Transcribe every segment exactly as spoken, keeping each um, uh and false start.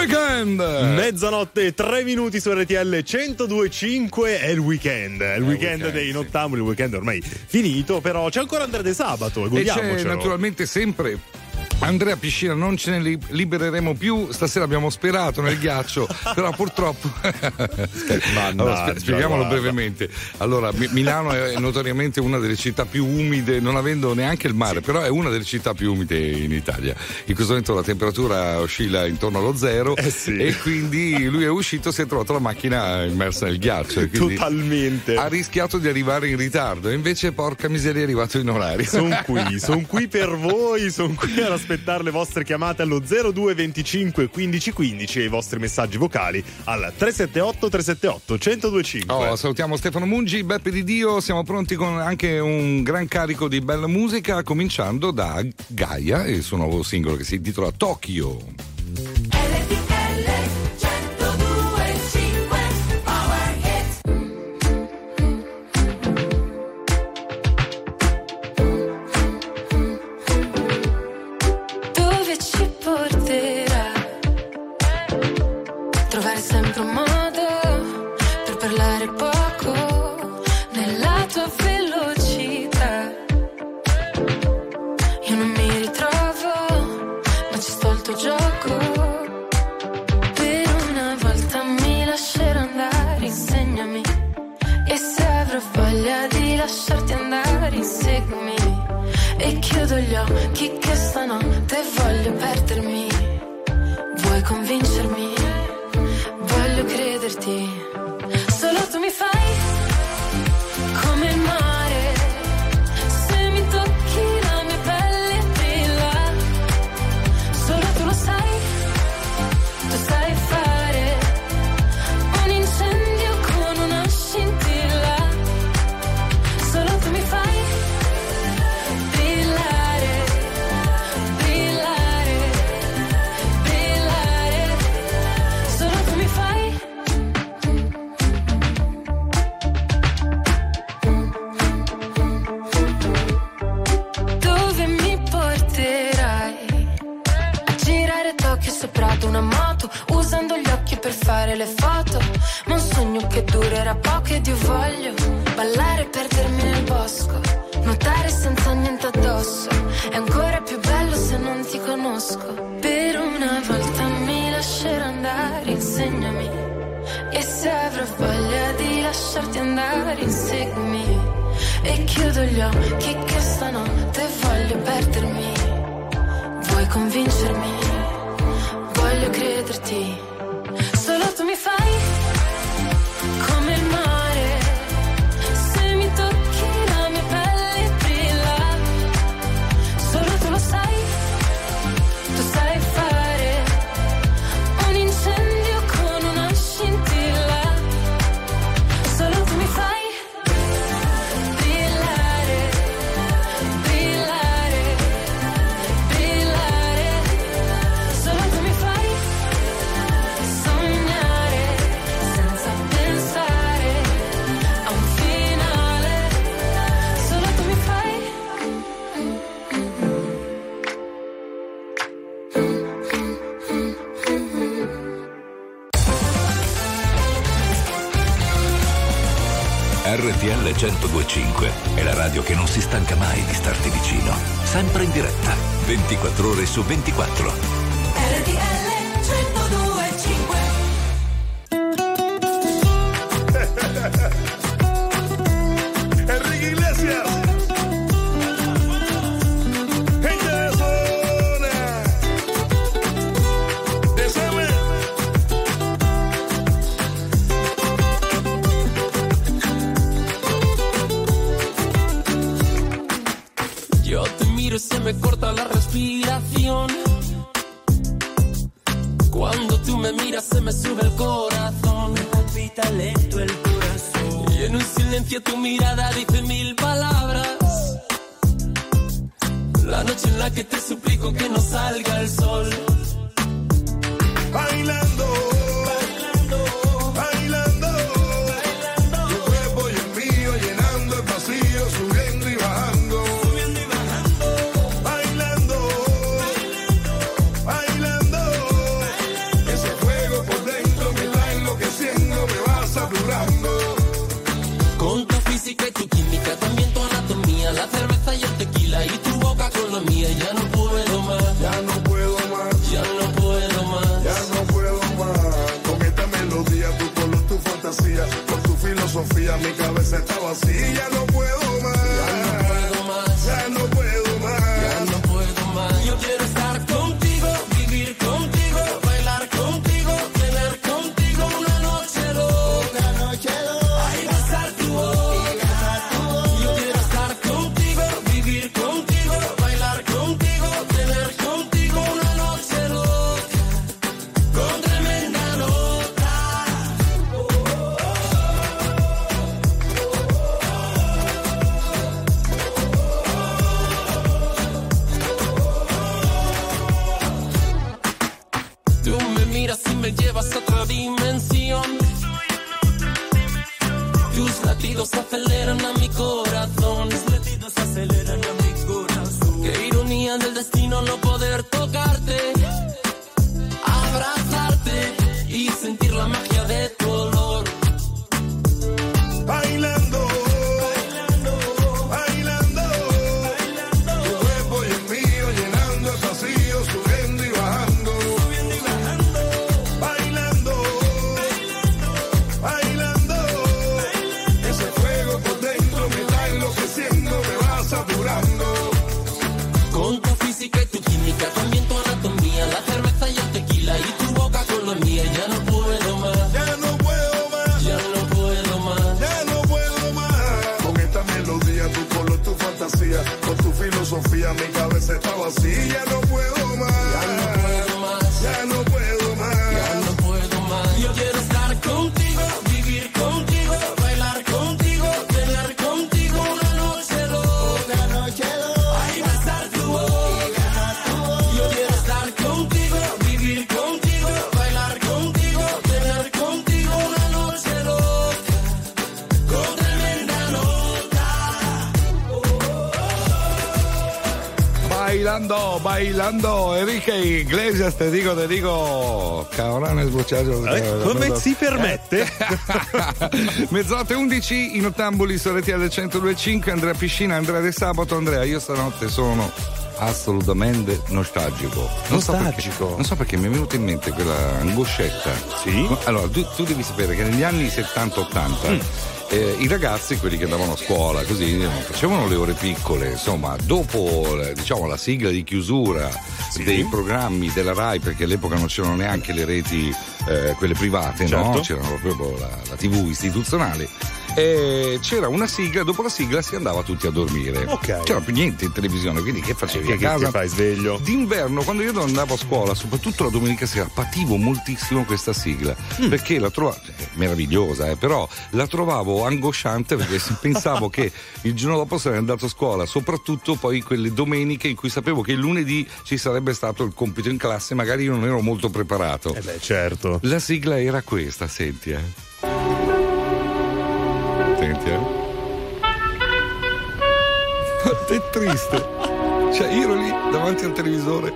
Weekend! Mezzanotte e tre minuti su R T L centodue e cinque, è il weekend, è il weekend, weekend dei nottambuli, il weekend ormai finito, però c'è ancora Andrea De Sabato, e c'è naturalmente sempre Andrea Piscina, non ce ne libereremo più. Stasera abbiamo sperato nel ghiaccio, però purtroppo. Allora, spieghiamolo brevemente. Allora, Milano è notoriamente una delle città più umide, non avendo neanche il mare, sì. Però è una delle città più umide in Italia. In questo momento la temperatura oscilla intorno allo zero, eh sì. E quindi lui è uscito, si è trovato la macchina immersa nel ghiaccio. Totalmente. Ha rischiato di arrivare in ritardo, e invece, porca miseria, è arrivato in orario. Sono qui, sono qui per voi, sono qui ad aspettare le vostre chiamate allo zero due venticinque quindici quindici e i vostri messaggi vocali al tre sette otto tre sette otto uno zero due cinque. Oh, salutiamo Stefano Mungi, Beppe Di Dio, siamo pronti con anche un gran carico di bella musica, cominciando da Gaia e il suo nuovo singolo che si intitola Tokyo. Sempre un modo per parlare poco nella tua velocità. Io non mi ritrovo, ma ci sto al tuo gioco. Per una volta mi lascerò andare, insegnami. E se avrò voglia di lasciarti andare, inseguimi. E chiudo gli occhi che stanotte voglio perdermi. Vuoi convincermi? Voglio crederti, solo tu mi fai come il mare, se mi tocchi la mia pelle brilla, solo tu lo sai, tu sai fare un incendio con una scintilla, solo tu mi fai brillare, brillare, brillare, solo tu mi fai. Sopra ad una moto, usando gli occhi per fare le foto, ma un sogno che durerà poco ed io voglio ballare e perdermi nel bosco, nuotare senza niente addosso, è ancora più bello se non ti conosco. Per una volta mi lascerò andare, insegnami, e se avrò voglia di lasciarti andare, inseguimi, e chiudo gli occhi che stanotte voglio perdermi. Vuoi convincermi? Voglio crederti, solo tu mi fai come il mare, se mi tocchi la mia pelle brilla, solo tu lo sai, tu sai fare un incendio con una scintilla, solo tu mi fai brillare, brillare, brillare, solo tu mi fai sognare senza pensare a un finale, solo tu mi fai. R T L centodue e cinque è la radio che non si stanca mai di starti vicino, sempre in diretta, ventiquattro ore su ventiquattro. R T L centodue e cinque. Enrique Iglesias. Gente de zona. Desame. Yo te miro y se me corta la respiración. Cuando tú me miras se me sube el corazón. Me palpita lento el corazón. Y en un silencio tu mirada dice mil palabras. La noche en la que te suplico que no salga el sol. Bailando. Bailando. Bailando. Tu cuerpo y el mío llenando el vacío, subiendo y bajando. Subiendo y bajando. Bailando. Bailando. Bailando. Ese tequila y tu boca con la mía. Ya no puedo más, Ya no puedo más, ya no puedo más. ya no puedo más. Con esta melodía, tu color, tu fantasía, con tu filosofía, mi cabeza está vacía. Ya no puedo más, Ya no puedo más, ya no puedo más. ya no puedo más. Yo quiero estar contigo, vivir contigo, bailar contigo, tener contigo una noche loca. Ay, besar tu boca. Yo quiero estar contigo, vivir contigo, bailar contigo, tener contigo una noche loca. Con tremenda nota. Tú me miras y me llevas a otra dimensión. Tus latidos aceleran a mi corazón. Tus latidos aceleran a mi corazón. Qué ironía del destino no poder tocarte, abrazarte y sentir la magia de tu olor. Bailando, bailando, tu cuerpo y el mío llenando el vacío, subiendo y bajando, bailando, bailando, ese fuego por dentro me está enloqueciendo, me va saturando. Con tu física y tu química, también tu anatomía, la cerveza y el tequila y tu boca con la mía. Ya no puedo más, Ya no puedo más, ya no puedo más. ya no puedo más. Con esta melodía, tu color, tu fantasía, con tu filosofía, mi cabeza está vacía. Ya no puedo más, Ya no puedo más, ya no puedo más. ya no puedo más. Yo quiero estar contigo, vivir contigo, bailar contigo, tener contigo una noche loca. Ay, besar tu boca. Yo quiero estar contigo, vivir contigo, bailar contigo, tener contigo una noche loca. Con tremenda nota. Bailando, bailando, Enrique Iglesias, te digo, te digo, cabrones muchachos. Eh, come si permette? Mezzanotte undici in Ottamboli su R T L centodue e cinque, Andrea Piscina, Andrea De Sabato. Andrea, io stanotte sono assolutamente nostalgico. Non so perché, Nostalgico? non so perché mi è venuta in mente quella angoscetta. Sì? Allora, tu, tu devi sapere che negli anni settanta ottanta eh, i ragazzi, quelli che andavano a scuola, così non facevano le ore piccole, insomma, dopo eh, diciamo la sigla di chiusura dei programmi della Rai, perché all'epoca non c'erano neanche le reti eh, quelle private, Certo. no? C'erano proprio la, la tivù istituzionale. E c'era una sigla, dopo la sigla si andava tutti a dormire. Ok. C'era più niente in televisione, quindi che facevi Che, a che, casa? che fai sveglio? D'inverno, quando io andavo a scuola, soprattutto la domenica sera, pativo moltissimo questa sigla perché la trovavo meravigliosa, eh, però la trovavo angosciante perché si- pensavo che il giorno dopo sarei andato a scuola, soprattutto poi quelle domeniche in cui sapevo che il lunedì ci sarebbe stato il compito in classe, magari io non ero molto preparato. Eh beh, certo. La sigla era questa, senti, eh. Senti, eh. È triste. Cioè, io ero lì davanti al televisore.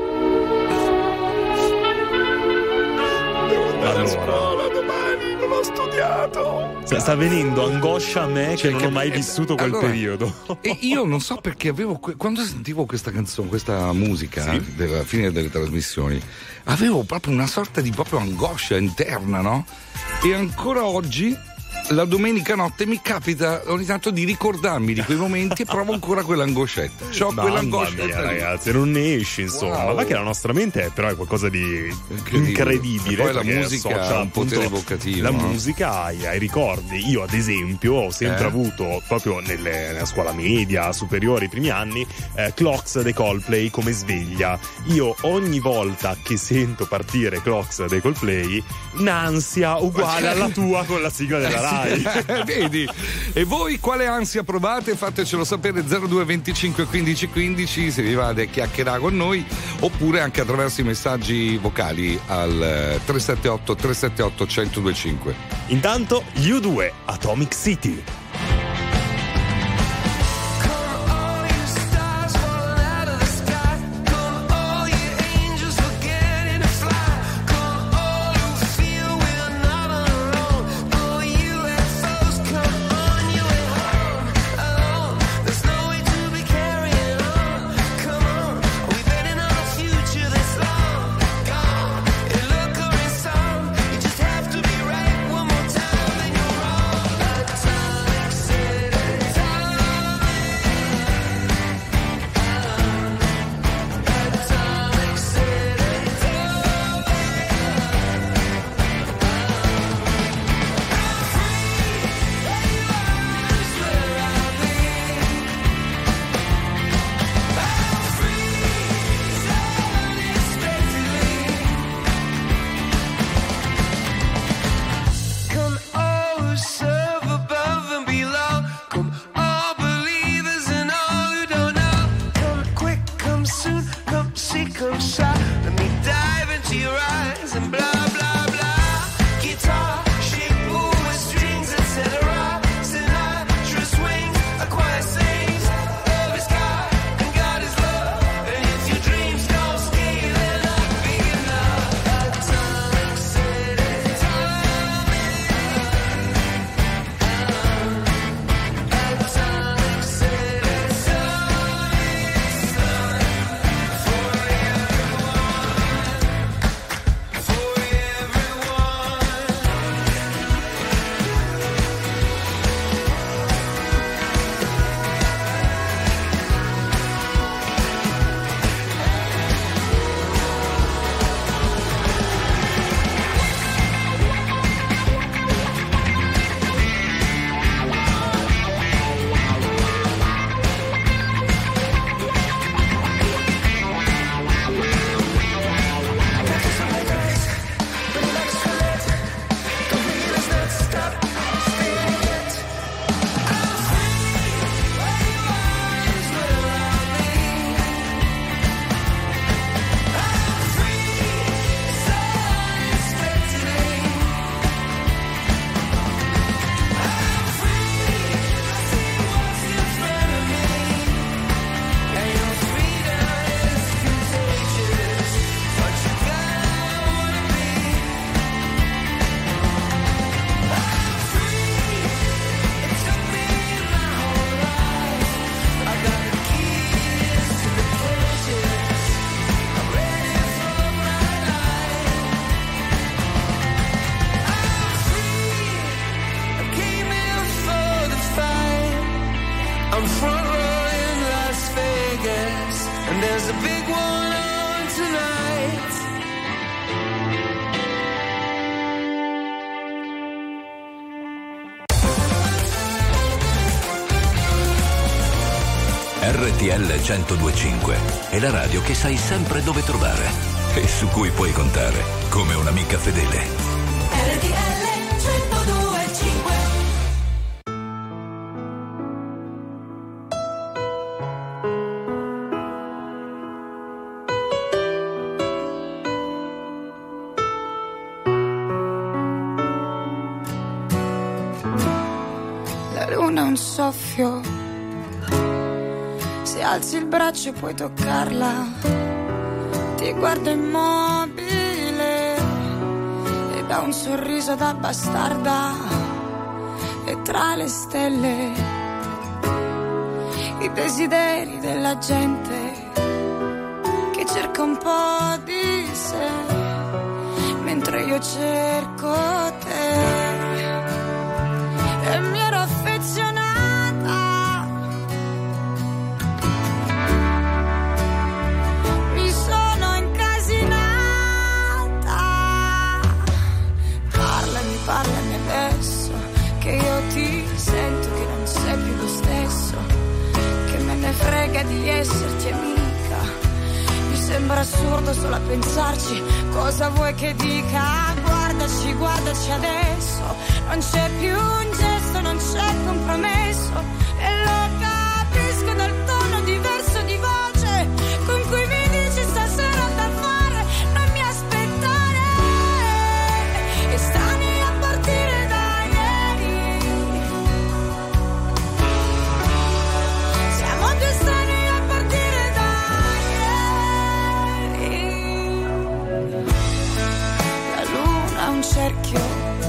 Devo andare a scuola domani, non ho studiato. Sta, sta venendo angoscia a me Cioè, che non ho mai eh, vissuto quel allora, periodo. E io non so perché avevo que- quando sentivo questa canzone, questa musica Sì. della fine delle trasmissioni, avevo proprio una sorta di proprio angoscia interna, no? E ancora oggi la domenica notte mi capita ogni tanto di ricordarmi di quei momenti e provo ancora quell'angoscetta. C'ho Mamma quell'angoscia. mia, ragazzi, non ne esci, insomma. Wow. Ma che la nostra mente è però è qualcosa di Incredibile. incredibile. E poi la perché musica associa, ha un potere appunto, evocativo, La no? musica ai, ai ricordi. Io, ad esempio, ho sempre Eh? avuto, proprio nelle- nella scuola media, superiore, i primi anni, eh, Clocks dei Coldplay come sveglia. Io ogni volta che sento partire Clocks dei Coldplay, un'ansia uguale alla tua con la sigla della Rai. Vedi? E voi quale ansia provate? Fatecelo sapere zero due venticinque quindici quindici se vi va a chiacchierare con noi, oppure anche attraverso i messaggi vocali al eh, tre sette otto tre sette otto uno zero due cinque. Intanto, gli U due, Atomic City. Carrying big one on tonight. R T L centodue e cinque è la radio che sai sempre dove trovare e su cui puoi contare come un'amica fedele. R T L centodue e cinque. La luna è un soffio, se alzi il braccio puoi toccarla, ti guardo immobile e da un sorriso da bastarda e tra le stelle i desideri della gente che cerca un po' di sé mentre io cerco te e mi ero affezionata. Parlami adesso, che io ti sento che non sei più lo stesso, che me ne frega di esserti amica. Mi sembra assurdo solo a pensarci, cosa vuoi che dica? Guardaci, guardaci adesso, non c'è più un gesto, non c'è compromesso, e lo capisco dal tono diverso di voce con cui mi dici stasera da fare, non mi aspettare, e stani cerchio,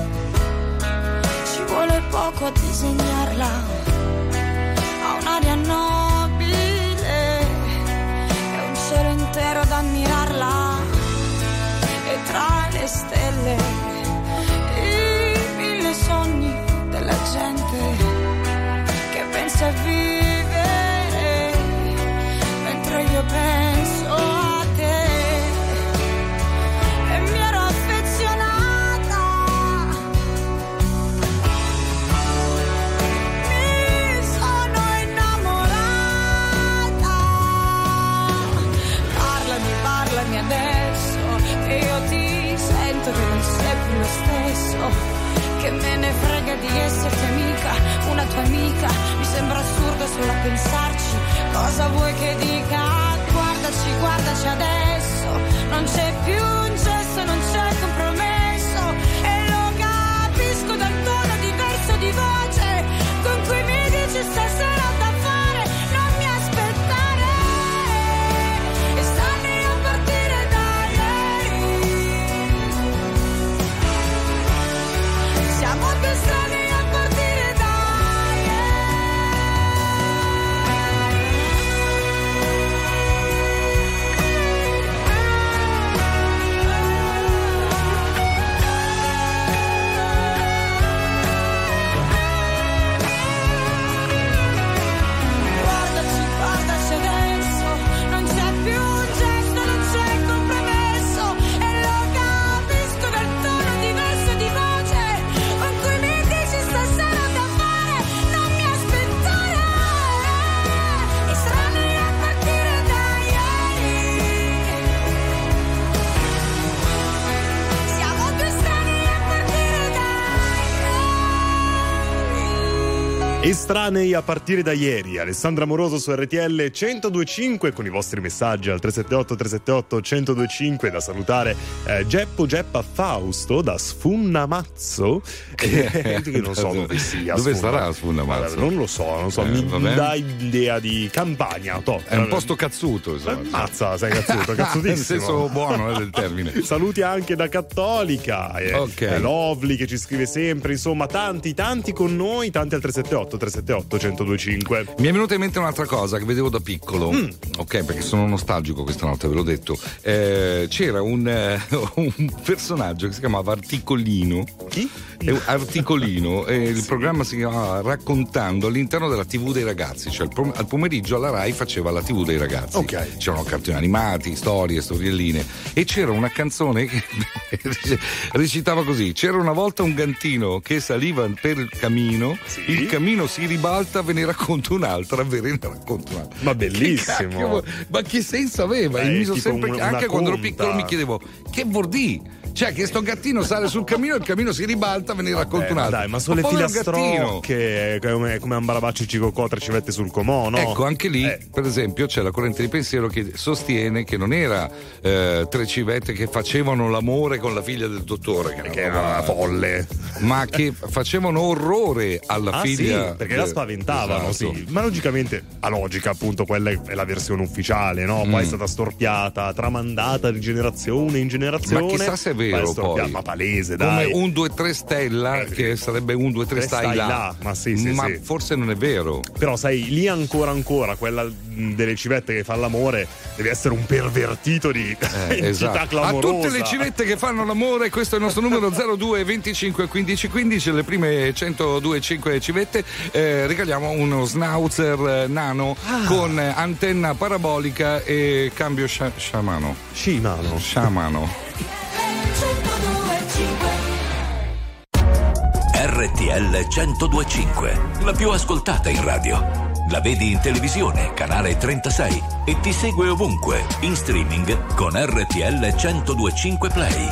ci vuole poco a disegnarla, ha un'aria nobile, è un cielo intero ad ammirarla, e tra le stelle i mille sogni della gente che pensa a vivere mentre io penso a te. Che non sei più lo stesso, che me ne frega di esserti amica, una tua amica. Mi sembra assurdo solo a pensarci, cosa vuoi che dica? Guardaci, guardaci adesso, non c'è più un gesto, non c'è compromesso, e lo capisco dal tono diverso di voce con cui mi dici stasera da fare, non mi aspettare, e stammi a partire da siamo due strani a partire da guardaci, guardaci adesso, non c'è più un gesto, non c'è compromesso, e lo capisco dal tono diverso di voce con cui mi dici stasera da fare, non mi aspettare, e strani a partire da ieri, siamo due strani a partire da ieri. Estranei a partire da ieri. Alessandra Moroso su R T L centodue e cinque con i vostri messaggi al tre sette otto tre sette otto centodue e cinque. Da salutare eh, Geppo Geppa Fausto da Sfunnamazzo, che non so dove sia. Dove Sfunna. sarà Sfunnamazzo? Non lo so, non so, Eh, mi vabbè. dà idea di Campania. To. È un posto cazzuto, insomma. Mazza, sei cazzuto, cazzutissimo. Nel senso buono eh, del termine. Saluti anche da Cattolica, eh, Ok. eh, Lovely che ci scrive sempre, insomma tanti tanti con noi, tanti al tre sette otto tre tre sette otto uno zero due cinque. Mi è venuta in mente un'altra cosa che vedevo da piccolo, mm. ok, perché sono nostalgico questa notte, ve l'ho detto. Eh, c'era un, eh, un personaggio che si chiamava Articolino. Chi? Articolino, e il sì. programma si chiamava Raccontando all'interno della tivù dei ragazzi, cioè il, al pomeriggio alla Rai faceva la tivù dei ragazzi. Ok. C'erano cartoni animati, storie, storielline, e c'era una canzone che recitava così: c'era una volta un gantino che saliva per il camino, sì. il camino si ribalta, ve ne racconto un'altra, ve ne racconto un'altra. Ma bellissimo! Che cacchio, ma che senso aveva? Beh, mi sono sempre, un, anche quando ero conta. piccolo mi chiedevo che vuol dire? Cioè che sto gattino sale sul camino, il camino si ribalta, ve ne racconto un altro. Dai, ma sono le filastrocche, come, come Ambarabacci Cicocò, tre civette sul comò, no? Ecco, anche lì, eh. per esempio, c'è la corrente di pensiero che sostiene che non era eh, tre civette che facevano l'amore con la figlia del dottore, che, che era una folle, ma che facevano orrore alla ah, figlia. Sì, perché la spaventavano, esatto. Sì. Ma logicamente, a logica, appunto, quella è la versione ufficiale, no? Poi mm. è stata storpiata, tramandata di generazione in generazione. Ma chissà se è vero, poi. Ma palese, dai. Come un due tre stella, eh, che sarebbe un due tre stai, stai là. là. Ma sì, sì, ma sì. forse non è vero. Però sai, lì ancora ancora quella delle civette che fa l'amore deve essere un pervertito di eh, entità esatto. clamorosa. A tutte le civette che fanno l'amore, questo è il nostro numero zero due venticinque quindici quindici, le prime centodue cinque civette, eh, regaliamo uno schnauzer nano ah. con antenna parabolica e cambio scia- sciamano. Scimano. Sciamano. R T L centodue e cinque, la più ascoltata in radio. La vedi in televisione, canale trentasei, e ti segue ovunque, in streaming con R T L centodue e cinque Play.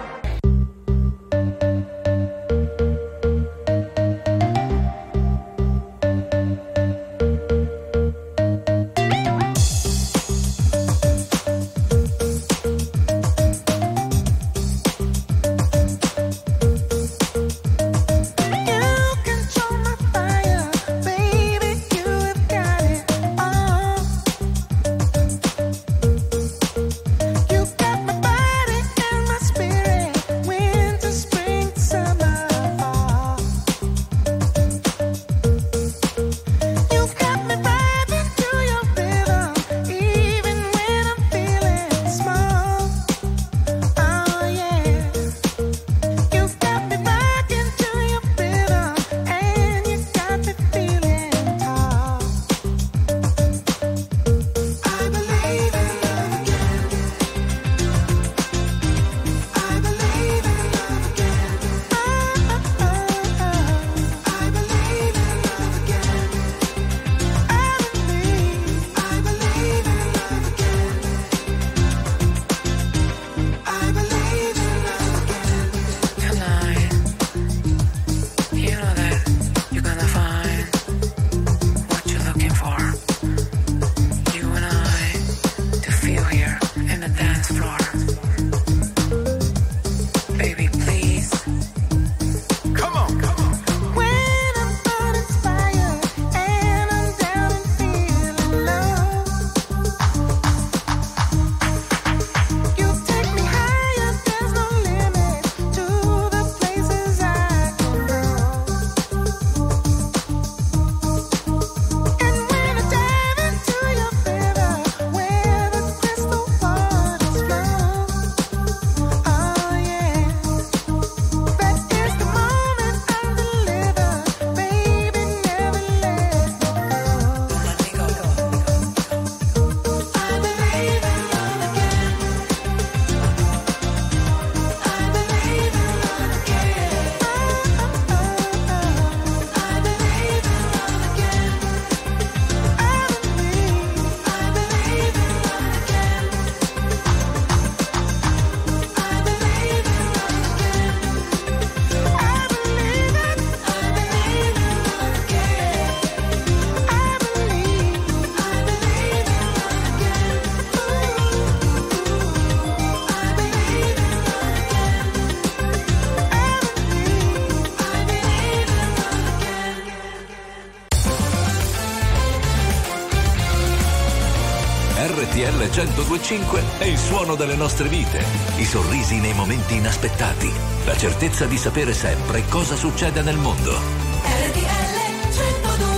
R T L centodue e cinque è il suono delle nostre vite, i sorrisi nei momenti inaspettati, la certezza di sapere sempre cosa succede nel mondo. R T L centodue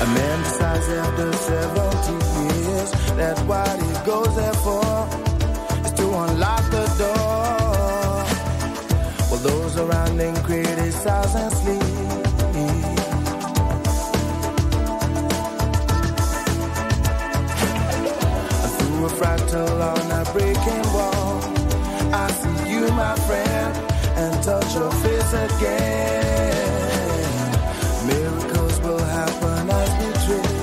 A man decides after seventy years that what he goes there for is to unlock the door. Well, those around him criticize and sleep. Through a fractal on a breaking wall, I see you, my friend, and touch your face again. Miracles will happen as we dream.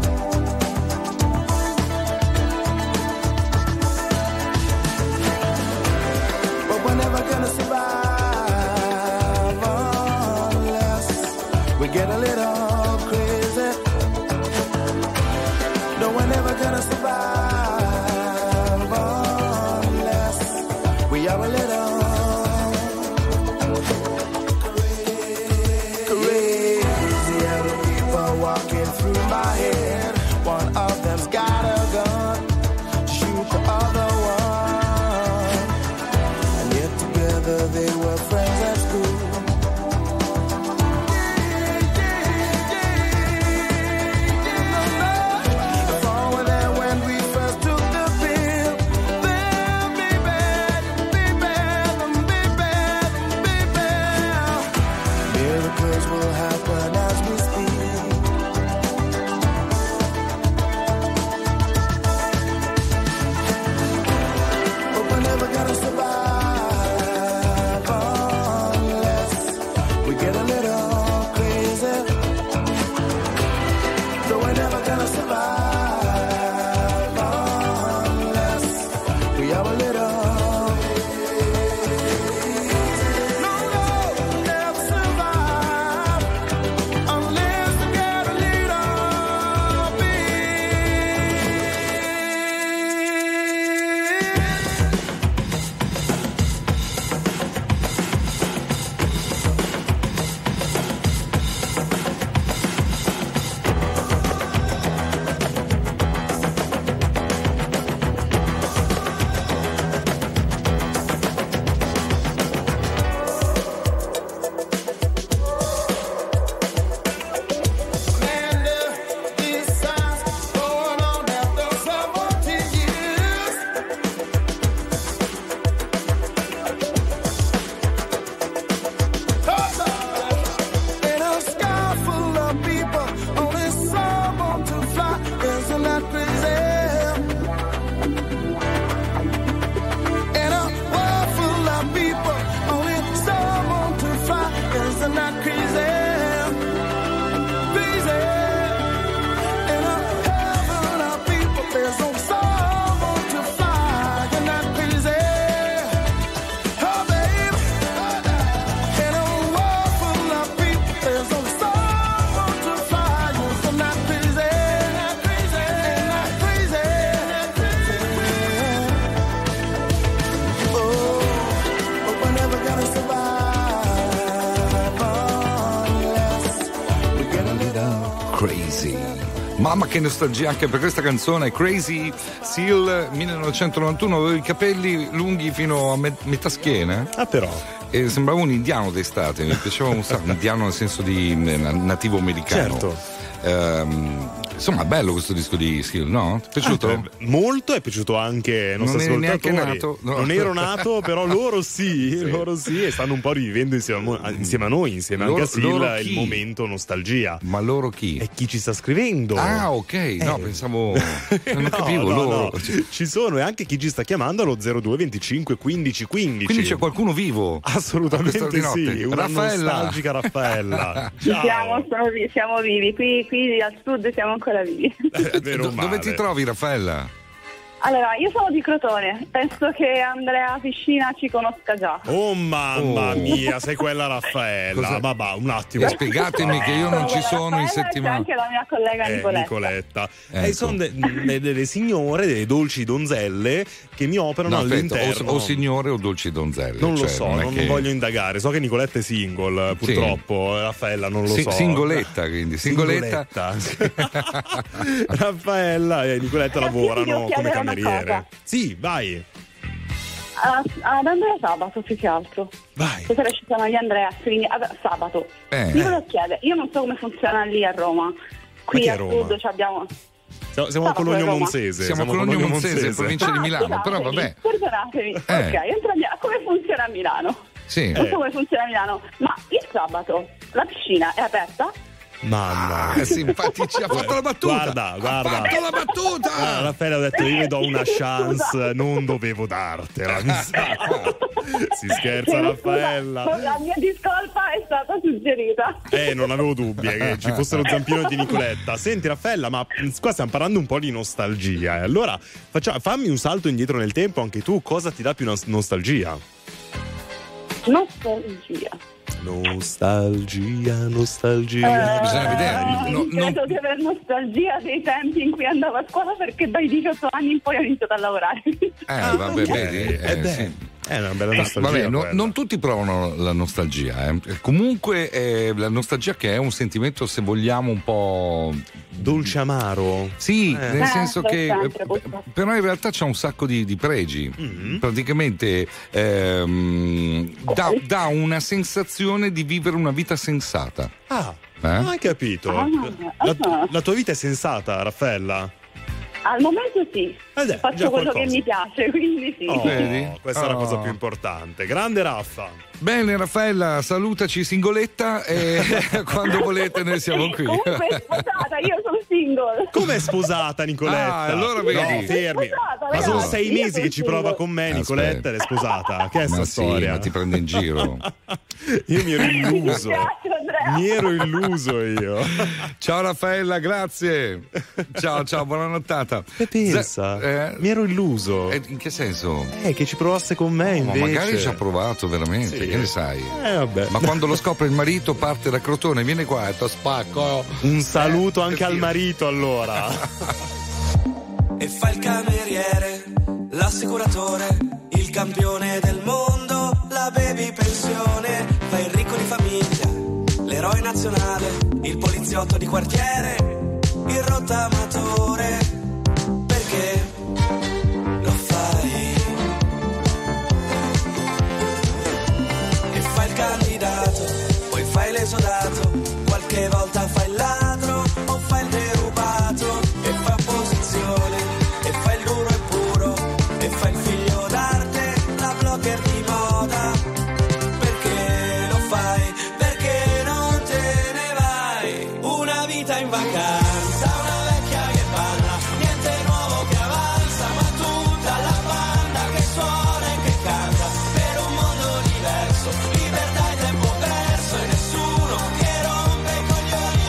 But we're never gonna survive unless we get a little crazy. No, we're never gonna survive unless we are a little Mamma che nostalgia anche per questa canzone. Crazy Seal millenovecentonovantuno, avevo i capelli lunghi fino a met- metà schiena. Ah, però. E sembrava un indiano d'estate, mi piaceva un sacco, un indiano nel senso di nativo americano. Certo. Um, insomma, bello questo disco di Seal, no? Ti è piaciuto? Ah, molto, è piaciuto anche ai nostri non ascoltatori. Neanche nato, no. Non ero nato, però loro sì, sì, loro sì, e stanno un po' rivivendo insieme a, insieme a noi, insieme loro, anche a Seal, il momento nostalgia. Ma loro chi? E chi ci sta scrivendo? Ah, ok, eh. no, pensavo non no, capivo no, loro. No. Ci sono, e anche chi ci sta chiamando allo zero due venticinque quindici quindici. Quindi c'è qualcuno vivo? Assolutamente sì, una Raffaella. nostalgica Raffaella. Ciao. Siamo, sono, siamo vivi, qui, qui al sud siamo ancora vivi. Eh, vero, dove ti trovi, Raffaella? Allora, io sono di Crotone, penso che Andrea Piscina ci conosca già. Oh mamma Oh. mia, sei quella Raffaella. Cosa? Babà, un attimo. Eh, spiegatemi che io non ci sono in Raffaella, settimana. C'è anche la mia collega Eh, Nicoletta. Nicoletta. Ecco. E sono de- de- delle signore, delle dolci donzelle che mi operano No, aspetta, all'interno. o, o signore o dolci donzelle. Non lo cioè, so, non, è non, che... non voglio indagare. So che Nicoletta è single, purtroppo. Raffaella non lo Sì, so. singoletta, quindi. Singoletta. Singoletta. Raffaella e Nicoletta Ragazzi, lavorano io come ti devo chiedere una cameriere. cosa. Sì, vai. A- Ad Andrea Sabato più che altro. Vai. Stasera ci sono gli Andrea, quindi ad- sabato. Eh. Mi volevo chiedere, io non so come funziona lì a Roma. qui a sud abbiamo... Siamo, siamo a Cologno Monzese. Siamo a Cologno Monzese, provincia di Milano, ah, però vabbè. Perdonatemi. Eh. Ok, entriamo. Come funziona a Milano? Sì. Non so come funziona a Milano, ma il sabato la piscina è aperta? Mamma, eh sì, infatti ci ha fatto la battuta. Guarda, guarda. Ha fatto la battuta. Ah, Raffaella ha detto: io mi do una chance, non dovevo dartela. Mi sa. Si scherza, Raffaella. La mia discolpa è stata suggerita. Eh, non avevo dubbi eh, che ci fosse lo zampino di Nicoletta. Senti, Raffaella, ma qua stiamo parlando un po' di nostalgia. Eh. Allora, faccia, fammi un salto indietro nel tempo, anche tu. Cosa ti dà più nostalgia? Nostalgia. Nostalgia, nostalgia. Eh, Bisogna vedere. No, no, credo non... di aver nostalgia dei tempi in cui andavo a scuola, perché dai diciotto anni in poi ho iniziato a lavorare. Eh, vabbè, okay. vedi? Eh, eh beh, sì. È una bella nostalgia. Vabbè, no, non tutti provano la nostalgia. Eh. Comunque, eh, la nostalgia, che è un sentimento, se vogliamo, un po' dolce amaro. Sì, eh. nel eh, senso che sempre, però in realtà c'ha un sacco di, di pregi. Mm-hmm. Praticamente ehm, dà, dà una sensazione di vivere una vita sensata. Ah, eh? hai capito. Ah, la, ah. la tua vita è sensata, Raffaella? Al momento sì, Ed è, faccio quello che mi piace, quindi sì. Oh, Vedi? questa è la Oh. cosa più importante. Grande Raffa. Bene, Raffaella, salutaci Singoletta e quando volete noi siamo qui. Comunque è sposata, io sono single. Come è sposata Nicoletta? Ah, allora vedi. No, fermi. Sposata, Ma sono ragazzi, sei io mesi sono che ci single. prova con me, Nicoletta, ed è sposata. Che è Ma sta sì, storia? ma ti prende in giro. Io mi ero illuso. Grazie, Andrea. Mi ero illuso io. Ciao Raffaella, grazie. Ciao, ciao, buona nottata. Che pensa? Eh, Mi ero illuso. eh, in che senso? Eh, che ci provasse con me, Ma invece. magari ci ha provato veramente, Sì. che ne sai? Eh, vabbè. Ma quando lo scopre il marito parte da Crotone, viene qua e ti spacco. Un saluto Eh, anche che al dire. marito, allora. E fa il cameriere, l'assicuratore, il campione del mondo, la baby pensione, fa il ricco di famiglia, l'eroe nazionale, il poliziotto di quartiere, il rottamatore. Perché lo fai? E fai il candidato, poi fai l'esodato, qualche volta fai il ladro o fai il derubato, e fai opposizione, e fai il duro e puro, e fai il figlio d'arte, la blogger di moda. Perché lo fai? Perché non te ne vai? Una vita in vacanza, una vecchia che parla, niente nuovo che avanza, ma tutta la banda che suona e che canta, per un mondo diverso, libertà e tempo perso, e nessuno che rompe i coglioni,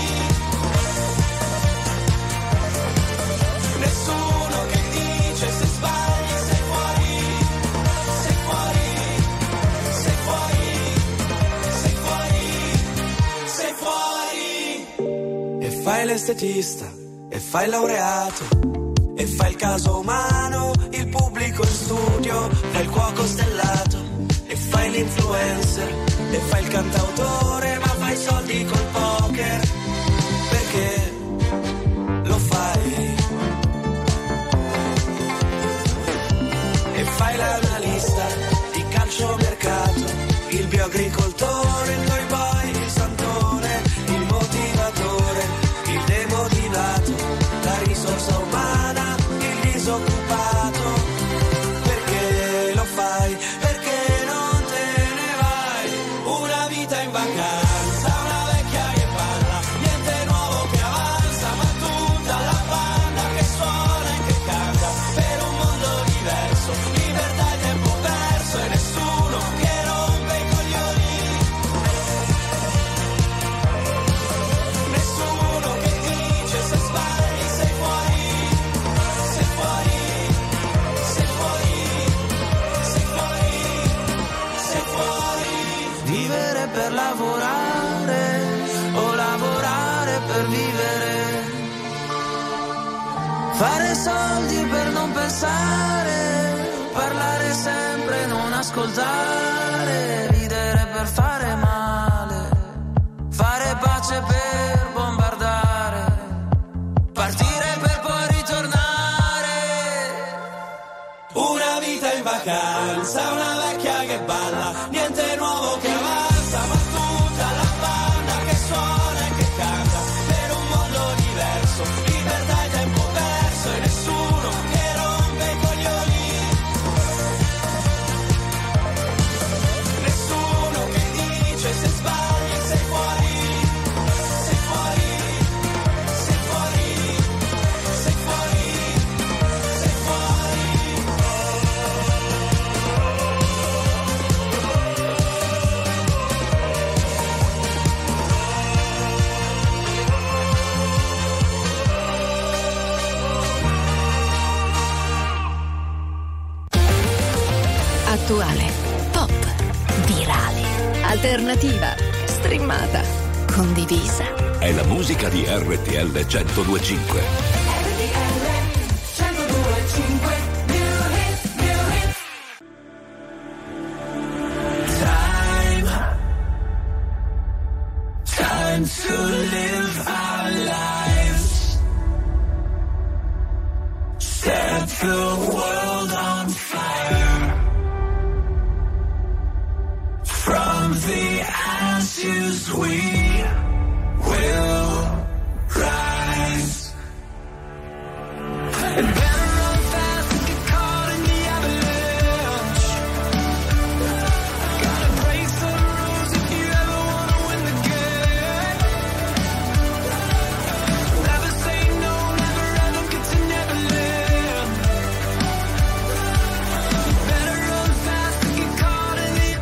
nessuno che dice se sbagli sei fuori, sei fuori, sei fuori, sei fuori, sei fuori. E fai l'estetista, e fai il laureato, e fai il caso umano, il pubblico in studio, fai il cuoco stellato, e fai l'influencer, e fai il cantautore, ma fai soldi col poker. Perché lo fai? E fai l'analista di calciomercato, il bioagricoltore, il toy boy, il santone, il motivatore, il demotivato, la risorsa umana, il disoccupato. Perché lo fai? Perché non te ne vai? Una vita in vacanza, una vecchia che parla, niente nuovo che avanza, ma tutta la banda che suona e che canta, per un mondo diverso, libertà e tempo perso, e nessuno che rompe i coglioni, nessuno che dice se sbagli sei fuori, sei fuori, sei fuori, sei fuori, sei fuori. Vivere per lavorare o lavorare per vivere, fare soldi per non pensare, parlare sempre, non ascoltare, ridere per fare male, fare pace per bombardare, partire per poi ritornare. Una vita in vacanza, una vecchia che balla, niente nuovo che avanza, ma tutta la banda che suona e che canta, per un mondo diverso. attuale, pop, virale, alternativa, streamata, condivisa. È la musica di R T L centodue e cinque. R T L centodue e cinque. Time to live our lives, set the world on fire, from the ashes we will rise. And better run fast and get caught in the avalanche. Gotta break some rules if you ever wanna win the game. Never say no, never ever get to Neverland. Better run fast and get caught in the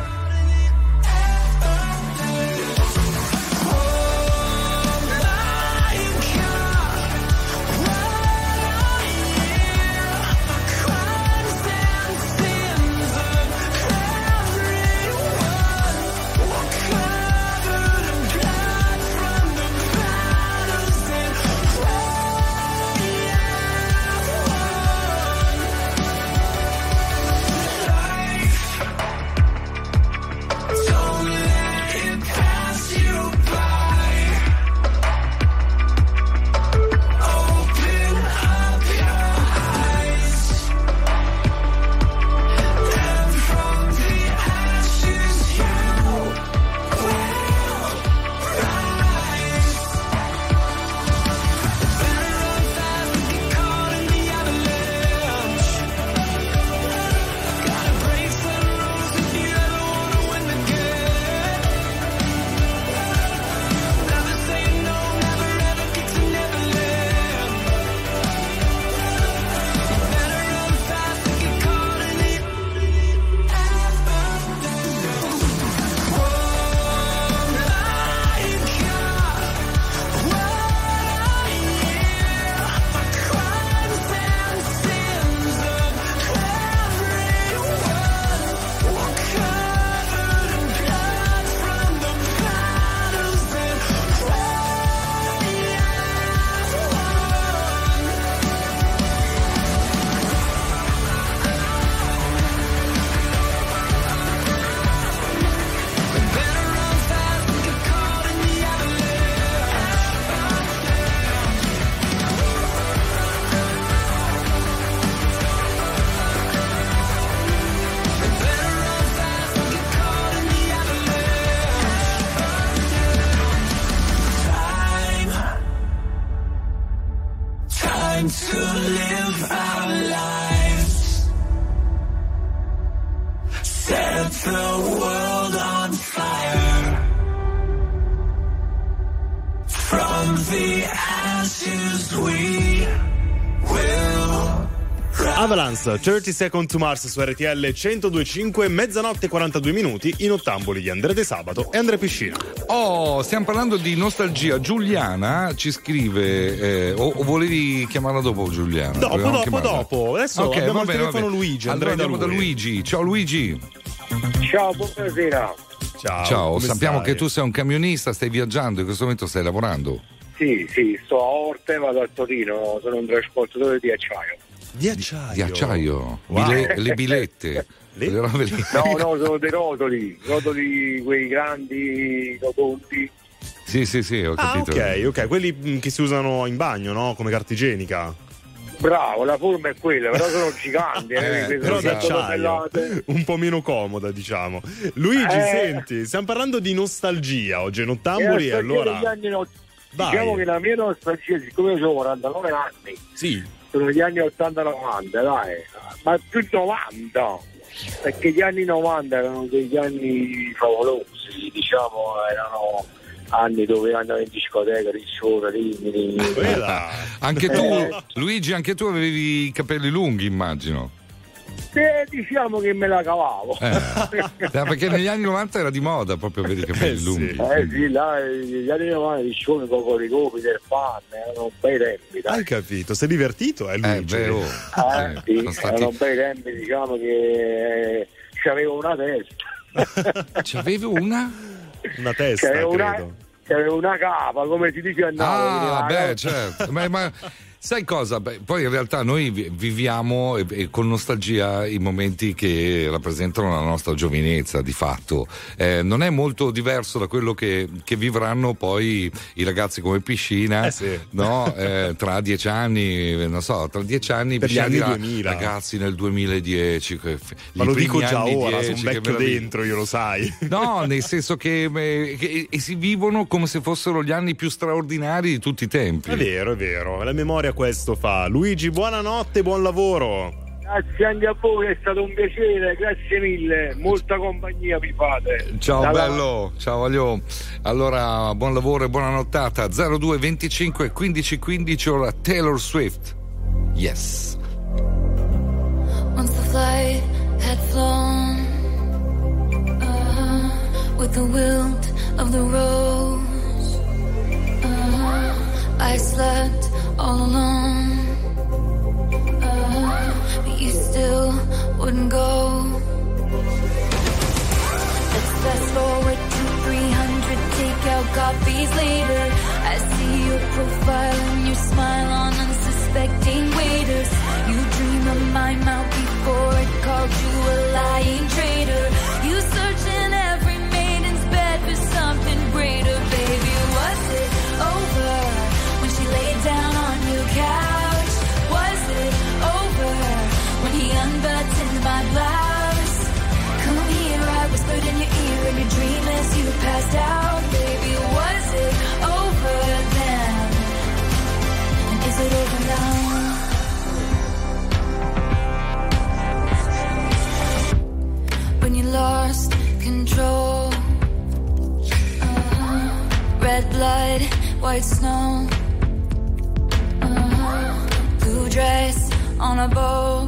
time to live our lives, set the world on fire, from the ashes we will. Avalanche, thirty Seconds to Mars su R T L centodue e cinque, mezzanotte e quarantadue minuti, in ottamboli di Andrea De Sabato e Andrea Piscina. Oh, stiamo parlando di nostalgia. Giuliana ci scrive, eh, o, o volevi chiamarla dopo Giuliana? Dopo, Volevamo dopo, chiamarla. dopo. Adesso Ok, abbiamo va il bene, telefono va bene. Luigi. Allora Andrei andiamo da, da lui. Luigi. Ciao Luigi. Ciao, buonasera. Ciao. Ciao, come sappiamo stai? che tu sei un camionista, stai viaggiando, in questo momento stai lavorando. Sì, sì, sto a Orte, vado a Torino, sono un trasportatore di acciaio. Di acciaio. Di acciaio. Wow. Bile- le bilette. Le- Le robe lì. No, no, sono dei rotoli, rotoli quei grandi rotondi. Sì, sì, sì, ho Ah, capito. ok, ok, quelli mh, che si usano in bagno, no? Come carta igienica. Bravo, la forma è quella, però sono giganti, Eh, eh, Però sono esatto. d'acciaio, tonnellate. un po' meno comoda, diciamo. Luigi, Eh. senti, stiamo parlando di nostalgia oggi in E Ottamboli, e a allora degli anni no- Vai. diciamo che la mia nostalgia, siccome io ho quarantanove anni, sì, sono gli anni ottanta novanta, dai, ma più novanta, perché gli anni novanta erano degli anni favolosi, diciamo, erano anni dove andavo in discoteca, Riccione, Rimini. quella. Anche tu, Eh. Luigi, anche tu avevi i capelli lunghi, immagino. Eh, diciamo che me la cavavo. Eh, perché negli anni novanta era di moda proprio avere i capelli Eh, sì. lunghi. Eh sì, là, gli anni novanta, Riccione, Cocorico, Peter Pan, erano bei tempi, dai. Hai capito, sei divertito, eh Eh, Luigi? vero. Eh, Eh, sì, sono stati- erano bei tempi, diciamo che c'avevo una testa. C'avevo una? Una testa, C'avevo credo. una, c'avevo una capa, come si dice a Napoli. Ah, una beh, capa. certo. ma, ma sai cosa? Beh, poi in realtà noi vi- viviamo e, e con nostalgia i momenti che rappresentano la nostra giovinezza, di fatto. Eh, non è molto diverso da quello che, che vivranno poi i ragazzi come Piscina, Eh sì. no? Eh, tra dieci anni, non so, tra dieci anni Per gli Piscina anni dirà, duemila. ragazzi nel duemiladieci. che- Ma i lo primi dico già anni ora, dieci, sono che vecchio meraviglia. dentro, io lo sai. No, nel senso che, eh, che e si vivono come se fossero gli anni più straordinari di tutti i tempi. È vero, è vero, la memoria questo fa. Luigi, buonanotte, buon lavoro. Grazie anche a voi, è stato un piacere, grazie mille, molta compagnia vi fate. Ciao Dalla- bello, ciao Voglio. Allora, buon lavoro e buona nottata. zero due venticinque quindici quindici, ora Taylor Swift. Yes. Once the flight had flown, uh, with the wilt of the rose, uh, I slept all alone, uh, but you still wouldn't go. Let's fast forward to three hundred takeout copies later. I see your profile and your smile on unsuspecting waiters. You dream of my mouth before it called you a lying traitor. You search in every maiden's bed for something greater. Baby, was it over when she laid down on your couch? Was it over when he unbuttoned my blouse? Come here, I whispered in your ear in your dream as you passed out. Baby, was it over then? And is it over now? When you lost control, uh-huh. Red blood, white snow, uh-huh. Blue dress on a boat,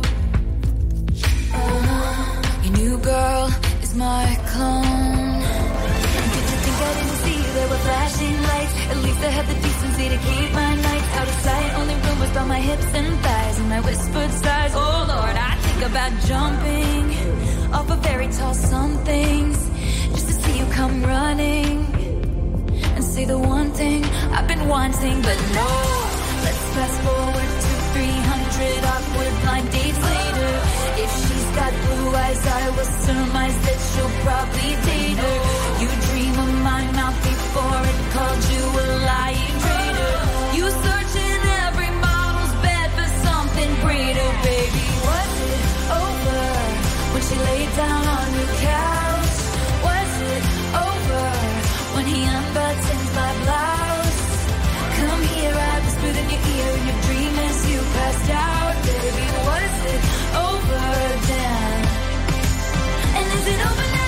uh-huh. Your new girl is my clone. Did you think I didn't see you? There were flashing lights. At least I had the decency to keep my nights out of sight. Only rumors about my hips and thighs and my whispered sighs. Oh Lord, I think about jumping off of very tall somethings just to see you come running and say the one thing I've been wanting. But no, let's fast forward to three hundred awkward blind dates later. If she's got blue eyes, I will surmise that she'll probably date her. You dream of my mouth before it called you a lying traitor. You search in every model's bed for something greater. Baby, was it over when she laid down on your couch? Was it over when he unbuttoned my blouse? Come here, I whispered in your ear in your dream as you passed out. Baby, was it over then? And is it over now?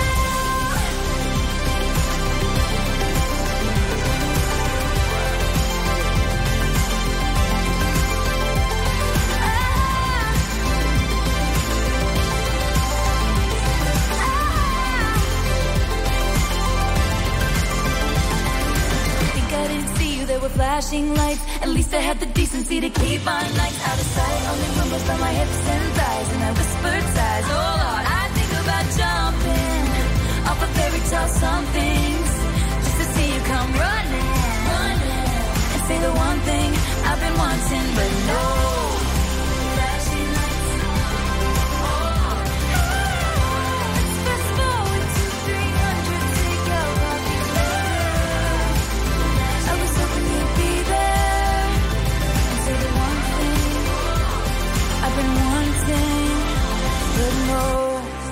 There were flashing lights. At least I had the decency to keep my nights out of sight. Only rumors about my hips and thighs and I whispered sighs. Oh Lord, I think about jumping off of fairy tale somethings just to see you come running, running and say the one thing I've been wanting, but no. Flashing lights. Oh. Let's fast forward to three hundred takeout copies later. I was hoping you'd be there and say the one thing I've been wanting, but no.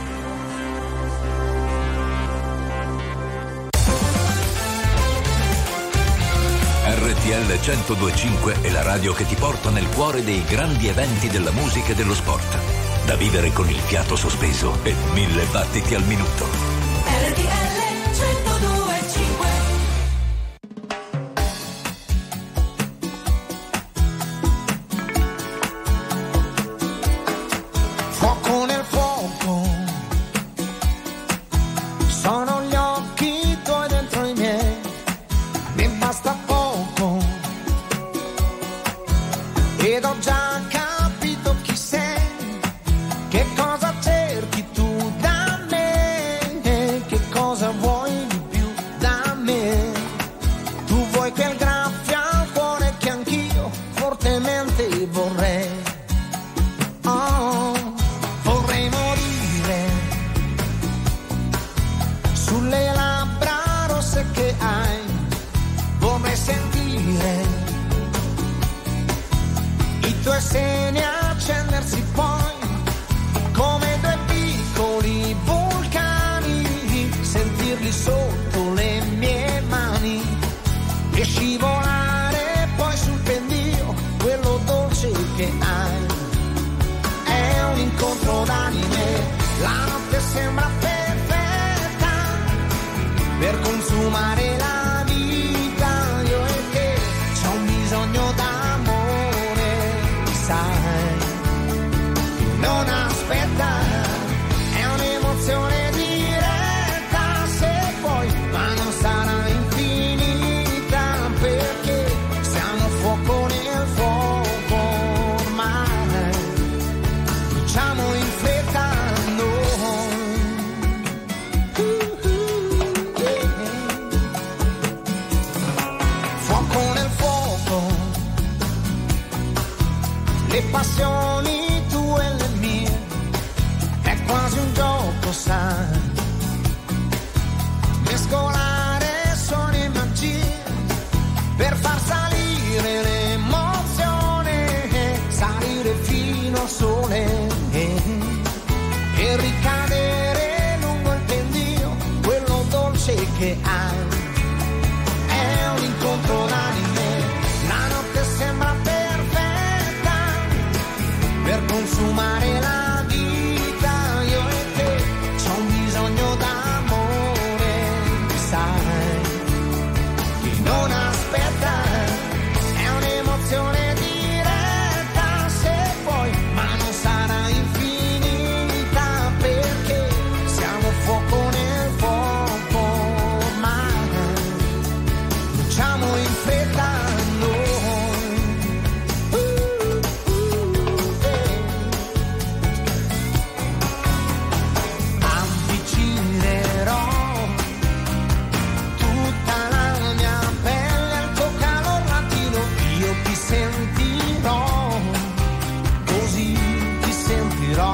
R T L centodue e cinque è la radio che ti porta nel cuore dei grandi eventi della musica e dello sport. Da vivere con il fiato sospeso e mille battiti al minuto. R T L centodue e cinque. Fuoco nel fuoco, sono gli occhi tuoi dentro i miei, mi basta poco, ed ho già capito chi sei, che cosa cerchi tu da me. due seni accendersi poi come due piccoli vulcani, sentirli sotto le mie mani e scivolare poi sul pendio, quello dolce che hai è un incontro d'anime. La notte sembra perfetta per consumare la vita, io e te c'ho un bisogno d'amore, sai, non aspetta, è un'emozione diretta, se vuoi, ma non sarà infinita, perché siamo fuoco nel fuoco ormai, bruciamo in fretta noi. Fuoco nel fuoco, le passioni tue e le mie, è quasi un gioco, sai, mescolare suoni e magie per far salire l'emozione, salire fino al sole e ricadere lungo il pendio, quello dolce che hai è un incontro d'anime. La notte sembra perfetta per consumare la vita, io e te c'ho un bisogno d'amore, sai, che non aspetta, è un'emozione diretta, se vuoi, ma non sarà infinita, perché siamo fuoco nel fuoco ormai, bruciamo in fretta noi. Uh, uh, eh. Avvicinerò tutta la mia pelle al tuo calor latino, io ti sentirò, così ti sentirò.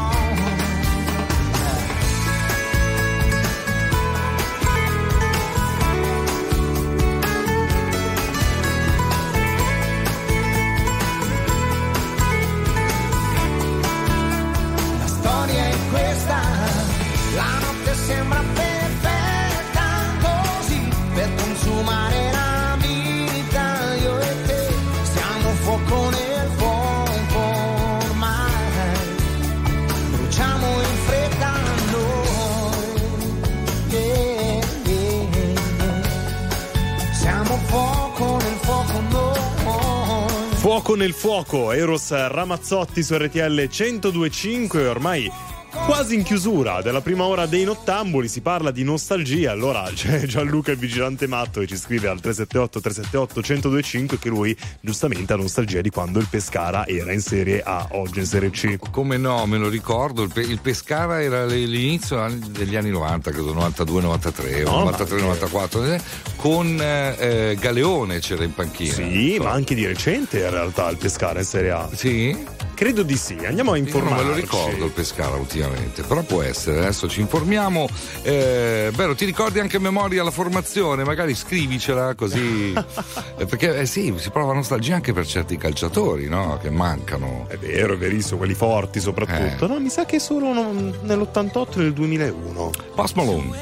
La storia è questa, la notte sembra perfetta, così per consumare la vita, io e te siamo fuoco nel fuoco ormai, bruciamo in fretta noi, yeah, yeah, yeah. Siamo fuoco nel fuoco noi. Fuoco nel fuoco, Eros Ramazzotti su R T L centodue e cinque, ormai quasi in chiusura della prima ora dei Nottambuli, si parla di nostalgia. Allora c'è Gianluca il vigilante matto che ci scrive al tre sette otto tre sette otto centodue e cinque che lui giustamente ha nostalgia di quando il Pescara era in Serie A, oggi in Serie C. Come no, me lo ricordo, il, Pe- il Pescara era l'inizio degli anni novanta, credo novantadue novantatré o No, novantatré novantaquattro, eh, con eh, Galeone c'era in panchina. Sì, ma anche di recente in realtà il Pescara in Serie A. Sì? Credo di sì, andiamo a Io informarci. non me lo ricordo il Pescara ultimamente, però può essere, adesso ci informiamo. Eh, Vero, ti ricordi anche a memoria la formazione? Magari scrivicela così, eh, perché eh, sì, si prova nostalgia anche per certi calciatori, no? Che mancano. È vero, è verissimo, quelli forti soprattutto. Eh. No, mi sa che solo non- nell'ottantotto e nel duemilauno. Post Malone.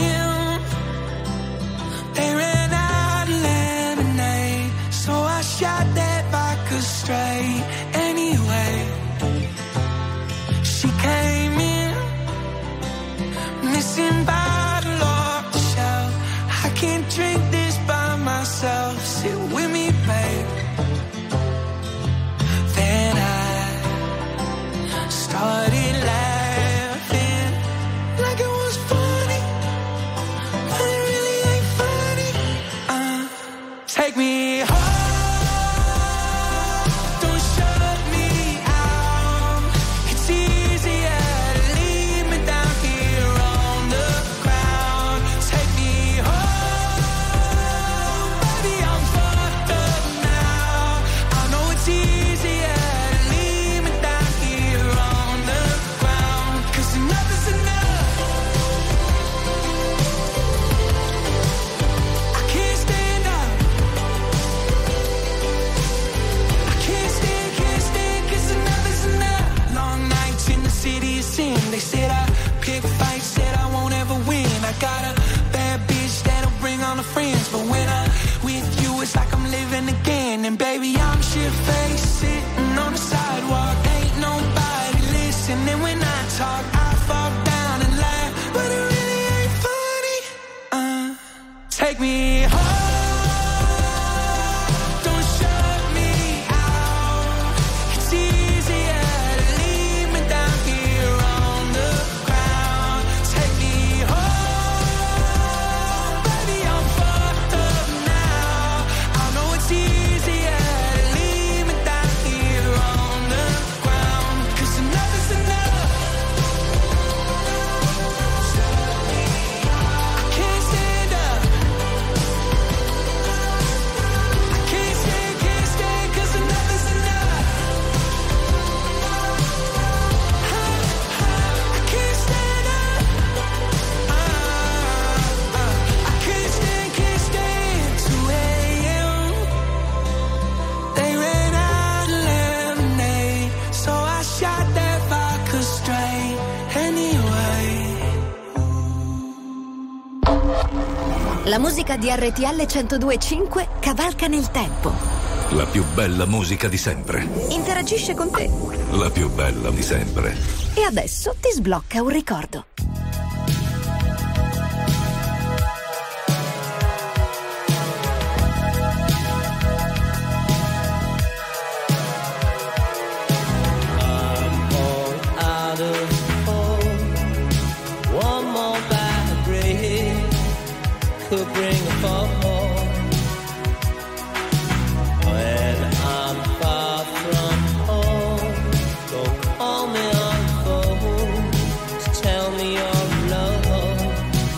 They ran out of lemonade, so I shot that vodka straight. Anyway, she came in, missing bottle off the shelf. I can't drink this by myself. Sit with me, babe. Then I started laughing like it was funny, but it really ain't funny. Uh, take me home, don't shut And baby, I'm shit-faced, sitting on the sidewalk. Ain't nobody listening when I talk. I fall down and laugh, but it really ain't funny. Uh, take me home. La musica di R T L centodue e cinque cavalca nel tempo. La più bella musica di sempre. Interagisce con te. La più bella di sempre. E adesso ti sblocca un ricordo. Could bring a fall. When I'm far from home, don't call me on the phone to tell me you're alone.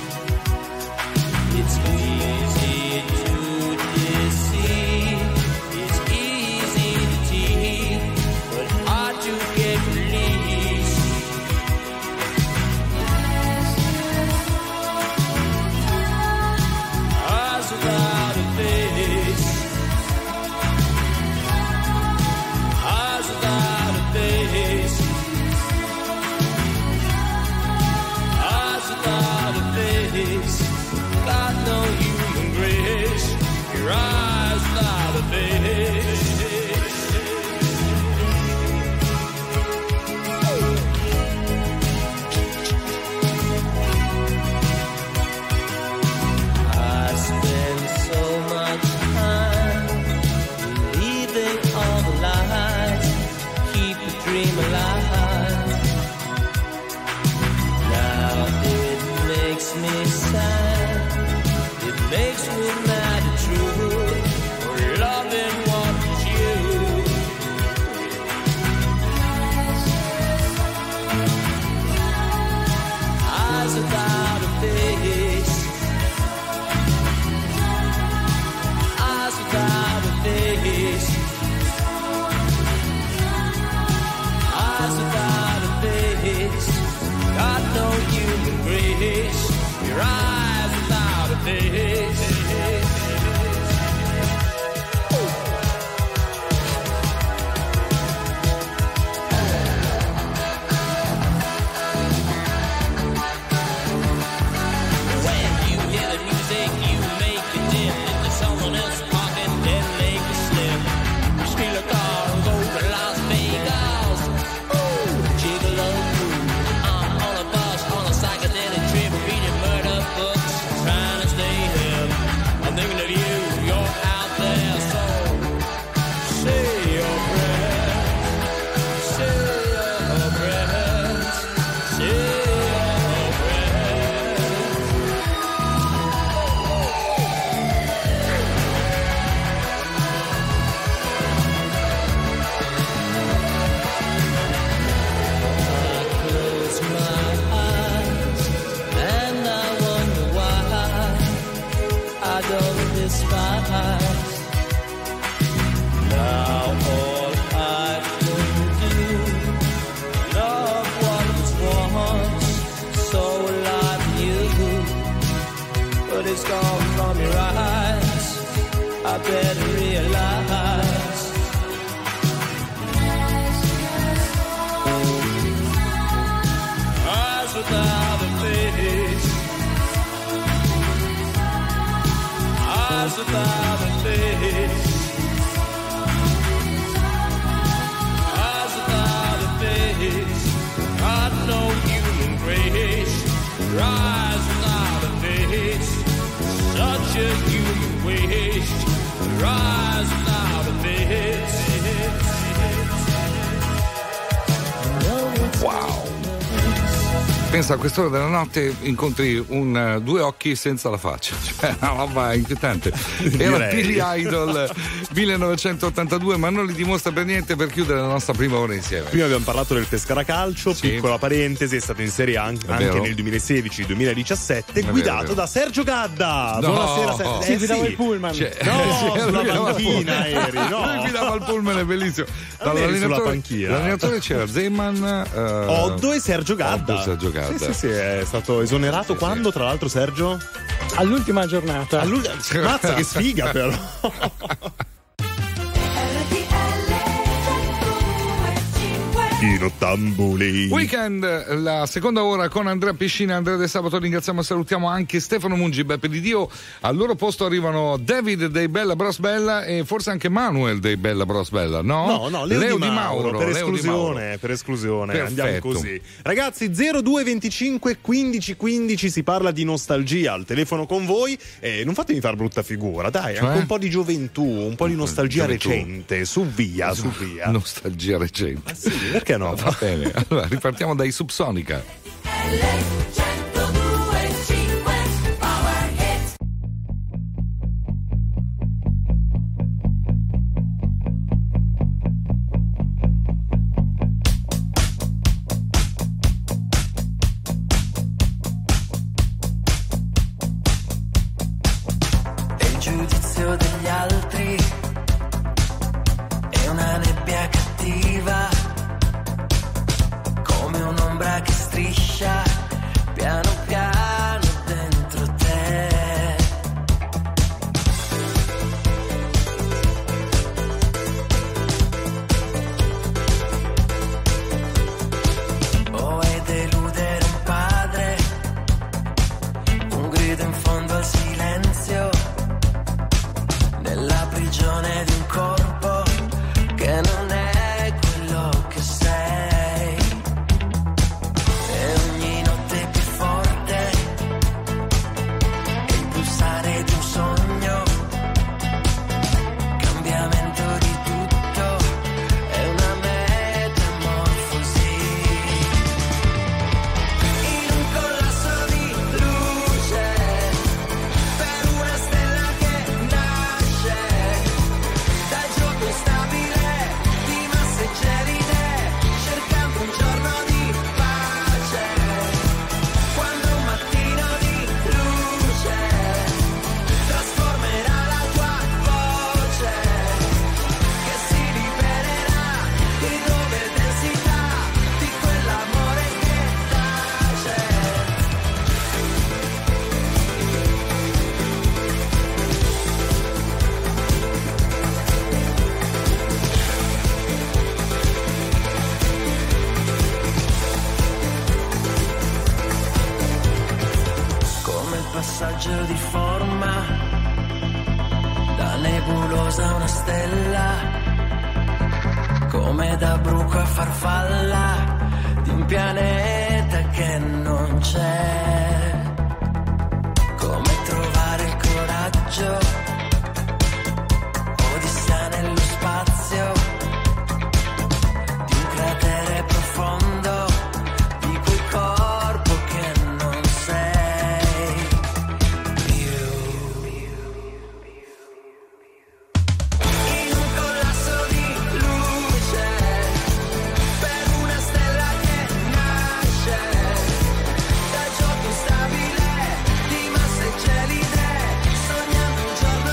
It's easy to deceive, it's easy to cheat, but hard to get released. Without a face, eyes without a face, eyes without a face, got no human grace, your eyes without a face. Dream alive. Now it makes me sad. It makes me mad and true. For loving what is you. Eyes without a face. Eyes without a face. Eyes without a face, got no human grace. Your eyes without a face. When you hear the music, you make it dim. Into someone else's pocket, then make it slip. You steal a car and go to Las Vegas. Psychedelic trip, reading murder books, trying to stay hip. I'm thinking of you, you're out there, so say your prayers, say your prayers, say your despise. Now all I can do, love what was once so alive in you, but it's gone from your eyes. I better realize. Eyes without a face. Eyes without a face, pensa a quest'ora della notte incontri un, due occhi senza la faccia, cioè una roba inquietante. Era Billy Idol millenovecentottantadue, ma non li dimostra per niente per chiudere la nostra prima ora insieme. Prima abbiamo parlato del Pescara Calcio, sì. Piccola parentesi, è stato in Serie A anche, anche nel duemilasedici duemiladiciassette, è guidato vero, vero. da Sergio Gadda. No. Buonasera Sergio. Si eh, guidava sì. il pullman. Cioè, no, sulla panchina eri, no. Lui guidava il pullman, è bellissimo. Sulla panchina. L'allenatore c'era Zeman, uh, Oddo e Sergio Gadda. Oddo e Sergio Gadda. Sì, sì, sì, è stato esonerato sì, quando, sì. tra l'altro, Sergio? All'ultima giornata. All'ultima... Mazza, che sfiga però. Nottambuli. Weekend, la seconda ora con Andrea Piscina, Andrea De Sabato. Ringraziamo e salutiamo anche Stefano Mungi, Beppe Di Dio. Al loro posto arrivano David dei Bella Bros Bella e forse anche Manuel dei Bella Bros Bella, no? No, no, Leo, Leo Di Mauro, Mauro per Leo esclusione, Mauro. per esclusione. Perfetto. Andiamo così. Ragazzi, zero due venticinque quindici quindici, si parla di nostalgia al telefono con voi e non fatemi far brutta figura, dai, cioè? Anche un po' di gioventù, un po' di nostalgia gioventù. recente, su via, su via. Nostalgia recente. Ma sì, perché no? Va bene. Allora, ripartiamo dai Subsonica. E il giudizio degli altri è una nebbia cattiva, come un'ombra che striscia piano piano dentro te. O è deludere un padre, un grido in fondo al silenzio, nella prigione di un corpo che non è quello che sei. E ogni notte più forte è il pulsare di un sogno, cambiamento di tutto, è una metamorfosi. In un collasso di luce, per una stella che nasce dal gioco instabile di masse gelide, cercando un giorno di pace, quando un mattino di luce trasformerà la tua voce, che si libererà di nuove densità di quell'amore che tace. Come il passaggio di forma da nebulosa a una stella, come da bruco a farfalla di un pianeta che non c'è, come trovare il coraggio, odissea nello spazio di un cratere profondo, di quel corpo che non sei più. In un collasso di luce, per una stella che nasce dal gioco instabile di masse gelide, sognando un giorno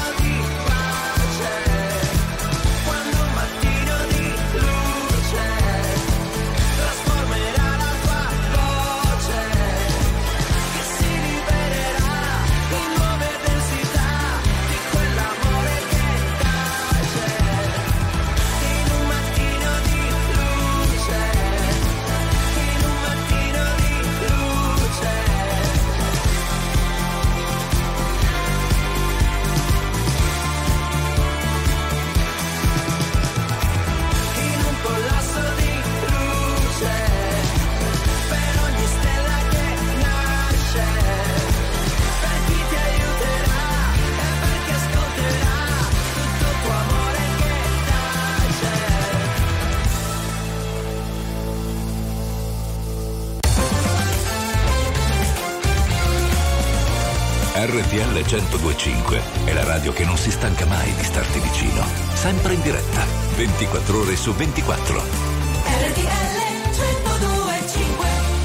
R T L centodue e cinque è la radio che non si stanca mai di starti vicino. Sempre in diretta, ventiquattro ore su ventiquattro. R T L centodue e cinque.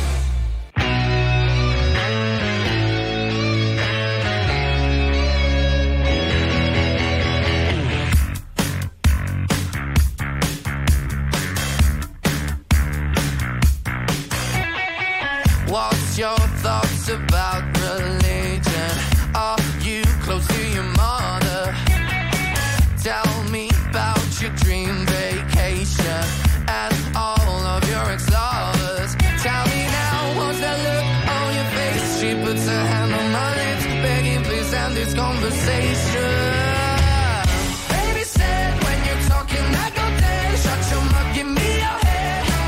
What's your thoughts about religion? Are you close to your mother? Tell me about your dream vacation and all of your ex-lovers. Tell me now, what's that look on your face? She puts her hand on my lips, begging please end this conversation. Baby said when you're talking I go dead. Shut your mouth, give me your head.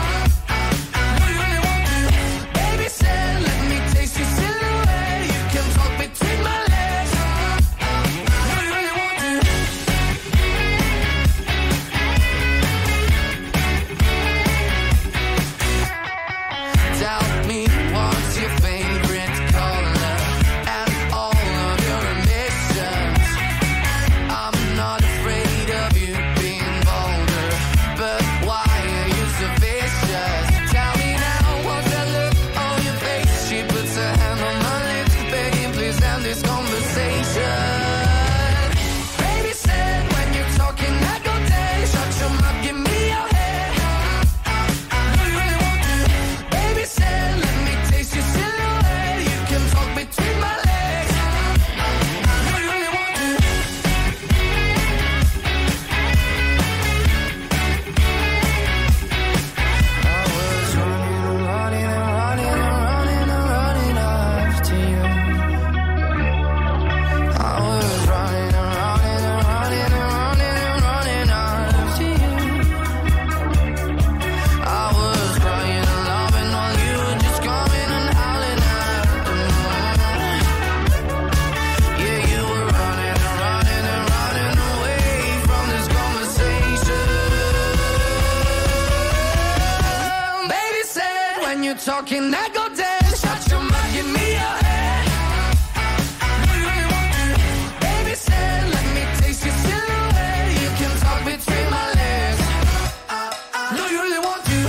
Talking, I go dead. Shut your mouth, give me your head. Do you really want to? Baby said, let me taste your silhouette. You can talk between my legs. Do you really want to?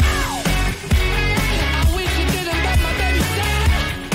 I wish you didn't, but my baby said.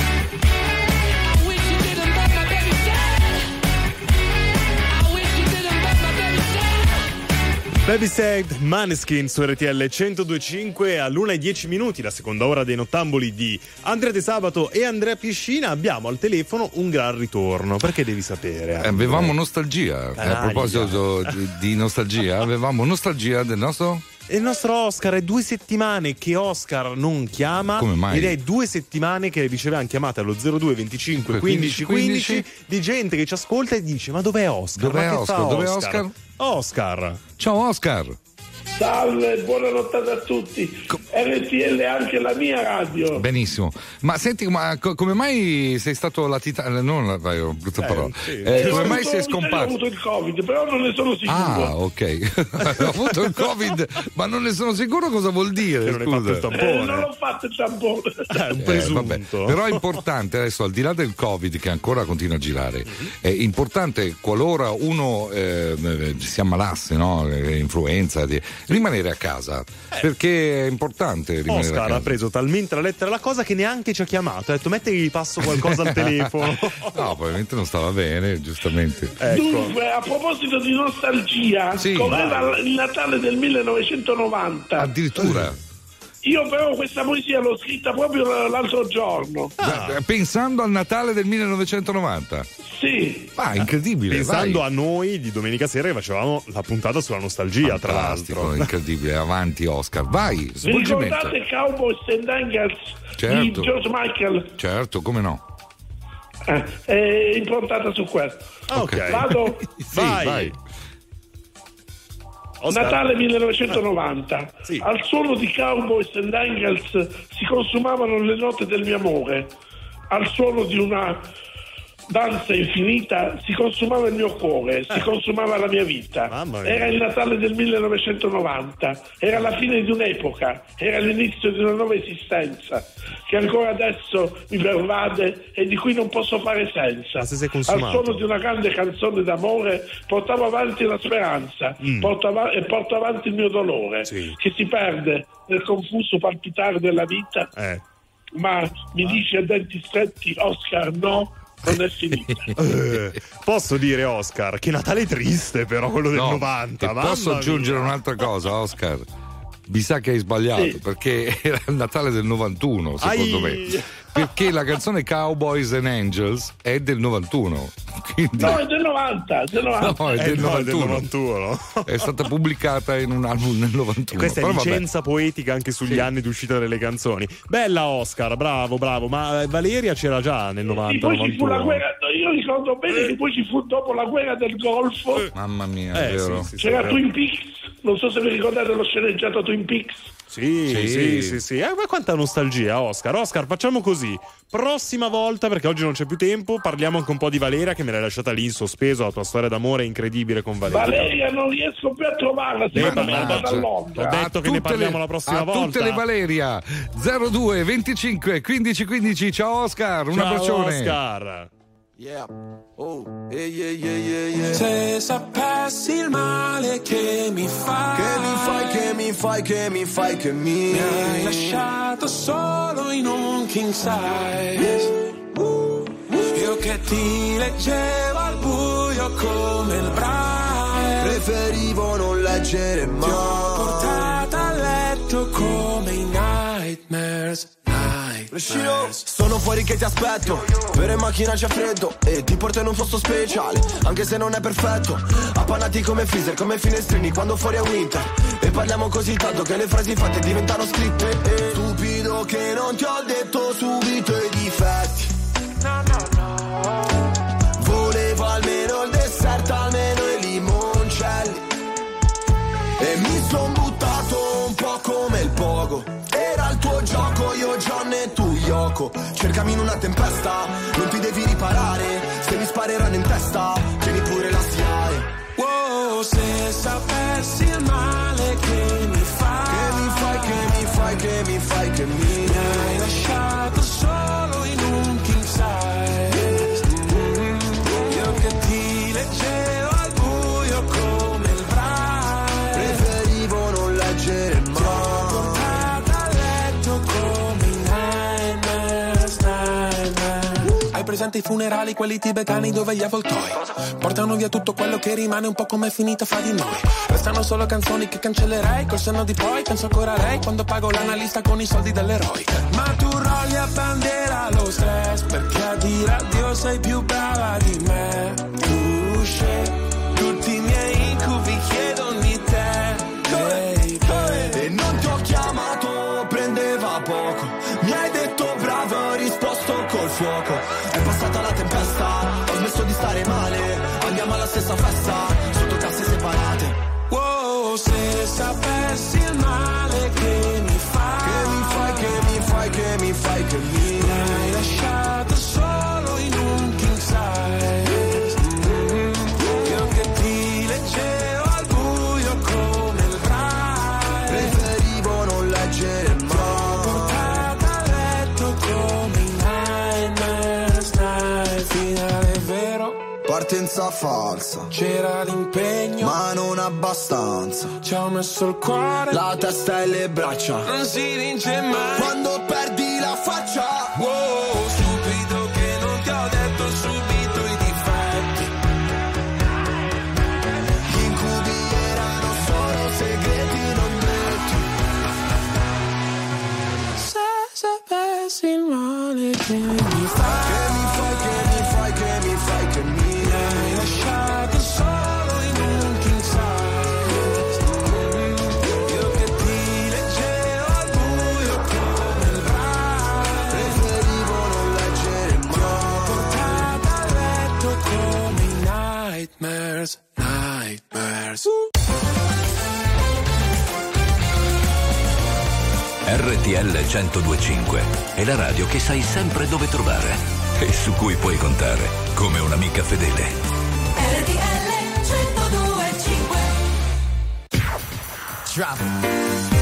I wish you didn't, but my baby said. I wish you didn't, but my baby said. Baby Said, Maneskin su R T L centodue e cinque. All'una e dieci minuti, la seconda ora dei Nottamboli di Andrea De Sabato e Andrea Piscina. Abbiamo al telefono un gran ritorno, perché devi sapere. Eh, avevamo nostalgia. Canaglia. A proposito di, di nostalgia, avevamo nostalgia del nostro. E il nostro Oscar è due settimane che Oscar non chiama. Come mai? Ed è due settimane che ricevevamo chiamate allo zero due venticinque quindici quindici di gente che ci ascolta e dice: ma dov'è Oscar? Dov'è ma che Oscar? fa Dov'è Oscar? Oscar? Oscar. Ciao Oscar. Salve, buonanotte a tutti. R T L è anche la mia radio. Benissimo. Ma senti, ma co- come mai sei stato latitante? Non la vai, brutta Eh, parola. sì. Eh, Eh, come ho mai avuto- sei Ho scomparso? avuto il Covid, però non ne sono sicuro. Ah, ok. Ho avuto il Covid, ma non ne sono sicuro cosa vuol dire. Che non hai fatto il scusa. tampone. Eh, non ho fatto il tampone. È un Eh, presunto. vabbè. Però è importante adesso, al di là del Covid che ancora continua a girare, è importante qualora uno eh, si ammalasse, no? Eh, influenza, di, rimanere a casa. Perché è importante rimanere Oscar a casa. ha preso talmente la lettera alla cosa che neanche ci ha chiamato. Ha detto: metti che gli passo qualcosa al telefono. No, probabilmente non stava bene, giustamente. Ecco. Dunque, a proposito di nostalgia, Sì, com'era vai. il Natale del millenovecentonovanta? Addirittura. Io però questa poesia l'ho scritta proprio l'altro giorno. Eh, Pensando al Natale del millenovecentonovanta. Sì. Ah, incredibile. Pensando vai. a noi di domenica sera che facevamo la puntata sulla nostalgia, tra Fantastico, l'altro. incredibile. Avanti Oscar, vai, Vi svolgimento. ricordate Cowboys and Angels Certo. di George Michael? Certo, come no. Eh, è improntata su questo. Ah, ok. Vado. Sì, Vai. vai. Oscar. Natale millenovecentonovanta. Sì. Al suono di Cowboys and Angels si consumavano le note del mio amore. Al suono di una danza infinita si consumava il mio cuore, si consumava la mia vita. Mamma mia. Era il Natale del millenovecentonovanta, era la fine di un'epoca, era l'inizio di una nuova esistenza che ancora adesso mi pervade e di cui non posso fare senza. Ma se sei Al consumato. suono di una grande canzone d'amore portavo avanti la speranza Mm. porto av- e porto avanti il mio dolore, Sì. che si perde nel confuso palpitare della vita. Eh. Ma mi dice a denti stretti, Oscar, no, non è finita. Eh, posso dire, Oscar, che Natale triste però quello del No, novanta. e mamma posso mia. aggiungere un'altra cosa, Oscar? Mi sa che hai sbagliato, Sì. perché era il Natale del novantuno, secondo Ai. me. Perché la canzone Cowboys and Angels è del novantuno. Quindi... No, è del novanta, del novanta. No, è Eh, del no, è del novantuno. novantuno. È stata pubblicata in un album nel novantuno. Questa è Però vabbè. licenza poetica anche sugli Sì. anni di uscita delle canzoni. Bella Oscar, bravo, bravo. Ma eh, Valeria c'era già nel E novanta poi ci fu la novantuno. guerra, io ricordo bene che poi ci fu dopo la guerra del Golfo, Mamma mia, Eh, è vero. sì, sì, sì, c'era è vero. Twin Peaks, non so se vi ricordate lo sceneggiato Twin Peaks. Sì, sì, Sì. sì, sì. Eh, ma quanta nostalgia, Oscar. Oscar, facciamo così. Prossima volta, perché oggi non c'è più tempo, parliamo anche un po' di Valeria, che me l'hai lasciata lì in sospeso, la tua storia d'amore incredibile con Valeria. Valeria non riesco più a trovarla, si Eh, manda mannaggia. da Londra. Ho detto A che ne tutte parliamo le- la prossima a volta. tutte le Valeria zero due venticinque quindici quindici. Ciao Oscar, un Ciao, abbraccione. Oscar. Yeah. Oh, yeah, yeah, yeah, yeah, yeah. Se sapessi il male che mi fai, Che mi fai, che mi fai, che mi fai, che mi mi hai lasciato solo in un king size. Io che ti leggevo al buio come il braille, preferivo non leggere ti ho mai. portata a letto come i nightmares, nightmares. Sono fuori che ti aspetto, vero in macchina c'è freddo e ti porto in un posto speciale, anche se non è perfetto. Appannati come freezer, come finestrini quando fuori è winter. E parliamo così tanto che le frasi fatte diventano scritte. E stupido che non ti ho detto subito i difetti. No, no, no. Volevo almeno il dessert, almeno i limoncelli. E mi son buttato un po' come il pogo. Era il tuo gioco, io John e tu Yoko. Cercami in una tempesta, non ti devi riparare. Se mi spareranno in testa, tieni pure la S I A E. Wow, se sapessi il male che mi fai, Che mi fai, che mi fai, che mi fai, che mi mi hai lasciato solo in un king size. Mm, Io che ti leggevo al buio come il braille, preferivo non leggere ti ho portata a letto come i nightmares, nightmares. Hai presente i funerali, quelli tibetani dove gli avvoltoi portano via tutto quello che rimane, un po' come è finita fra di noi. Restano solo canzoni che cancellerei, col senno di poi penso ancora a lei quando pago l'analista con i soldi dell'eroe. Ma tu rolli a bandiera lo stress, perché a dire addio sei più brava di me. Tu scegli tutti i miei incubi, chiedono di te, baby. E non ti ho chiamato, prendeva poco. Mi hai detto bravo, ho risposto col fuoco. È passata la tempesta, ho smesso di stare male. Andiamo alla stessa festa, sotto casse separate. Wow, se sapessi il male che mi fai, Che mi fai, che mi fai, che mi fai, che mi mi hai lasciato solo in un king size. Mm, Io che ti leggevo al buio come il braille, preferivo non leggere mai. portata a letto come i nightmares, night. Finale vero, Partenza falsa, c'era l'impegno, ma non abbastanza. ci ho messo il cuore, La testa e le braccia, non si vince mai. quando perdi la faccia. Wow, stupido che non ti ho detto subito i difetti. Gli incubi erano solo segreti non detti. Se sapessi il male che mi fai, Che mi fai, che mi fai, che mi fai, che mi mi hai lasciato solo in un king size. Io che ti leggevo al buio come il braille, preferivo non leggere ti ho mai. portata a letto come i nightmares, nightmares. R T L centodue e cinque è la radio che sai sempre dove trovare e su cui puoi contare come un'amica fedele. R T L centodue e cinque. Drop it.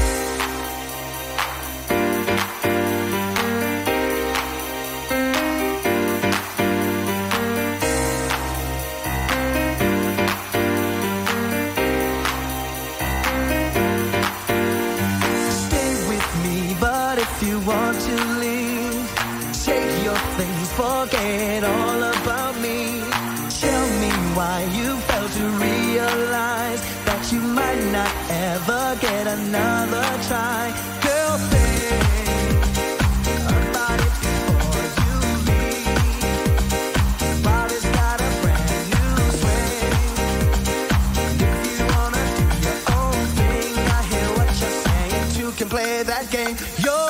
You want to leave, take your things, forget all about me. Tell me why you failed to realize that you might not ever get another try. Girl, think about it before you leave. Body's got a brand new swing. If you wanna do your own thing, I hear what you're saying. You can play that game. You're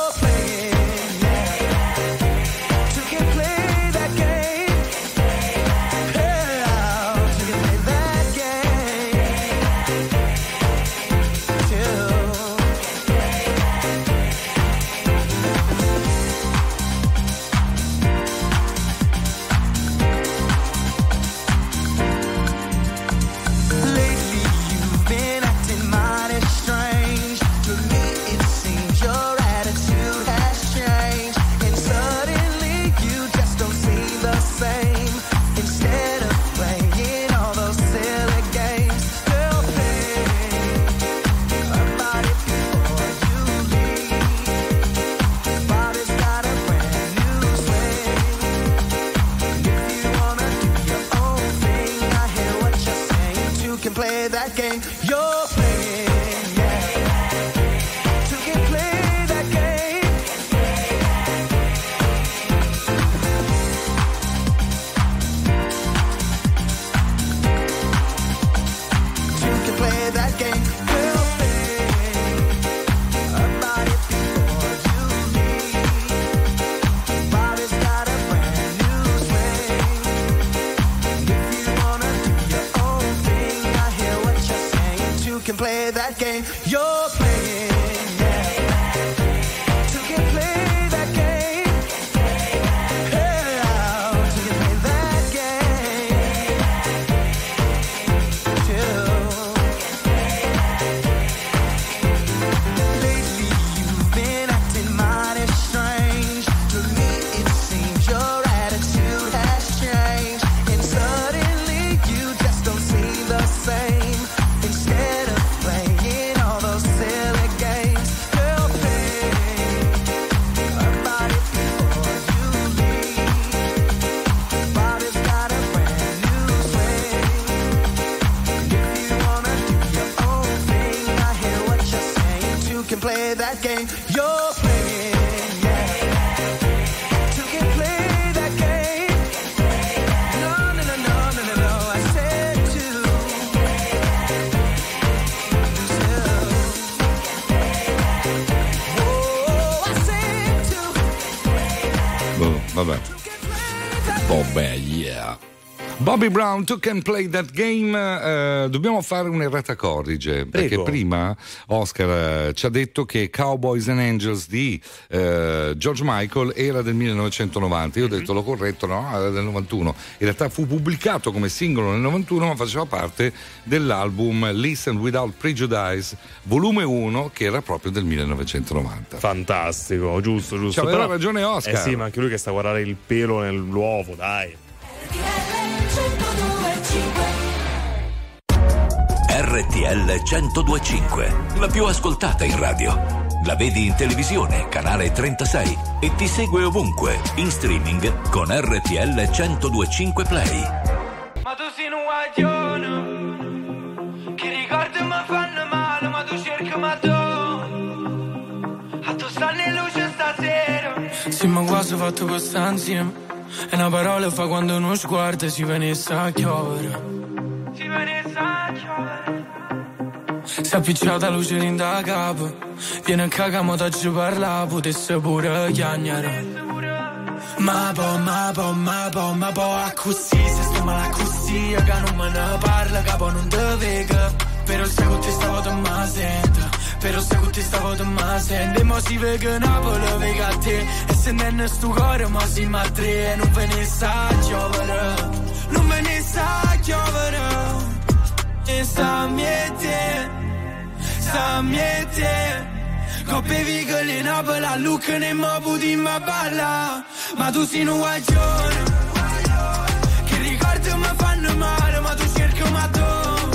Bobby Brown, You Can Play That Game. Uh, dobbiamo fare un'errata corrige. Prego. Perché prima Oscar uh, ci ha detto che Cowboys and Angels di uh, George Michael era del millenovecentonovanta. Io ho detto l'ho corretto, no, era del novantuno. In realtà fu pubblicato come singolo nel novantuno, ma faceva parte dell'album Listen Without Prejudice volume uno, che era proprio del millenovecentonovanta. Fantastico, giusto, giusto. Cioè, aveva ragione Oscar. Eh sì, ma anche lui che sta a guardare il pelo nell'uovo, dai. R T L centodue e cinque, la più ascoltata in radio. La vedi in televisione, canale trentasei, e ti segue ovunque, in streaming con R T L centodue e cinque Play. Ma tu sei un guaglione, che ricordi mi fanno male, ma tu cerchi ma tu, a tu stanno in luce stasera. Sì, ma quasi fatto questa insieme, e una parola fa quando uno sguardo si venisse a chiovere. Si venisse a chiovere. Si è appicciata luce in da capo, viene a cagamo da ci parla, potesse pure chiagnare. Ma po, ma po, ma po, ma po, a così, se sto male a così, che non me ne parla, capo non te vega. Però se con te stavo te ma sento, però se con te stavo modo ma sentiamo si vega Napoli vega a te e se non sto cuore ma si ma tre e non ve ne sa giovere non ve ne sa giovere e sa miete sa miete coppe vigole Napoli a Lucca ne ma puti ma balla ma tu sei un guaglione che ricordi mi fanno male ma tu cerchi ma tu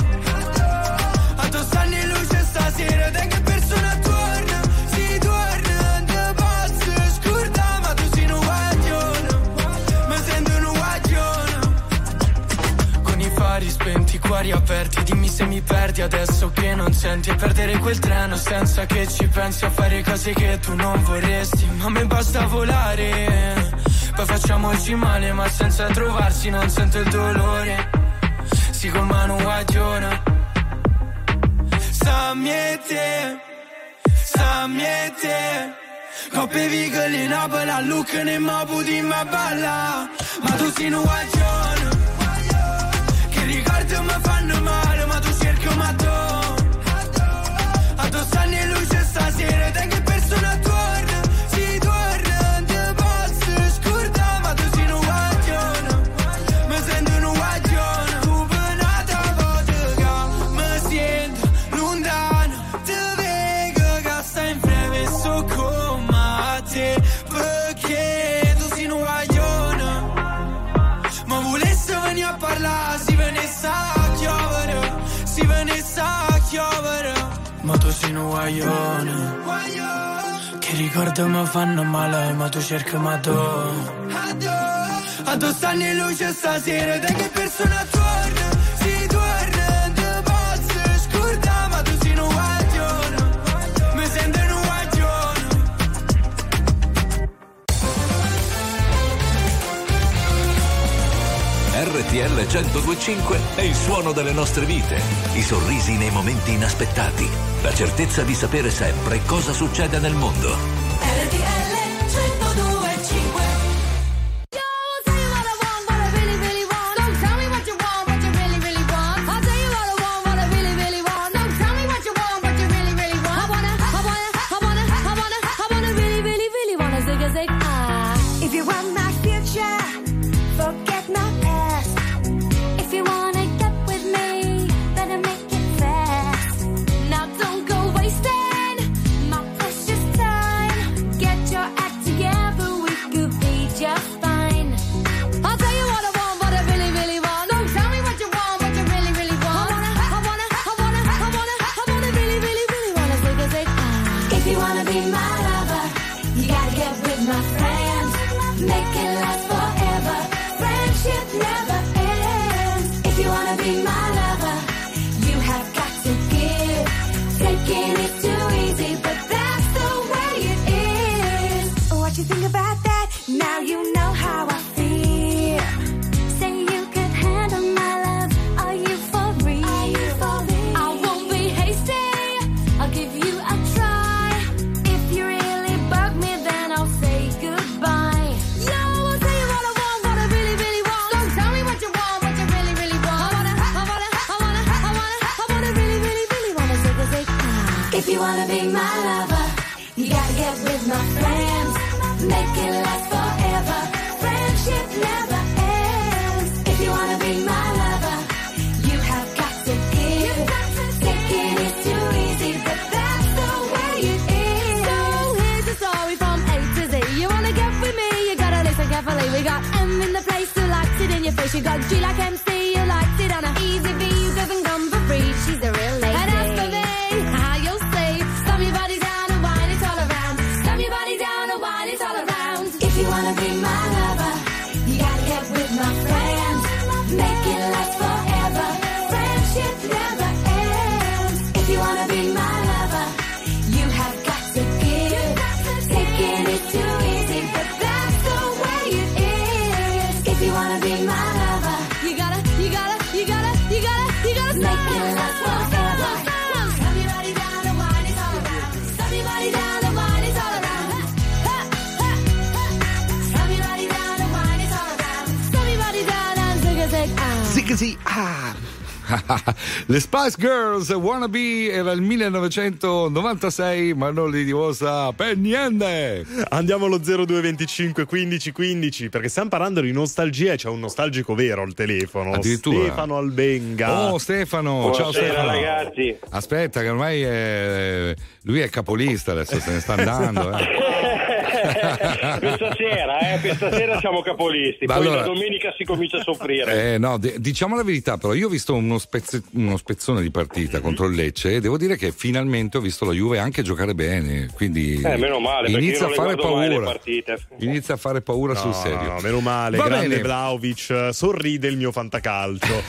a tu stanno in luce stasera da che persona torna si torna da pazzo scurda ma tu sei un guaglione mi sento un guaglione con i fari spenti i cuori aperti dimmi se mi perdi adesso che non senti e perdere quel treno senza che ci pensi a fare cose che tu non vorresti ma a me basta volare poi facciamoci male ma senza trovarsi non sento il dolore si con mano guaglione sa miete sa miete coppe vigole Napoli a Lucca ne ma puti ma balla ma tu sei un guaglione che ricordi mi fanno male ma tu cerchi ma tu a tu stanno in luce stasera da che persona torna si torna da pazzo scurda ma tu sei un guaglione mi sento un guaglione tu penata vodka mi sento lontano ti vedo che stai in breve so come te perché tu sei un guaglione ma volesse venire a parlare si venisse a chiovere si venisse a chiovere ma tu sei un guaglione che ricordi mi fanno male ma tu cerchi ma tu a tu stanno in luce stasera da che persona torna si torna da pazzo scurda ma tu sei un guaglione mi sento un guaglione R T L centodue e cinque è il suono delle nostre vite, i sorrisi nei momenti inaspettati, la certezza di sapere sempre cosa succede nel mondo. R T L centodue e cinque. If you want my future, forget my past. If you wanna get with me, better make it fast. Now don't go wasting my precious time. Get your act together, we could be just fine. I'll tell you what I want, what I really, really want. Don't tell me what you want, what you really, really want. I wanna, I wanna, I wanna, I wanna, I wanna really, really, really wanna take a take. If you wanna be my lover, you gotta get with my friends. Make it last forever. Friendship never ends. If you wanna be my lover, you have got to give. Taking it too easy, but that's the way it is. What you think about that? Now you know how I feel. Say you could handle my love. Are you for real? Are you for real? I won't be hasty. I'll give you a try. If you really bug me, then I'll say goodbye. Yo, I'll tell you what I want, what I really, really want. Don't tell me what you want, what you really, really want. I wanna, I wanna, I wanna, I wanna, I wanna really, really, really wanna say a say. If you wanna be my lover, you gotta get with my friends. Make it last forever. Friendship never ends. If you wanna be my lover, you have got to give. Taking it too easy, but that's the way it is. So here's the story from A to Z. You wanna get with me, you gotta listen carefully. We got M in the place who likes it in your face. You got G like M C, who likes it on a easy V, who doesn't come for free. She's a real lady. And as for me, how you'll say, slam your body down and wine it all around. Slam your body down and wine it all around. If you wanna be my lover, you gotta get with my friends. Make it last forever. Friendship never ends. If you wanna be my lover, you have got to give. Taking it too easy, but that's the way it is. If you wanna be my lover, you gotta, you gotta, you gotta, you gotta, you gotta make it last forever. Slam your body down and wine it all around. Slam your body down and wine it all around. Ha, ha, ha. Slam your body down and wine it all around. Slam your body down and zig a zig ah. Sì, sì, ah. Le Spice Girls, Wannabe, era il millenovecentonovantasei, ma non li dimosa per niente. Andiamo allo zero due venticinque quindici quindici, perché stiamo parlando di nostalgia e c'è un nostalgico vero al telefono. Addirittura. Stefano Albenga. Oh Stefano, Buonasera, ciao Stefano. ragazzi. Aspetta che ormai è... lui è capolista adesso, se ne sta andando. Eh. questa sera, eh, questa sera siamo capolisti, Ma poi allora- la domenica si comincia a soffrire. Eh, no, de- diciamo la verità, però io ho visto uno, spezze- uno spezzone di partita contro il Lecce e devo dire che finalmente ho visto la Juve anche giocare bene, quindi Eh, meno male, perché inizia io a non fare le guardo mai le paura. partite. Inizia a fare paura No, sul serio. no, meno male, Va grande bene. Vlahovic, sorride il mio fantacalcio.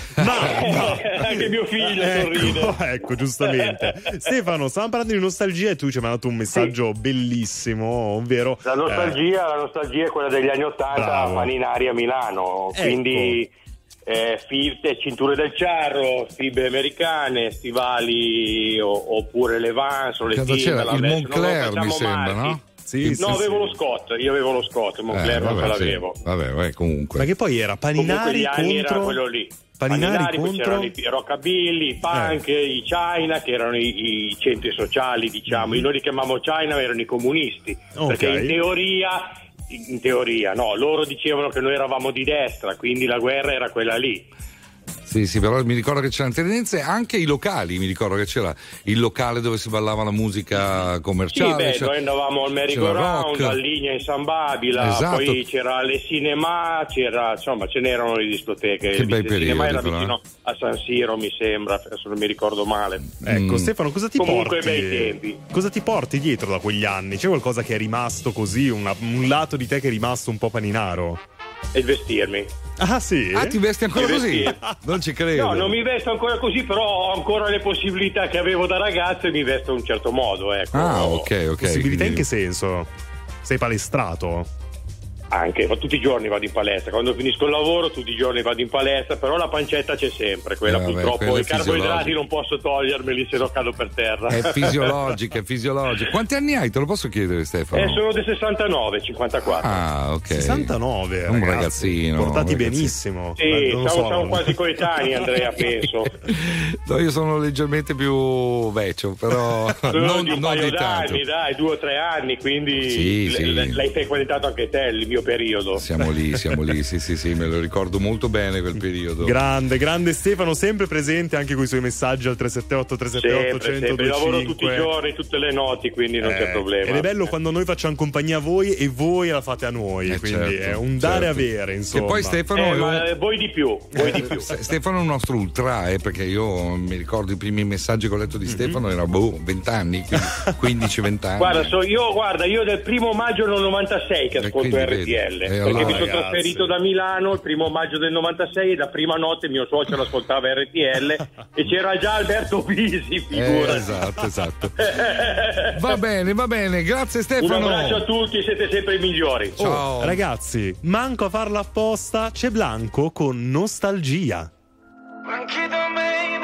Anche mio figlio ecco, sorride. ecco, giustamente. Stefano, stavamo parlando di nostalgia e tu ci hai mandato un messaggio bellissimo, ovvero La nostalgia, la nostalgia è quella degli anni ottanta, Bravo. Paninari a Milano, Ecco. quindi eh, fi- te- cinture del Charro, fibre americane, stivali o- oppure le Vans o le Cosa c'era? Timberland, Il adesso non Moncler, facciamo mi sembra, marchi. no? Sì, no, avevo lo Scott, io avevo lo Scott, il Moncler Eh, non ce vabbè, sì. l'avevo. Vabbè, vabbè, comunque. Ma che poi era Comunque Paninari gli anni era contro quello lì. Paninari Paninari, poi contro c'erano i rockabilly, i punk, i China, che erano i, i centri sociali, diciamo. Noi li chiamavamo China, erano i comunisti. Ok. Perché in teoria, in teoria, no, loro dicevano che noi eravamo di destra, quindi la guerra era quella lì. Sì, sì, però mi ricordo che c'erano tendenze, anche i locali, mi ricordo che c'era il locale dove si ballava la musica Sì, commerciale. beh, c'era- noi andavamo al merry go c'era round, rock. a Ligna in San Babila, Esatto. poi c'era le cinema, c'era, insomma, ce n'erano le discoteche. Che bei il cinema periodi, era però, vicino a San Siro, mi sembra, adesso non mi ricordo male. Ecco, Mm. Stefano, cosa ti Comunque porti? bei tempi. Cosa ti porti dietro da quegli anni? C'è qualcosa che è rimasto così, una- un lato di te che è rimasto un po' paninaro? E il vestirmi. Ah, sì? Ah, ti vesti ancora Mi così? vesti- Non ci credo. No, non mi vesto ancora così, però ho ancora le possibilità che avevo da ragazzo e mi vesto in un certo modo, ecco. Ah, ok, ok. Possibilità in quindi- che senso? Sei palestrato? Anche, ma tutti i giorni vado in palestra, quando finisco il lavoro tutti i giorni vado in palestra, però la pancetta c'è sempre, quella Eh, vabbè, purtroppo, quella è i carboidrati fisiologica. non posso togliermeli se no cado per terra. È fisiologica, è fisiologica. Quanti anni hai? Te lo posso chiedere, Stefano? Eh, sono del sessantanove, cinquantaquattro. Ah, ok. sessantanove, Un ragazzi. ragazzino. Portati un ragazzino. benissimo. Sì, Eh, non lo siamo, so. siamo quasi coetanei, Andrea, penso. No, io sono leggermente più vecchio, però Solo non, di un non paio di tanto. d'anni, dai, due o tre anni, quindi Sì, l- sì. l- l'hai frequentato anche te, il mio periodo. Siamo lì, siamo lì, sì, sì, sì, me lo ricordo molto bene quel periodo. Grande, grande Stefano, sempre presente anche con i suoi messaggi al tre sette otto tre sette otto Sempre, uno zero sempre, due lavoro cinque. tutti i giorni, tutte le notti, quindi non c'è Eh, problema. Ed è bello quando noi facciamo compagnia a voi e voi la fate a noi, Eh, quindi certo, è un dare certo. e avere, insomma. Che poi Stefano Eh, è ma un- eh, voi di più, voi di più. S- Stefano è un nostro ultra, eh, perché io mi ricordo i primi messaggi che ho letto di Stefano, era boh, venti anni, quindici venti anni. Guarda, so, io guarda, io del primo maggio del novantasei che E ascolto quindi R T vedi. L, E perché allora, mi sono ragazzi. trasferito da Milano il primo maggio del novantasei e da prima notte mio suocero ascoltava R T L e c'era già Alberto Bisi, Eh, figura. esatto, esatto. Va bene, va bene, grazie Un Stefano. abbraccio a tutti, siete sempre i migliori. Oh, Ciao. ragazzi, manco a farla apposta, c'è Blanco con Nostalgia. Tranquillo, baby.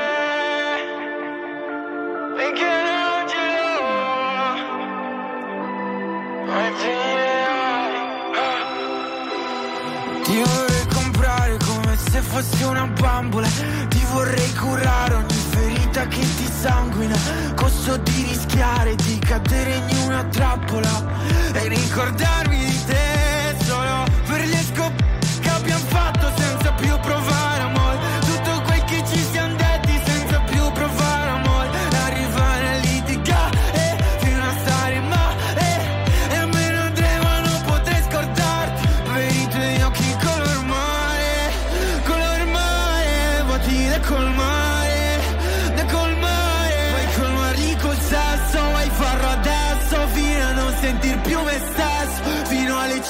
Ti vorrei comprare come se fossi una bambola. Ti vorrei curare ogni ferita che ti sanguina. Costo di rischiare di cadere in una trappola e ricordarmi di te solo per gli scopi che abbiamo fatto senza più provare amore. Tutto quel che ci siamo detti senza più provare amore. Arrivare a litigare fino a stare male e a me non andremo, non potrei scordarti. Per i tuoi occhi color mare, color mare, vuoti da colmare, da colmare. Vuoi colmarli col sesso, vuoi farlo adesso fino a non sentir più me stesso, fino alle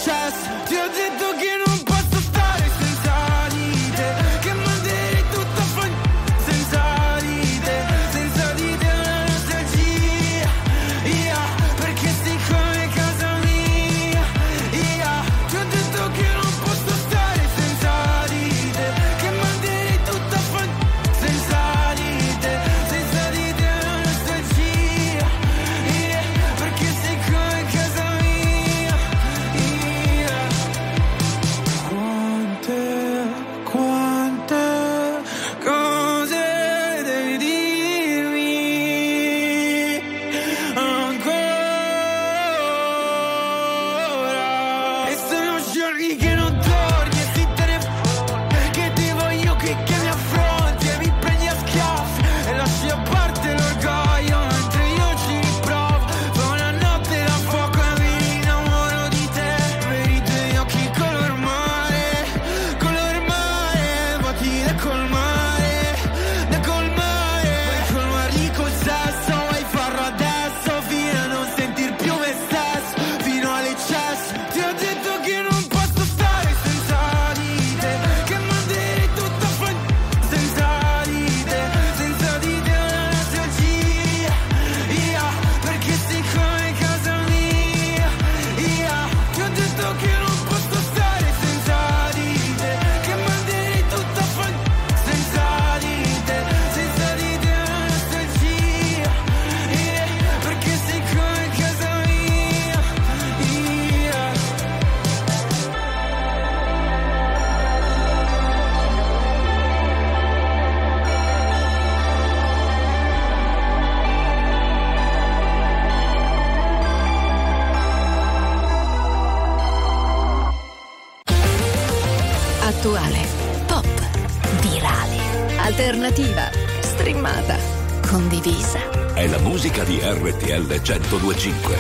attuale, pop, virale, alternativa, streamata, condivisa. È la musica di R T L centodue e cinque.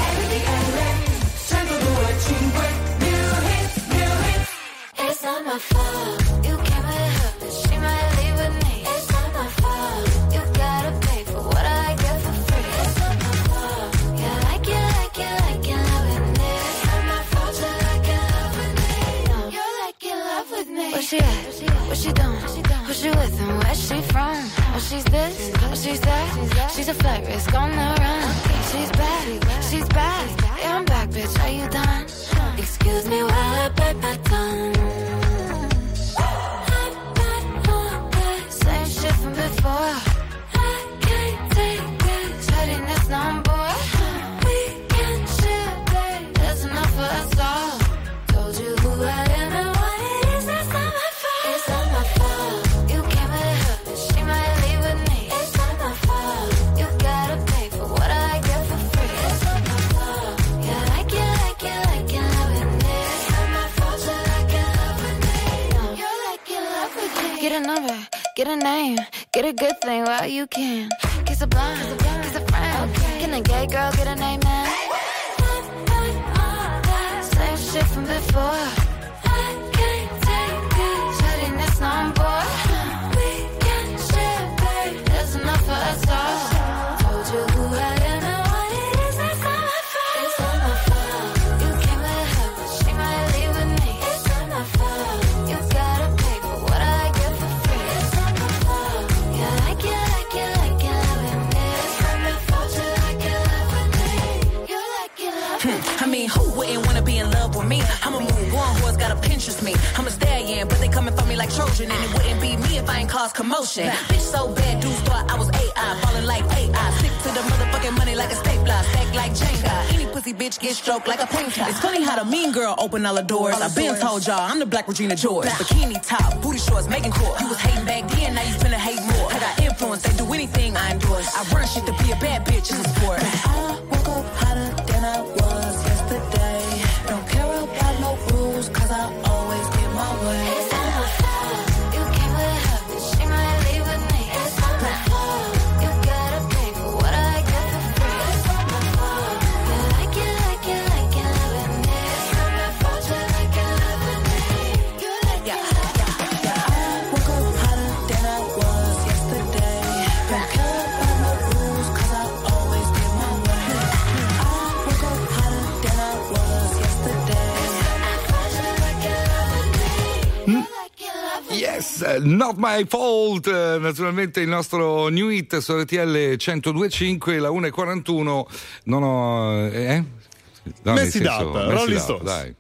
It's not my fault. You came with her, but she might leave with me. It's not my fault. You gotta pay for what I get for free. It's not my fault. You like it, like it, like it, loving it. It's not my fault. You like it, love with me. No, you like it, love with me. Where she at? What she doing? Who she with and where she from? Oh, she's this, oh, she's that. She's a flight risk on the run. She's back, she's back. Yeah, I'm back, bitch. Are you done? Excuse me while I bite my tongue. Same shit from before. I can't take it. Shutting this number. We can share, babe. There's enough for us all. Told you who I am and what it is. That's not my fault. It's not my fault. You came with her, but she might leave with me. It's not my fault. You gotta pay for what I get for free. It's not my fault. Yeah, like it, like it, like it, loving it. It's not my fault. You like it, love with me. No, you like it, love with me. Get a number, get a name, get a good thing while you can. Kiss a blind, kiss a friend. Can a gay girl get a name now? Same shit from before. I can't take it. Shutting this number. We can share, babe. There's enough for us all. Told you who I am and what it is. That's not my fault. It's not my fault. You came with her, but she might leave with me. It's not my fault. You gotta pay for what I get for free. It's not my fault. Yeah, like it, like it, like it, loving it. It's not my fault. You like it, love with me. You like it, love with me. I mean, who wouldn't wanna be in love with me? I'm a move on, who's gotta Pinterest me. I'm a stallion, but they coming for me like Trojan. And it wouldn't be me if I ain't cause commotion. Bitch so bad, dudes thought I was A I. Falling like A I. Stick to the motherfucking money like a stapler. Stack like Jenga. Any pussy bitch get stroked like a painter. It's funny how the mean girl open all the doors. I've been told y'all, I'm the black Regina George. Bikini top, booty shorts, making court. You was hating back then, now you finna hate more. I got influence, they do anything I endorse. I run shit to be a bad bitch, it's a sport. I woke up hotter than I was yesterday. Don't care about no rules, cause I always get my way. It's not my fault. You came with her, but she might leave with me. It's not my fault. You gotta pay for what I get for free. It's not my fault. You like it, like it, like it, loving it. It's not my fault. You like it, love with me. You like it, like it. Yeah, I woke up hotter than I was yesterday. Don't care about no rules, cause I always get my way. I woke up hotter than I was yesterday. Yes, Not My Fault, naturalmente il nostro new hit su R T L centodue e cinque, la una e quarantuno. Non ho. Eh? No, Messi nel senso, Up, Messi Rolling Up, Stones. dai.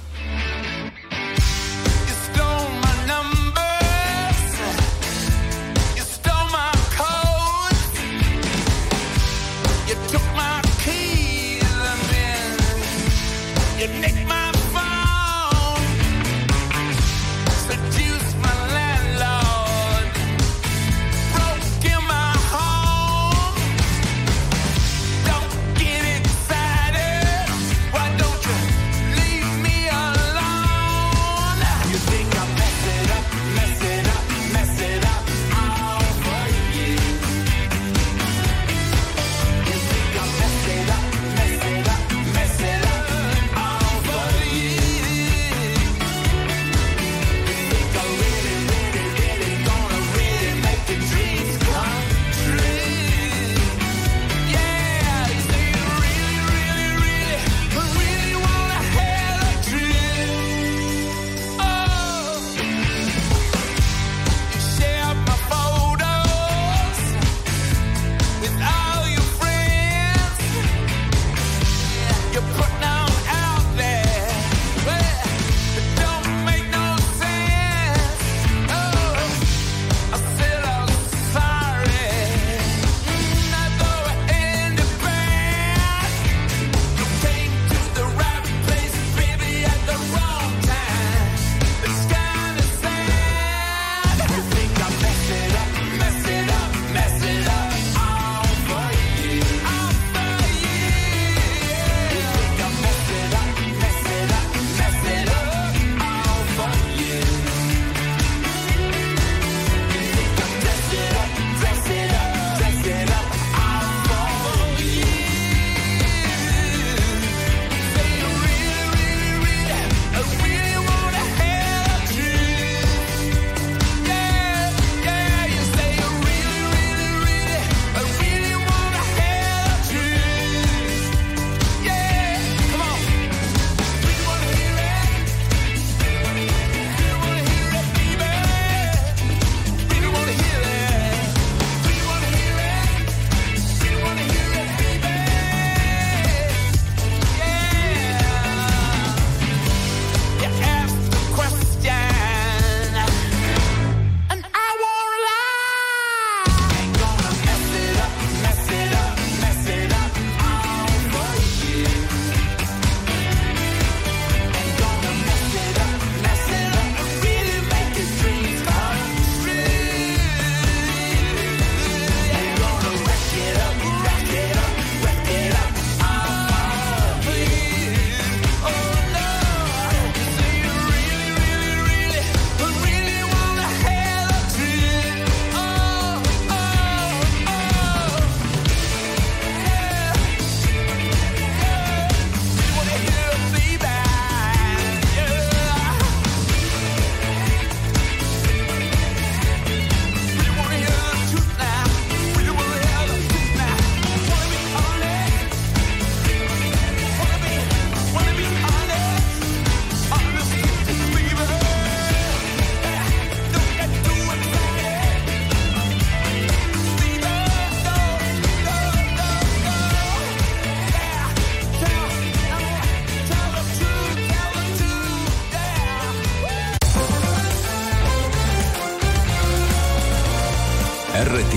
You nicked my phone, seduced my landlord, broke in my home. Don't get excited, why don't you leave me alone? You think I mess it up, mess it up, mess it up all for you. You think I mess it up, mess it up, mess it up all for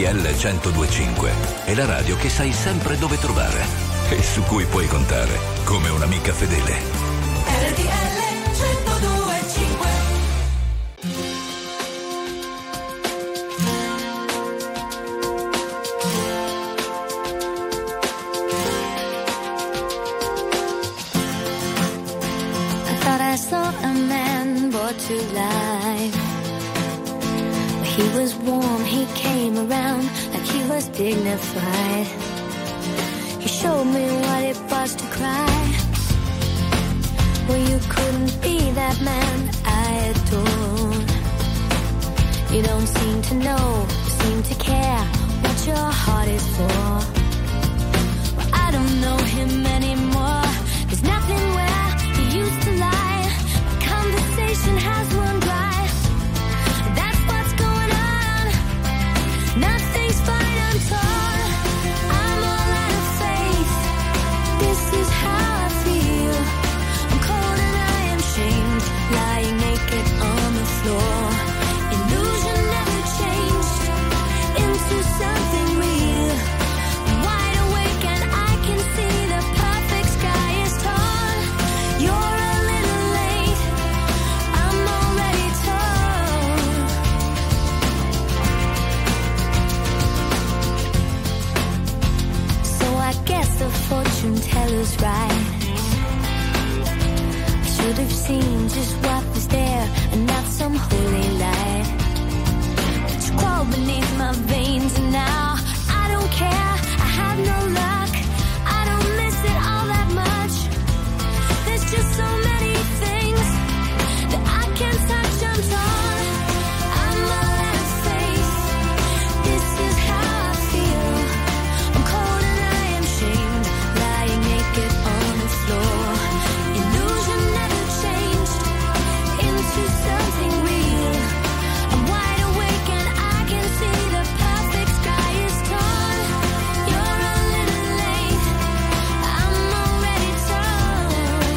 L centodue e cinque è la radio che sai sempre dove trovare e su cui puoi contare come un'amica fedele. R T L centodue e cinque. I thought I saw a man brought to life. He was warm, he came around like he was dignified. He showed me what it was to cry. Well, you couldn't be that man I adored. You don't seem to know, seem to care what your heart is for. Well, I don't know him anymore. There's nothing where he used to lie. The conversation has run dry. That's what's going on. Nothing's fine, I'm torn. I'm all out of faith. This is how I feel. I'm cold and I am shamed, lying naked on the floor. Illusion never changed into something real. I'm wide awake and I can see the perfect sky is torn. You're a little late, I'm already torn. So I guess the fortune teller's right. I should have seen just what was there and not some holy light. But you crawl beneath my veins and now I don't care, I have no luck. I don't miss it all that much. There's just so many things that I can't touch, I'm torn. I'm all out of faith. This is how I feel. I'm cold and I am shamed, lying naked on the floor. Illusion never changed into something real. I'm wide awake and I can see the perfect sky is torn. You're a little late, I'm already torn.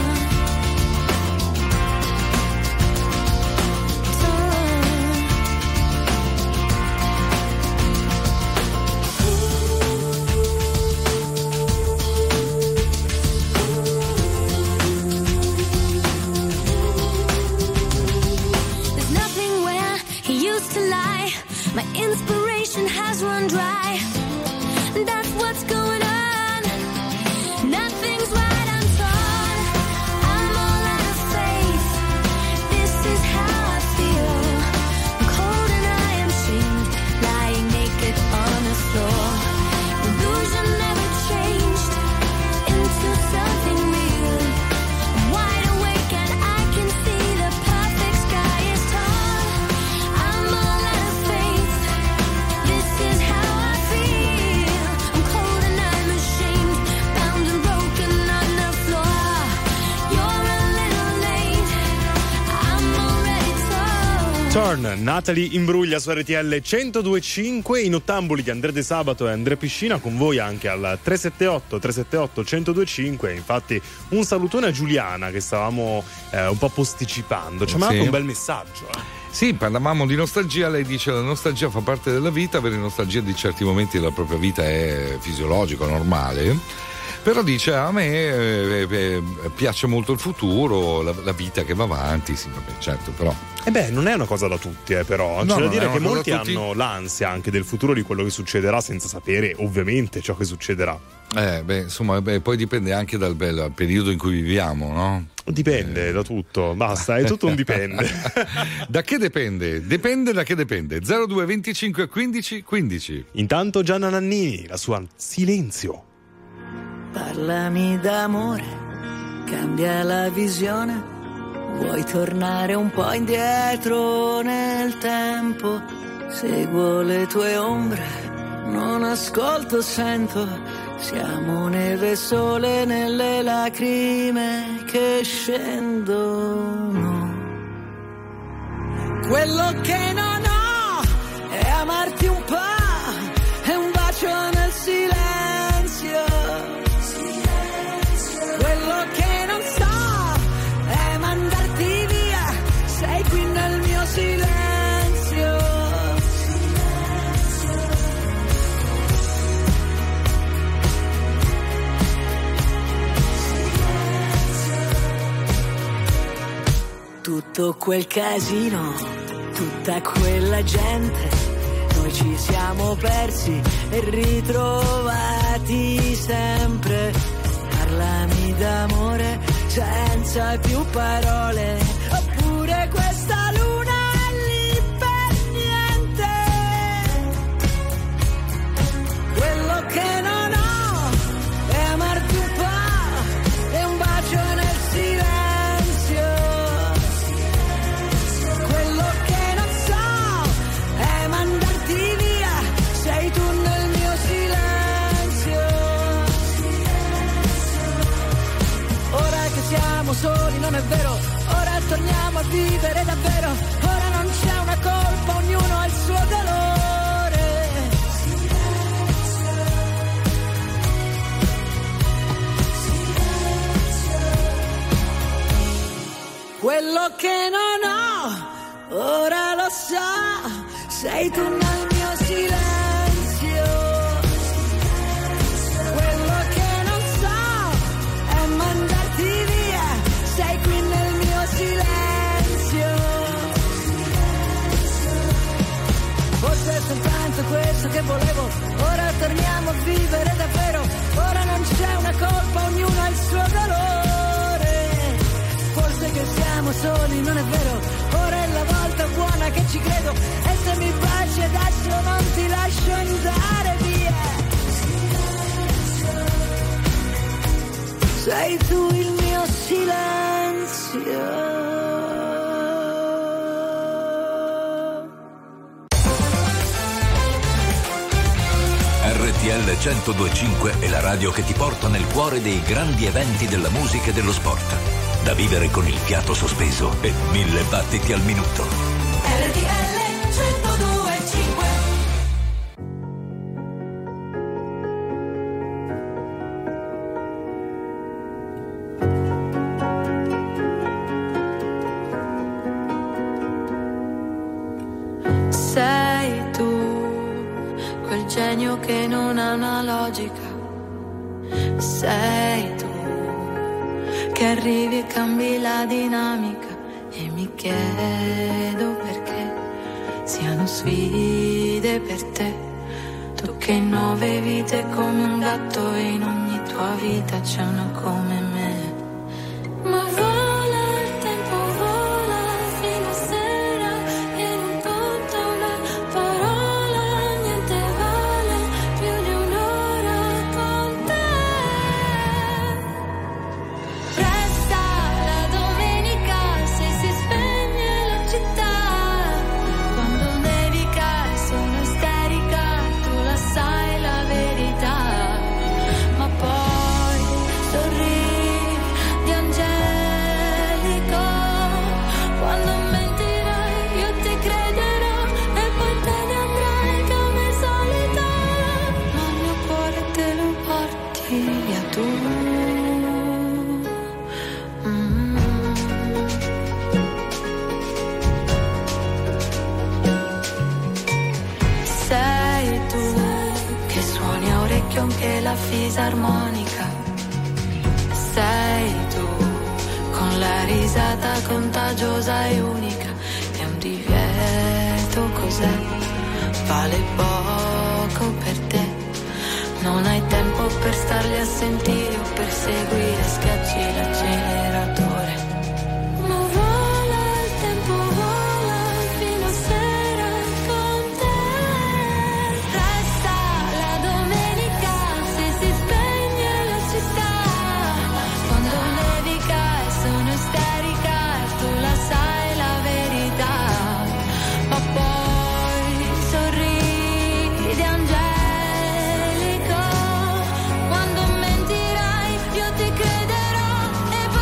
There's nothing where he used to lie. My inspiration has run dry. That's what's going on. Nothing's right, I'm torn. I'm all out of faith. This is how I feel. I'm cold and I am shamed, lying naked on the floor. Illusion never changed into something real. I'm wide awake and I can see the perfect sky is torn. I'm all out of faith. This is how I feel. I'm cold and I'm ashamed, bound and broken on the floor. You're a little late, I'm already told. Turn, Natalie Imbruglia su R T L centodue e cinque, in ottambuli di Andrea De Sabato e Andrea Piscina con voi anche al tre sette otto tre sette otto centodue e cinque. Infatti un salutone a Giuliana che stavamo eh, un po' posticipando, ci ha Sì. mandato un bel messaggio. eh. Sì, parlavamo di nostalgia, lei dice la nostalgia fa parte della vita, avere nostalgia di certi momenti della propria vita è fisiologico, normale, però dice a me eh, eh, piace molto il futuro, la, la vita che va avanti, sì vabbè certo, però E beh, non è una cosa da tutti, eh, però. No, C'è da non dire è che una cosa molti da tutti. hanno l'ansia anche del futuro, di quello che succederà, senza sapere ovviamente ciò che succederà. Eh, beh, insomma, beh, poi dipende anche dal, beh, dal periodo in cui viviamo, no? Dipende da tutto, basta, è tutto un dipende. Da che dipende? Dipende da che dipende. zero due venticinque quindici quindici. Intanto Gianna Nannini, la sua Silenzio. Parlami d'amore, cambia la visione. Vuoi tornare un po' indietro nel tempo? Seguo le tue ombre, non ascolto, sento. Siamo neve e sole nelle lacrime che scendono. Quello che non ho è amarti un po', è un bacio nel silenzio. Quello che non so è mandarti via, sei qui nel mio silenzio. tutto quel casino, tutta quella gente, noi ci siamo persi e ritrovati sempre. Parlami d'amore senza più parole, oppure questa luna lì per niente. Quello che non ho è amarti un po' e un bacio nel silenzio. Quello che non so è mandarti via, sei tu nel mio silenzio. Ora che siamo soli non è vero, ora torniamo a vivere davvero, ora non c'è una colpa, ognuno ha il suo dolore. Quello che non ho, ora lo so, sei tu nel mio silenzio. Quello che non so è mandarti via, sei qui nel mio silenzio. Forse è soltanto questo che volevo, ora torniamo a vivere davvero, ora non c'è una colpa, ognuno ha il suo dolore. Forse che siamo soli, non è vero, ora è la volta buona che ci credo, e se mi baci adesso non ti lascio andare via. Sei tu il mio silenzio. R T L centodue e cinque è la radio che ti porta nel cuore dei grandi eventi della musica e dello sport. Da vivere con il fiato sospeso e mille battiti al minuto. R T L centodue e cinque. Sei tu quel genio che non ha una logica. Sei tu che arrivi e cambi la dinamica, e mi chiedo perché siano sfide per te. Tu che in nove vite come un gatto, e in ogni tua vita c'è una come me. Ma vola il tempo, vola fino a sera, e non conta una parola, niente vale più di un'ora con te. Resta la domenica se si spegne la città, quando nevica e sono isterica, tu la sai la verità, ma poi sorridi angelico, quando mentirai io ti crederò, e poi te ne andrai come solita, ma il mio cuore te lo porti via tu. Mm. Sei tu che suoni a orecchio anche la fisarmonica. Sei tu con la risata contagiosa e unica, è un divieto, cos'è? Vale poco per te, non hai tempo per starli a sentire o per seguire, schiacci l'acceleratore. Ma vola il tempo, vola fino a sera con te. Resta la domenica se si spegne la città, quando nevica e sono isterica, e tu la sai la verità, ma poi sorridi angelico, quando mentirai io ti crederò, e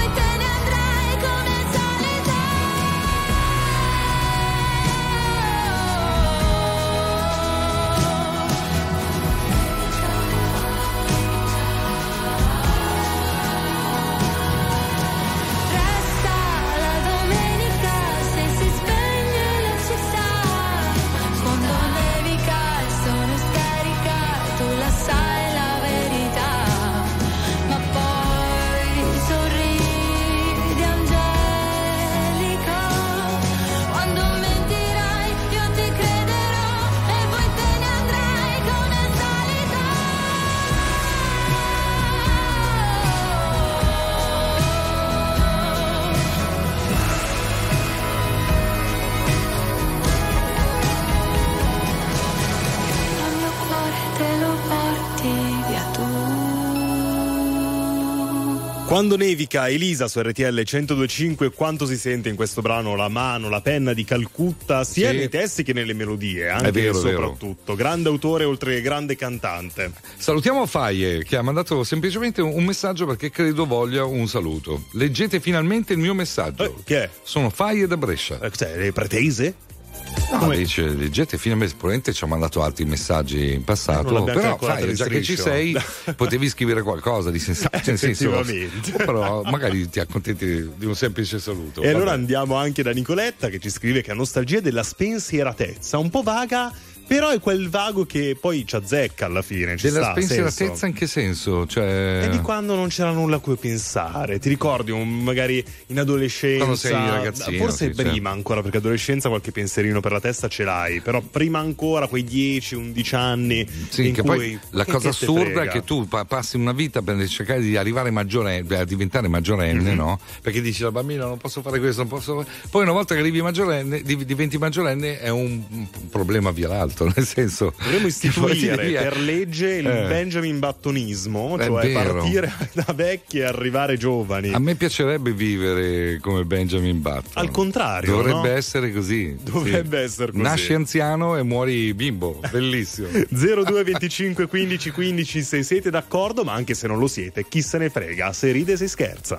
Quando nevica, Elisa su R T L centodue e cinque, quanto si sente in questo brano la mano, la penna di Calcutta, sia sì. nei testi che nelle melodie, anche vero, e soprattutto. Vero. Grande autore oltre che grande cantante. Salutiamo Faye che ha mandato semplicemente un messaggio perché credo voglia un saluto. Leggete finalmente il mio messaggio. Eh, che è? Sono Faye da Brescia. Eh, cioè, le pretese? No, dice, leggete finalmente, probabilmente ci ha mandato altri messaggi in passato, eh, però fai, già che ci sei potevi scrivere qualcosa di sensato, nel senso, però magari ti accontenti di un semplice saluto. E allora andiamo anche da Nicoletta che ci scrive che ha nostalgia della spensieratezza, un po' vaga, però è quel vago che poi ci azzecca alla fine. Ci Della sta, spensieratezza senso. In che senso? Cioè... È di quando non c'era nulla a cui pensare. Ti ricordi un, magari in adolescenza? Quando sei ragazzino. Forse sì, prima sì. ancora, perché adolescenza qualche pensierino per la testa ce l'hai. Però prima ancora, quei dieci undici anni. Sì, in che cui, poi la cosa assurda è che tu pa- passi una vita per cercare di arrivare maggiorenne, a diventare maggiorenne, mm-hmm. no? Perché dici la bambina non posso fare questo, non posso fare... Poi una volta che arrivi maggiorenne, diventi maggiorenne, è un problema via l'altro, nel senso. Dovremmo istituire per legge il eh. Benjamin Buttonismo, cioè vero. partire da vecchi e arrivare giovani. A me piacerebbe vivere come Benjamin Button. Al contrario, dovrebbe no? essere così. Dovrebbe sì. essere così. Nasci anziano e muori bimbo, bellissimo. zero due venticinque quindici quindici se siete d'accordo, ma anche se non lo siete, chi se ne frega, se ride si scherza.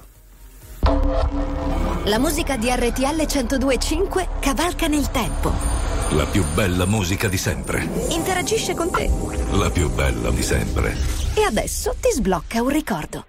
La musica di R T L centodue e cinque cavalca nel tempo. La più bella musica di sempre. Interagisce con te. La più bella di sempre. E adesso ti sblocca un ricordo.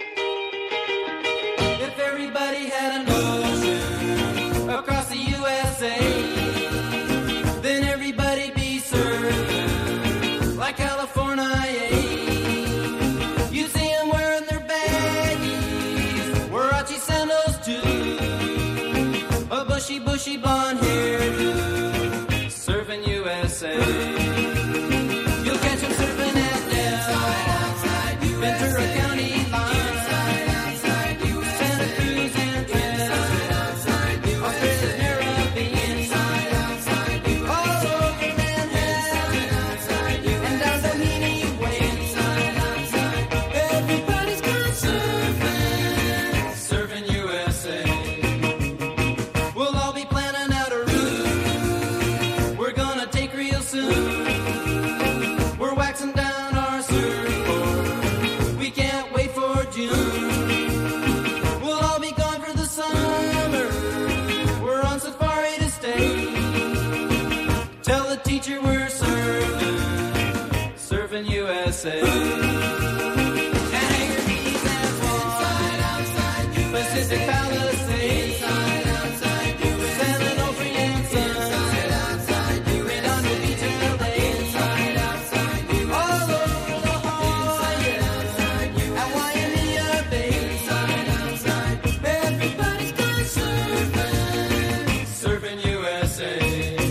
If everybody had an ocean across the U S A, then everybody'd be served like California. You'd see them wearing their baggies, Warachi sandals too, a bushy, bushy blonde hairdo. Surfing U S A. You'll catch them surfing at Del, Ventura County line, Santa Cruz and Trent, Australia's Caribbean, all over Manhattan, and down Doheny Way. Everybody's gone surfing, surfing U S A. We'll all be planning out a route we're gonna take real soon. We're waxing down our surfboard, we can't wait for June. We'll all be gone for the summer, we're on safari to stay. Tell the teacher we're surfing, surfing U S A. And hang your knees and walk, Pacific Palisades, San Onofre and Sun, Redondo Beach and L A, all over La Jolla and Waimea Bay. Everybody's gone surfing, surfing U S A.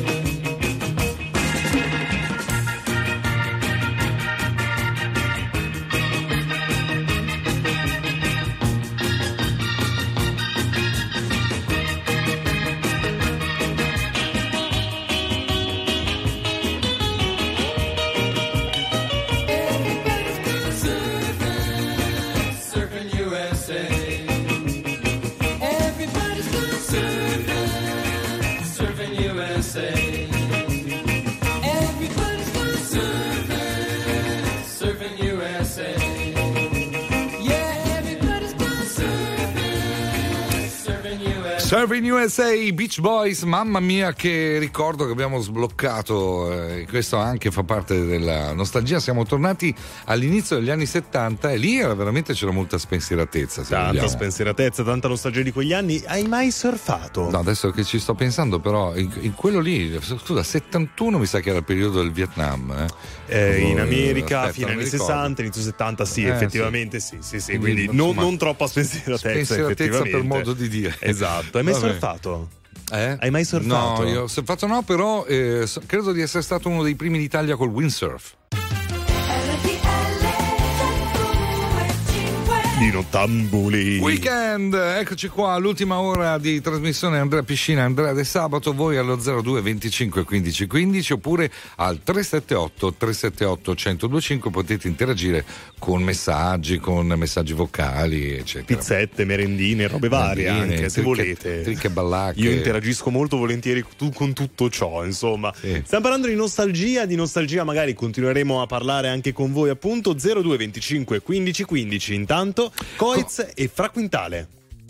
Surfing U S A. Everybody's gone surfing, surfing U S A. Everybody's gone surfing, surfing U S A. Yeah, everybody's gone surfing, surfing U S A. Surfing U S A, Beach Boys, mamma mia che ricordo che abbiamo sbloccato, eh, questo anche fa parte della nostalgia. Siamo tornati all'inizio degli anni settanta e lì era veramente c'era molta spensieratezza. Se Tanta vogliamo. spensieratezza, tanta nostalgia di quegli anni. Hai mai surfato? No, adesso che ci sto pensando, però, in, in quello lì, scusa, settantuno mi sa che era il periodo del Vietnam. Eh? Eh, in Oh, America, aspetta, fine non mi anni ricordo. sessanta, inizio settanta, sì, Eh, effettivamente sì, sì, sì, Quindi, quindi non, insomma, non troppa spensieratezza, spensieratezza effettivamente. per modo di dire. Esatto. Hai mai Vabbè. surfato? Eh? Hai mai surfato? No, io ho surfato no, però eh, so- credo di essere stato uno dei primi in Italia col windsurf. Nino Tambuli. Weekend, eccoci qua, l'ultima ora di trasmissione Andrea Piscina, Andrea De Sabato. Voi allo zero due venticinque quindici quindici oppure al tre sette otto tre sette otto uno zero due cinque potete interagire con messaggi, con messaggi vocali, eccetera. Pizzette, merendine, robe varie, Merendine, anche se tricche, volete. Tricche ballacche. Io interagisco molto volentieri tu, con tutto ciò, insomma. Sì. Stiamo parlando di nostalgia, di nostalgia magari continueremo a parlare anche con voi, appunto. Zero due venticinque quindici quindici. Intanto Coiz Co- e Fra Quintale.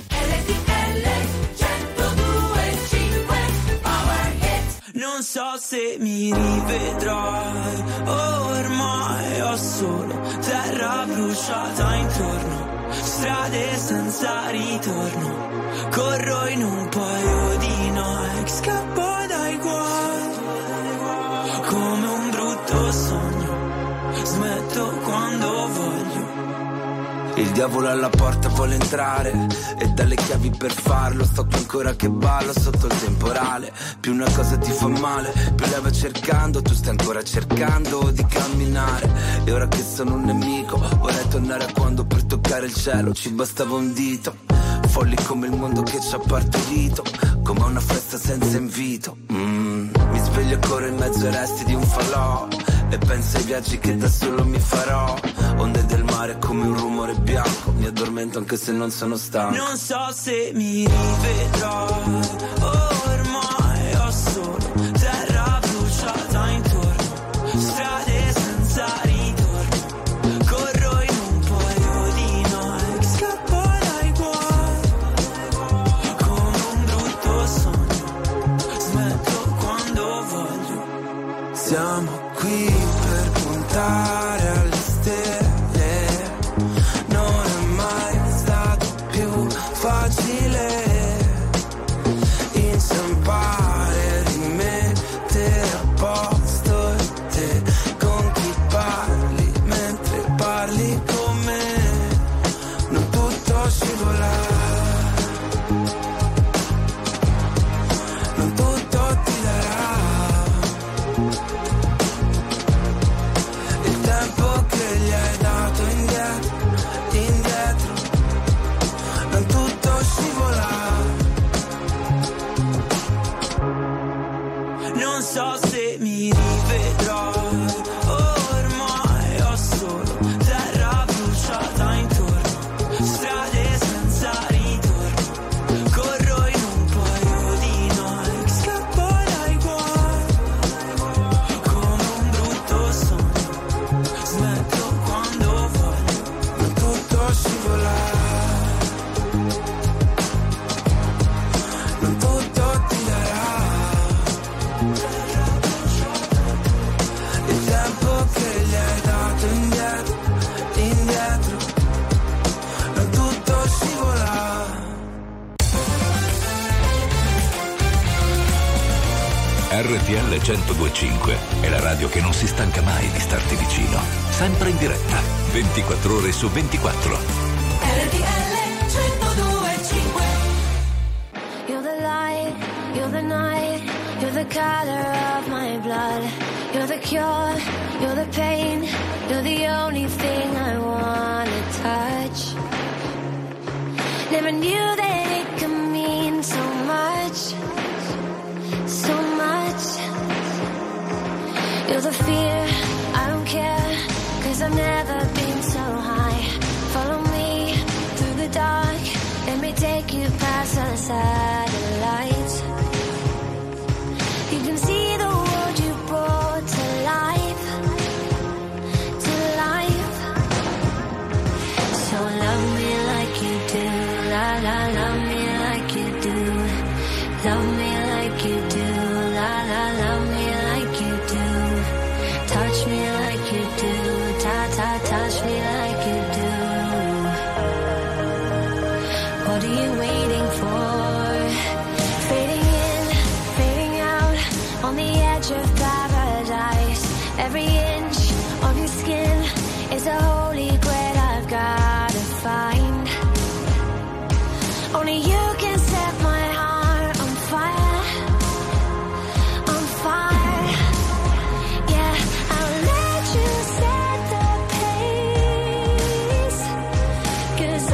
Non so se mi rivedrai, ormai ho solo terra bruciata intorno, strade senza ritorno, corro in un paio di Nike, scappo dai guai, come un brutto sogno, smetto quando voglio. Il diavolo alla porta vuole entrare e dalle chiavi per farlo. Sto qui ancora che ballo sotto il temporale. Più una cosa ti fa male, più la vai cercando. Tu stai ancora cercando di camminare. E ora che sono un nemico vorrei tornare a quando per toccare il cielo ci bastava un dito. Folli come il mondo che ci ha partorito, come una festa senza invito. mm. Mi sveglio ancora in mezzo ai resti di un falò e penso ai viaggi che da solo mi farò. Onde del mare come un rumore bianco, mi addormento anche se non sono stanco. Non so se mi rivedrai, ormai ho solo terra bruciata intorno, strade senza ritorno, corro in un paio di Nike, scappo dai guai, come un brutto sogno, smetto quando voglio. Siamo qui per puntare alle stelle. Facile inciampare, rimettere a posto te con chi parli mentre parli con me. Non tutto scivola, non tutto ti darà il tempo che gli hai dato indietro, indietro. Non tutto scivola. Non so se mi rivedrai, ormai ho solo terra bruciata intorno, strade senza ritorno, corro in un paio di Nike, scappo dai guai, come un brutto sogno, smetto quando voglio. Non tutto scivola. Non tutto ti darà il tempo che gli hai dato indietro, indietro. Non tutto scivola. R T L centodue e cinque è la radio che non si stanca mai di starti vicino, sempre in diretta, ventiquattro ore su ventiquattro. R T L centodue e cinque. You're the light, you're the night, you're the color of my blood. You're the cure, you're the pain, you're the only thing I wanna touch. Never knew that it could mean so much, so much. You're the fear, I don't care, 'cause I've never been so high. Follow me through the dark, let me take you past the satellites. You can see the world you brought to life, to life. So love me like you do, la la, love me like you do. Love me like you do, la la, love me like you do. Touch me like you do, ta ta, touch me like you do. What are you waiting for? Fading in, fading out, on the edge of paradise. Every inch of your skin is a holy grail I've gotta find. Only you can set my heart on fire, on fire. Yeah, I'll let you set the pace, 'cause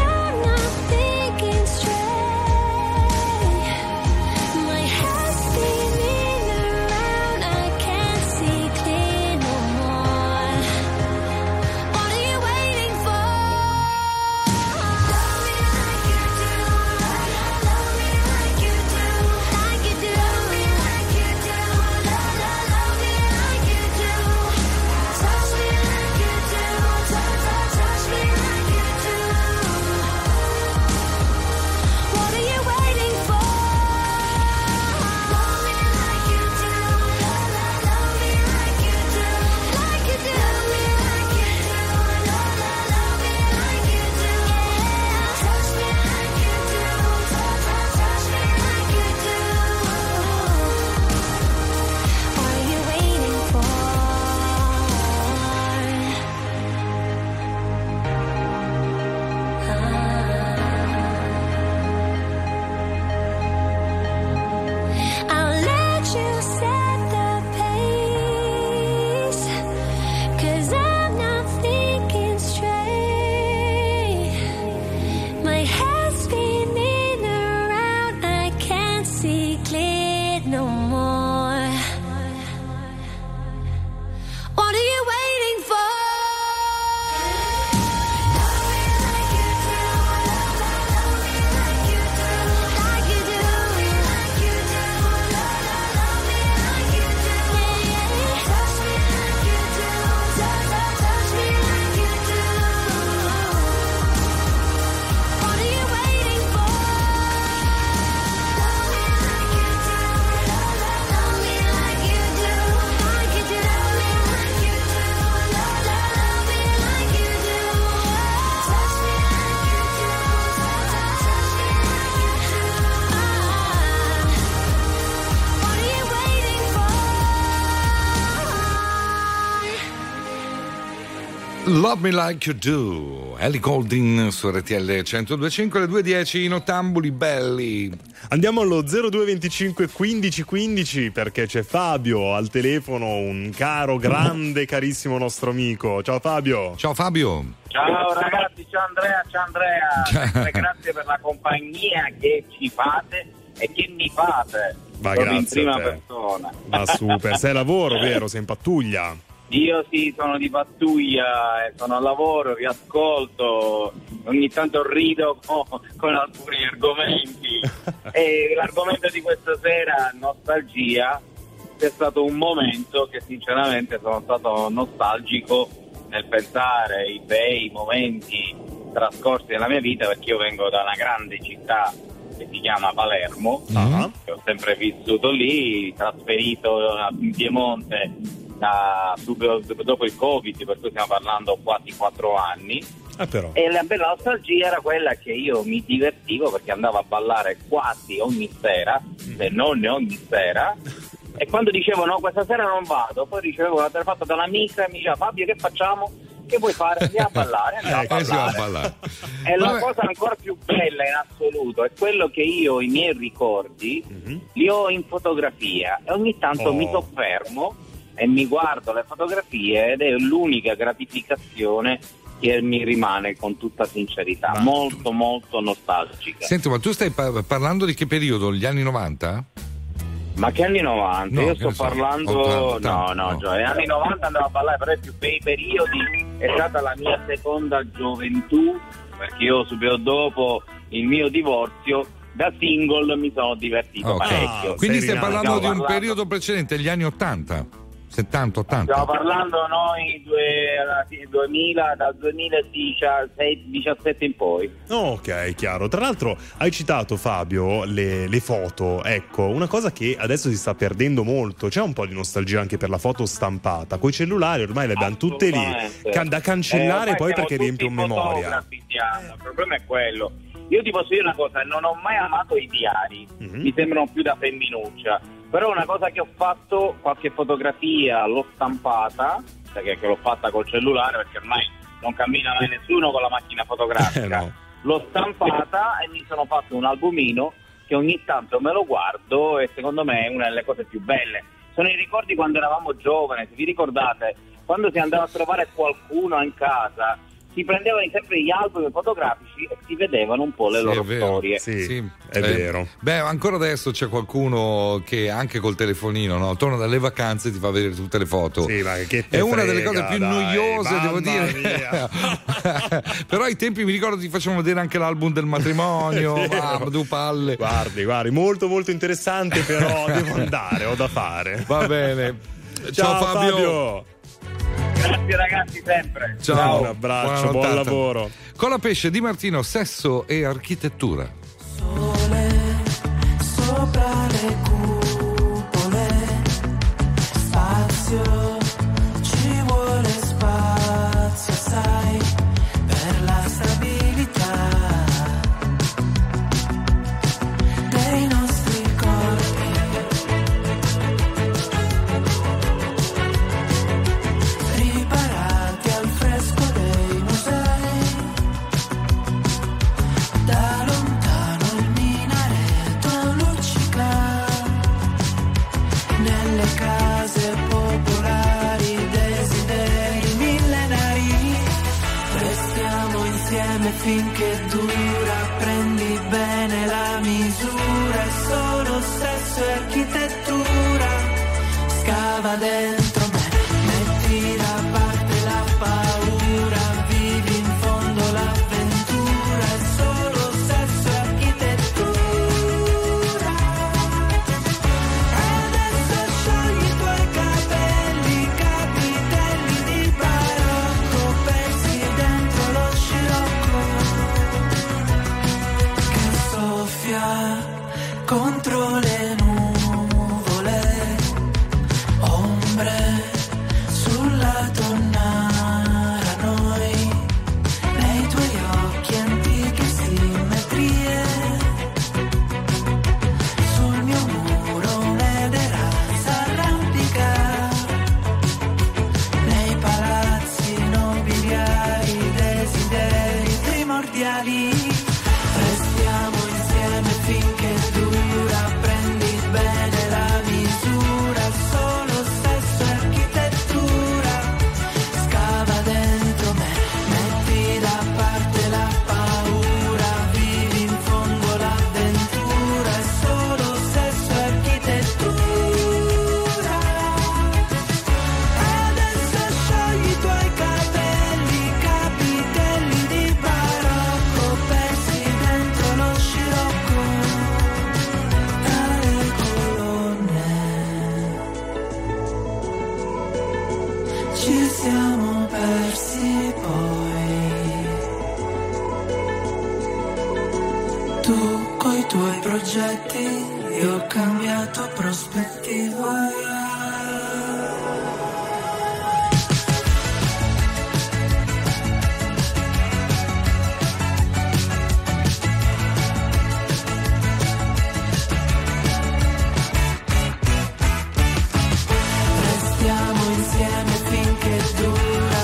Love Me Like You Do, Ellie Goulding su R T L centodue e cinque, le due e dieci in ottambuli belli. Andiamo allo zero due venticinque quindici quindici perché c'è Fabio al telefono, un caro, grande, carissimo nostro amico. Ciao Fabio. Ciao Fabio. Ciao ragazzi, ciao Andrea, ciao Andrea. Ciao. Grazie per la compagnia che ci fate e che mi fate. Ma proprio in grazie prima a te. persona. Ma super, sei a lavoro, vero? Sei in pattuglia? Io sì, sono di pattuglia, eh, sono al lavoro, vi ascolto, ogni tanto rido con, con alcuni argomenti. E l'argomento di questa sera, nostalgia, c'è stato un momento che sinceramente sono stato nostalgico nel pensare ai bei momenti trascorsi nella mia vita, perché io vengo da una grande città che si chiama Palermo, uh-huh. che ho sempre vissuto lì, trasferito in Piemonte da, subito dopo il Covid, per cui stiamo parlando quasi quattro anni. Ah, però. E la bella nostalgia era quella che io mi divertivo perché andavo a ballare quasi ogni sera, se non ogni sera. E quando dicevo no, questa sera non vado, poi ricevevo una telefonata da un'amica e mi diceva Fabio, che facciamo? Che vuoi fare? Andiamo a ballare, andiamo Eh, a che si va a ballare. ballare. E la Vabbè. cosa ancora più bella in assoluto è quello che io, i miei ricordi, li ho in fotografia e ogni tanto Oh. mi soffermo e mi guardo le fotografie ed è l'unica gratificazione che mi rimane, con tutta sincerità, molto molto nostalgica. Senti, ma tu stai pa- parlando di che periodo? Gli anni novanta? Ma che anni novanta? No, Io che sto ne so, parlando ottanta, no, ottanta, no, no. cioè anni novanta andavo a ballare, però i più bei periodi è stata la mia seconda gioventù, perché io subito dopo il mio divorzio da single mi sono divertito Ok. parecchio. Quindi stai parlando di un Stiamo periodo precedente, gli anni ottanta, settanta, ottanta. Stiamo parlando noi due, sì, duemila, dal duemiladiciassette in poi. Oh, ok, chiaro. Tra l'altro hai citato, Fabio, le, le foto. Ecco, una cosa che adesso si sta perdendo molto, c'è un po' di nostalgia anche per la foto stampata. Coi cellulari ormai le abbiamo tutte lì, can- da cancellare Eh, poi ormai perché siamo tutti riempiono memoria. fotografi, Diana. Il problema è quello. Io ti posso dire una cosa, non ho mai amato i diari, Mhm. mi sembrano più da femminuccia, però una cosa che ho fatto, qualche fotografia l'ho stampata, perché che l'ho fatta col cellulare, perché ormai non cammina mai nessuno con la macchina fotografica, Eh, no. l'ho stampata e mi sono fatto un albumino che ogni tanto me lo guardo e secondo me è una delle cose più belle. Sono i ricordi quando eravamo giovani, se vi ricordate, quando si andava a trovare qualcuno in casa, si prendevano sempre gli album fotografici e si vedevano un po' le Sì, loro è vero. storie. Sì, è Eh, vero. Beh, ancora adesso c'è qualcuno che anche col telefonino, no? Torna dalle vacanze e ti fa vedere tutte le foto. Sì, ma che te è una delle frega, cose più dai, noiose, devo mamma dire. mia. Però ai tempi mi ricordo ti facevano vedere anche l'album del matrimonio, È vero. mamma, due palle. Guardi, guardi, molto molto interessante, però devo andare, ho da fare. Va bene. Ciao, Ciao, Fabio. Fabio. Grazie ragazzi, sempre. Ciao. Un abbraccio, Buona buon nottata. lavoro. Con la pesce Di Martino, sesso e architettura. Sopra le cupole, spazio, ci vuole spazio, sai, per la stabilità dei nostri corpi. Riparati al fresco dei musei, da lontano il minareto luccica, nelle case popolari desideri millenari. Restiamo insieme finché dura, prendi bene la misura, è solo sesso e architettura. Scava dentro me, metti da parte la paura, vivi in fondo l'avventura, è solo sesso e architettura. Adesso sciogli i tuoi capelli, capitelli di barocco, persi dentro lo scirocco che soffia contro le nuvole, ombre mondiali. Restiamo insieme finché dura, prendi bene la misura, solo sesso e architettura. Scava dentro me, metti da parte la paura, vivi in fondo l'avventura, è solo sesso e architettura. Adesso sciogli i tuoi capelli, capitelli di barocco, persi dentro lo scirocco tra le colonne. Ci siamo persi poi, tu coi tuoi progetti, io ho cambiato prospettiva. Restiamo insieme finché dura,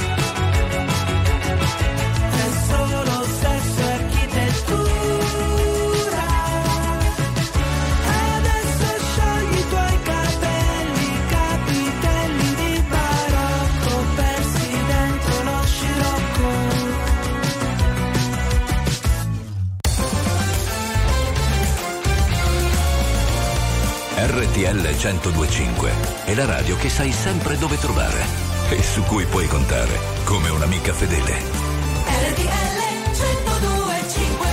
è solo sesso e architettura. Adesso sciogli i tuoi capelli, capitelli di barocco, persi dentro lo scirocco. R T L centodue e cinque è la radio che sai sempre dove trovare e su cui puoi contare come un'amica fedele. R T L centodue e cinque.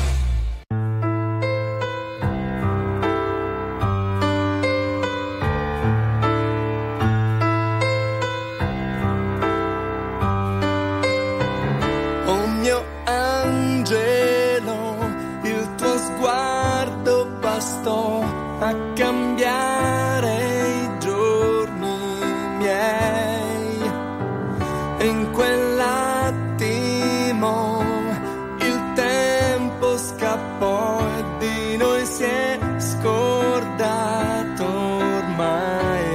Oh mio angelo, il tuo sguardo bastò a cambiare i giorni miei. E in quell'attimo il tempo scappò e di noi si è scordato ormai.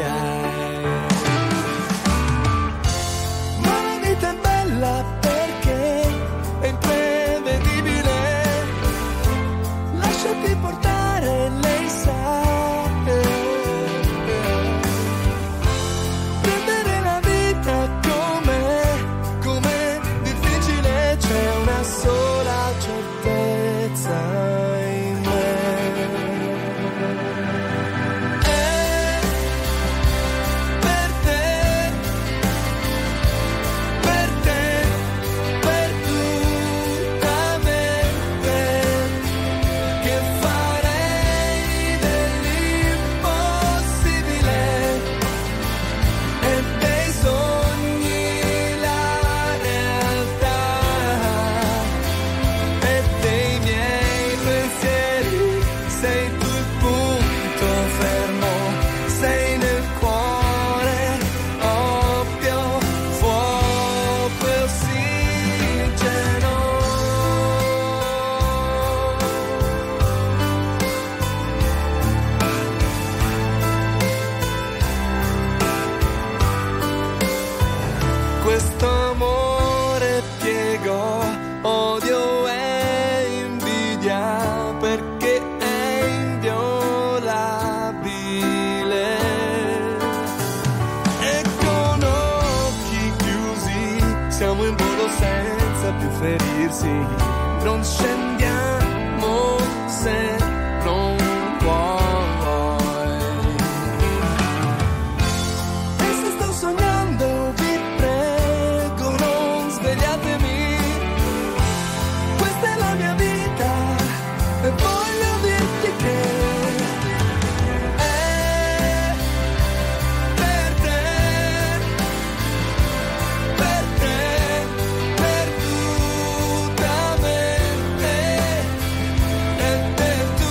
Ma la vita è bella perché è imprevedibile. Lasciati portare, lei sa. Prendere la vita com'è, com'è difficile, c'è una sola certezza in me. È per te, per te, per tutta me, che farei dell'impossibile e dei sogni la realtà, e dei miei pensieri sei tu il punto fermo, sei nel cuore, oppio, fuoco e ossigeno. Questo amore piego, odio e invidia, perché è inviolabile. E con occhi chiusi siamo in volo senza più ferirsi. Non scendiamo se non vuoi. E se sto sognando, vi prego, non svegliatemi. Questa è la mia vita e voglio dirti che è per te, per te, per tutta me, e per tu.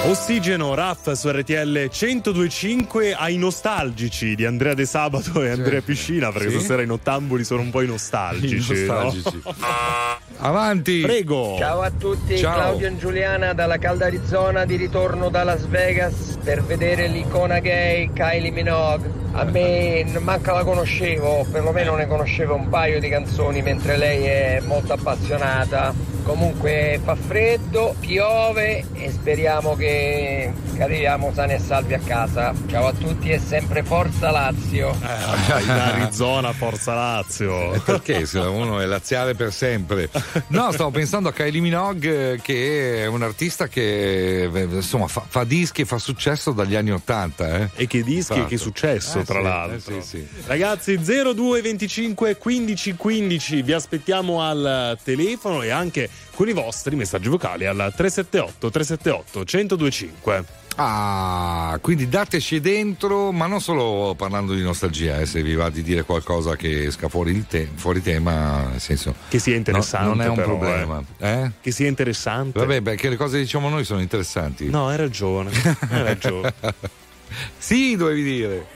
Ossigeno, Raff su R T L centodue e cinque, ai nostalgici di Andrea De Sabato e Andrea Piscina, perché Sì? stasera i nottambuli sono un po' i nostalgici. I nostalgici. No? Avanti. Prego. Ciao a tutti, Ciao. Claudio e Giuliana dalla calda Arizona, di ritorno da Las Vegas per vedere l'icona gay Kylie Minogue. A me manca la conoscevo, perlomeno ne conoscevo un paio di canzoni, mentre lei è molto appassionata. Comunque fa freddo, piove e speriamo che, che arriviamo sani e salvi a casa. Ciao a tutti e sempre Forza Lazio. Eh, in Arizona, Forza Lazio. Perché se uno è laziale per sempre. No, stavo pensando a Kylie Minogue, che è un artista che insomma fa, fa dischi e fa successo dagli anni Ottanta, eh? E che dischi e che successo, Eh, tra sì, l'altro. eh, sì, sì. Ragazzi, zero due venticinque quindici quindici, vi aspettiamo al telefono e anche con i vostri messaggi vocali al tre sette otto tre sette otto uno zero due cinque. Ah, quindi dateci dentro, ma non solo parlando di nostalgia, eh, se vi va di dire qualcosa che esca fuori, il te- fuori tema, nel senso Che sia interessante, no, non è un però, problema, eh? Che sia interessante. Vabbè, beh, che le cose che diciamo noi sono interessanti. No, hai ragione. Hai ragione. Sì, dovevi dire.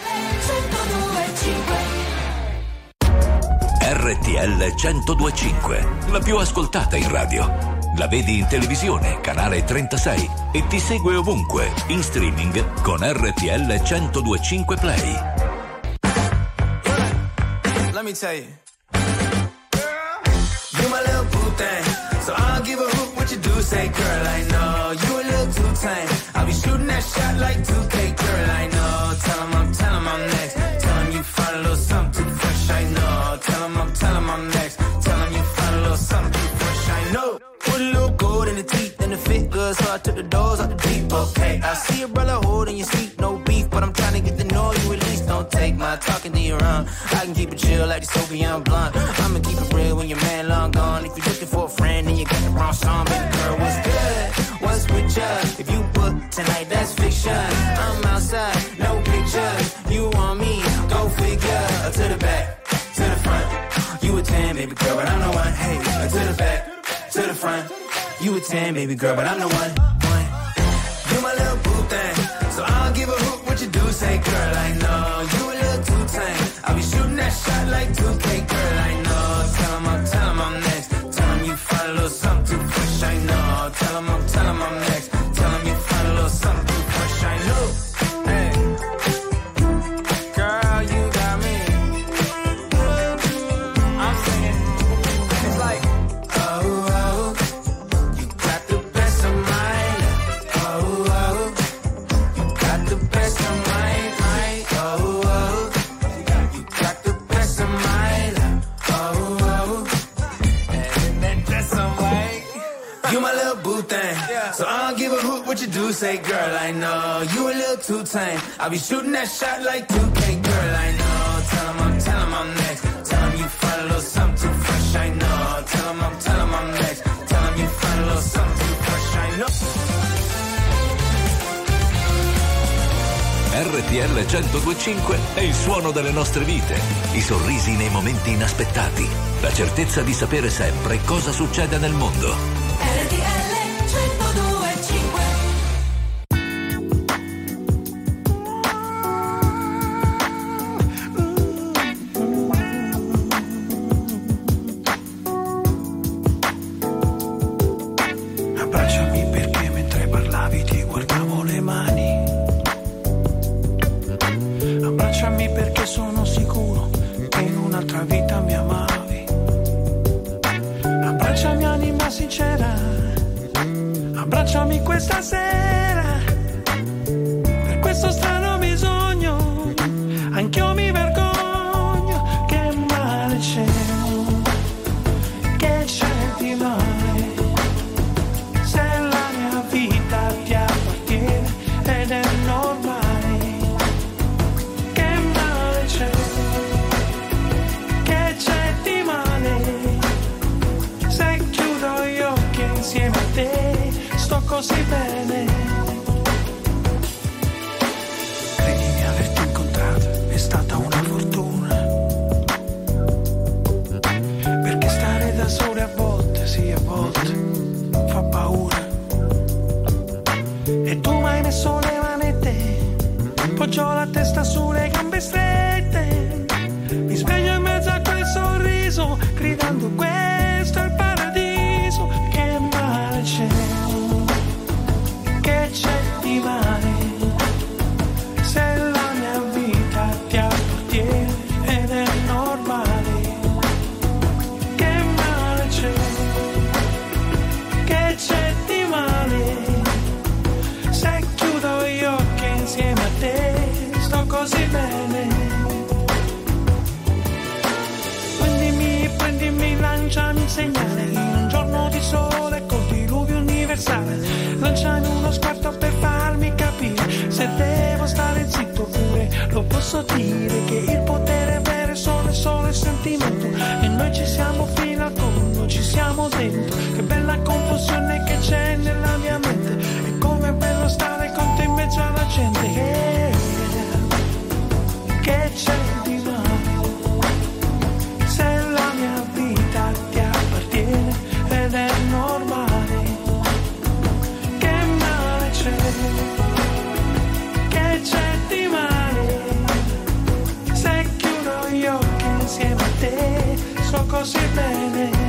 R T L centodue e cinque, la più ascoltata in radio. La vedi in televisione, canale trentasei, e ti segue ovunque, in streaming con R T L centodue e cinque Play. Let me tell you, you my little boo thing, so I'll give a hoot what you do. Say, girl, I know you a little too tame. I'll be shooting that shot like two K, girl, I know. Tell 'em I'm, tell 'em I'm next. Tell 'em you find a little something too fresh, I know. Tell 'em I'm, tell 'em I'm next. Tell 'em you find a little something too fresh, I know. Put a little gold in the teeth and the fit good, so I took the doors out the deep. Okay, I see a brother holding your seat, no beef, but I'm trying to get to know you at least. Don't take my talking to your own. I can keep it chill like the Soviet blunt. I'ma keep it real when your man long gone. If you're looking for a friend, then you got the wrong song. Baby girl, what's good? What's with ya? If you book tonight, that's fiction. I'm outside, no pictures. You want me? Go figure. To the back, to the front. You a ten, baby girl, but I'm the one. Hey, to the back, to the front. You a ten, baby girl, but I'm the one. one. You my little boo thing, so I'll give a hoot what you do. Say, girl, I know you a little too tame. I'll be shooting that shot like two K, girl, I know. Tell 'em I'm, tell 'em I'm next. Tell 'em you find a little something too fresh, I know. Tell 'em I'm, tell 'em I'm next. Tell 'em you find a little something too fresh, I know. Hey, girl, you got me. I'm singing. It's like, oh, oh, you got the best of mine. Oh, oh, you got the best of mine. mine. Oh, oh, you got the best of mine. Oh, oh, and then that's some way. You my little boo thing, so I don't give a hoot what you do. Say, girl, I know you a little too tame. I'll be shooting that shot like two K, girl, I know. Tell 'em I'm, tell 'em I'm next. Tell 'em you find a little something too fresh, I know. Tell 'em I'm, tell 'em I'm next. Tell 'em you find a little something too fresh, I know. R T L centodue e cinque è il suono delle nostre vite, i sorrisi nei momenti inaspettati, la certezza di sapere sempre cosa succede nel mondo. R T L centodue e cinque. Abbracciami perché mentre parlavi ti guardavo le mani. Abbracciami perché sono sicuro che in un'altra vita mi amavi. Abbracciami anima sincera, abbracciami questa sera. Per questo strano bisogno, anch'io mi vergogno. Che male c'è, che c'è di male? Se la mia vita ti appartiene ed è normale. Che male c'è, che c'è di male? Se chiudo gli occhi insieme a te sto così bene. Credimi, averti incontrato è stata una fortuna, perché stare da sole a volte, sì a volte, fa paura. bene sole manette, poggio la testa sulle gambe strette, mi sveglio in mezzo a quel sorriso, gridando questo è il paradiso. Che male c'è, che c'è di male, se la mia vita ti appartiene ed è normale. Che male c'è, che c'è di male, se chiudo gli occhi insieme a te sto così bene. Prendimi, prendimi, lanciami un segnale in un giorno di sole col diluvio universale. Lanciami uno sguardo per farmi capire se devo stare zitto oppure lo posso dire che il potere vero è solo, solo il sentimento e noi ci siamo fino al fondo, ci siamo dentro. Che bella confusione che c'è nella mia mente, è come bello stare con te in mezzo alla gente. Che, che c'è di male, se la mia vita ti appartiene ed è normale. Che male c'è, che c'è di male, se chiudo gli occhi insieme a te so così bene.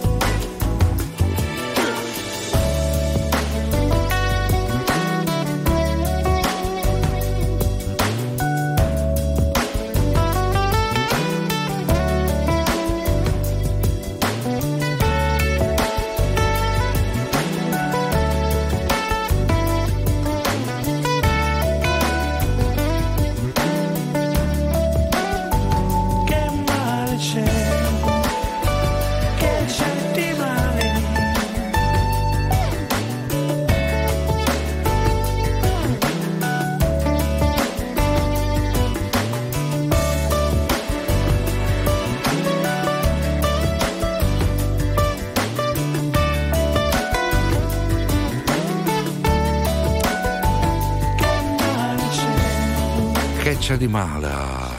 C'è di male.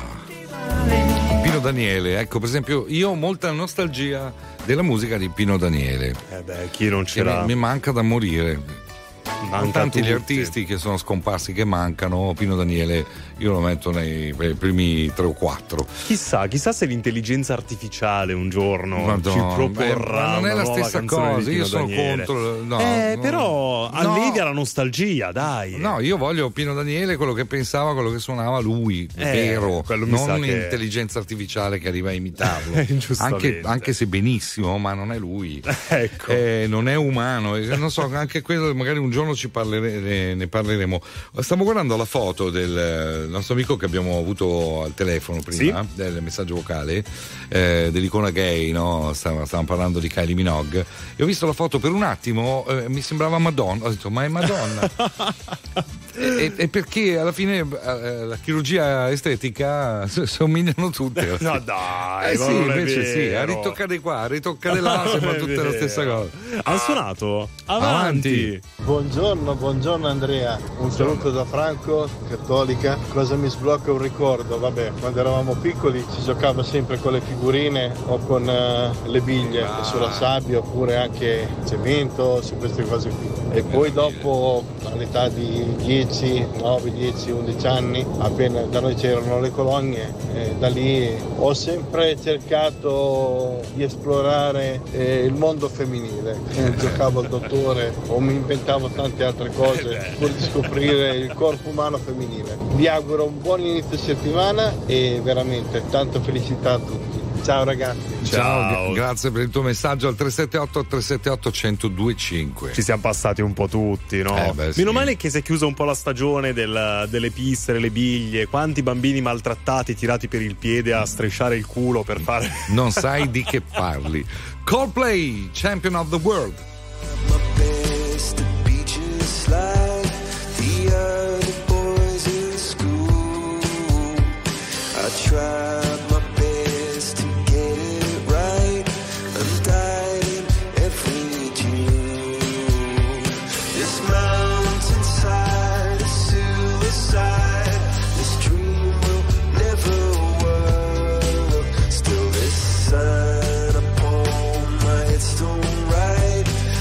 Pino Daniele, ecco, per esempio, io ho molta nostalgia della musica di Pino Daniele. Eh beh, chi non ce l'ha? Mi, mi manca da morire. Manca tanti tutti. gli artisti che sono scomparsi, che mancano. Pino Daniele io lo metto nei, nei primi tre o quattro. Chissà, chissà se l'intelligenza artificiale un giorno Madonna, ci proporrà. beh, ma non è una la nuova stessa canzone cosa. di Io Pino sono Daniele. contro. No, eh, no, però no. allevia la nostalgia, dai. No, io voglio Pino Daniele, quello che pensava, quello che suonava lui, Eh, vero, quello mi sa non che- intelligenza artificiale che arriva a imitarlo. Giustamente. anche, anche se benissimo, ma non è lui. Ecco. Eh, non è umano. Eh, non so, anche quello magari un giorno ci parlere- ne, ne parleremo. Stavo guardando la foto del nostro amico che abbiamo avuto al telefono prima, Sì. del messaggio vocale, eh, dell'icona gay, no? Stavamo, stavamo parlando di Kylie Minogue e ho visto la foto per un attimo, eh, mi sembrava Madonna. Ho detto, ma è Madonna? e, e perché alla fine eh, la chirurgia estetica s- somigliano tutte. No, dai, eh ma sì, non è invece sì, a vero. ritoccare qua, a ritoccare là, Non sembra è tutte la vero. stessa cosa. Han suonato? Avanti. Avanti. Buongiorno, buongiorno Andrea, un saluto da Franco, cattolica. Cosa mi sblocca un ricordo? Vabbè, quando eravamo piccoli si giocava sempre con le figurine o con eh, le biglie Ah. sulla sabbia oppure anche cemento, su queste cose qui. E poi dopo, all'età di dieci, nove, dieci, undici anni, appena da noi c'erano le colonie, eh, da lì ho sempre cercato di esplorare eh, il mondo femminile. Eh, giocavo al dottore o mi inventavo tante altre cose pur di scoprire il corpo umano femminile. Vi auguro un buon inizio settimana e veramente tanta felicità a tutti. Ciao ragazzi. Ciao, gra- grazie per il tuo messaggio al tre sette otto tre sette otto uno zero due cinque. Ci siamo passati un po' tutti, no? Eh, beh, sì. Meno male che si è chiusa un po' la stagione del- delle piste, delle biglie. Quanti bambini maltrattati, tirati per il piede a strisciare il culo per fare. Non sai di che parli. Coldplay, Champion of the World. Best at beaches like the other boys in school. I tried my best to get it right. I'm dying every June. This mountainside is suicide. This dream will never work. Still this sign upon my headstone right.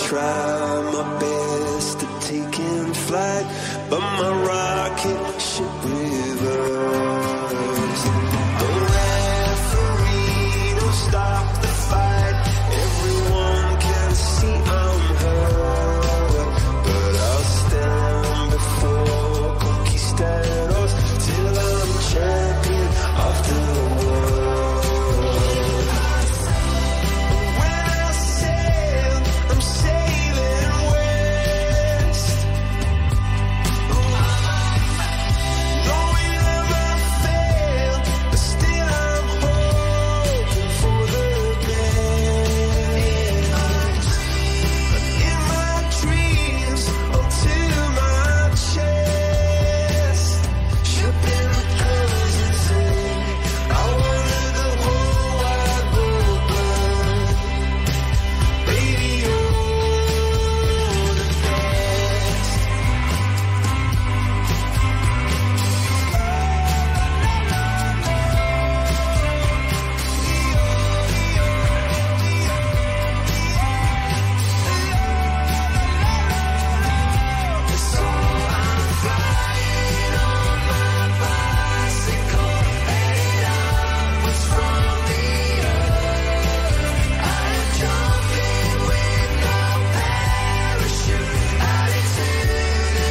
try my best to take in flight, but my rocket ship reversed. The referee don't stop the fight. Everyone can see I'm hurt, but I'll stand before conquistados till I'm champion of the world. When I sail, I'm sailing west. No, we never fail, but still I'm hoping for the best. In my dreams, onto my chest, shipping the colors insane. I wanted the whole wide world burn. Baby, you're the best. So I'm flying on my bicycle, headed upwards from the earth. I'm jumping with no parachute out into the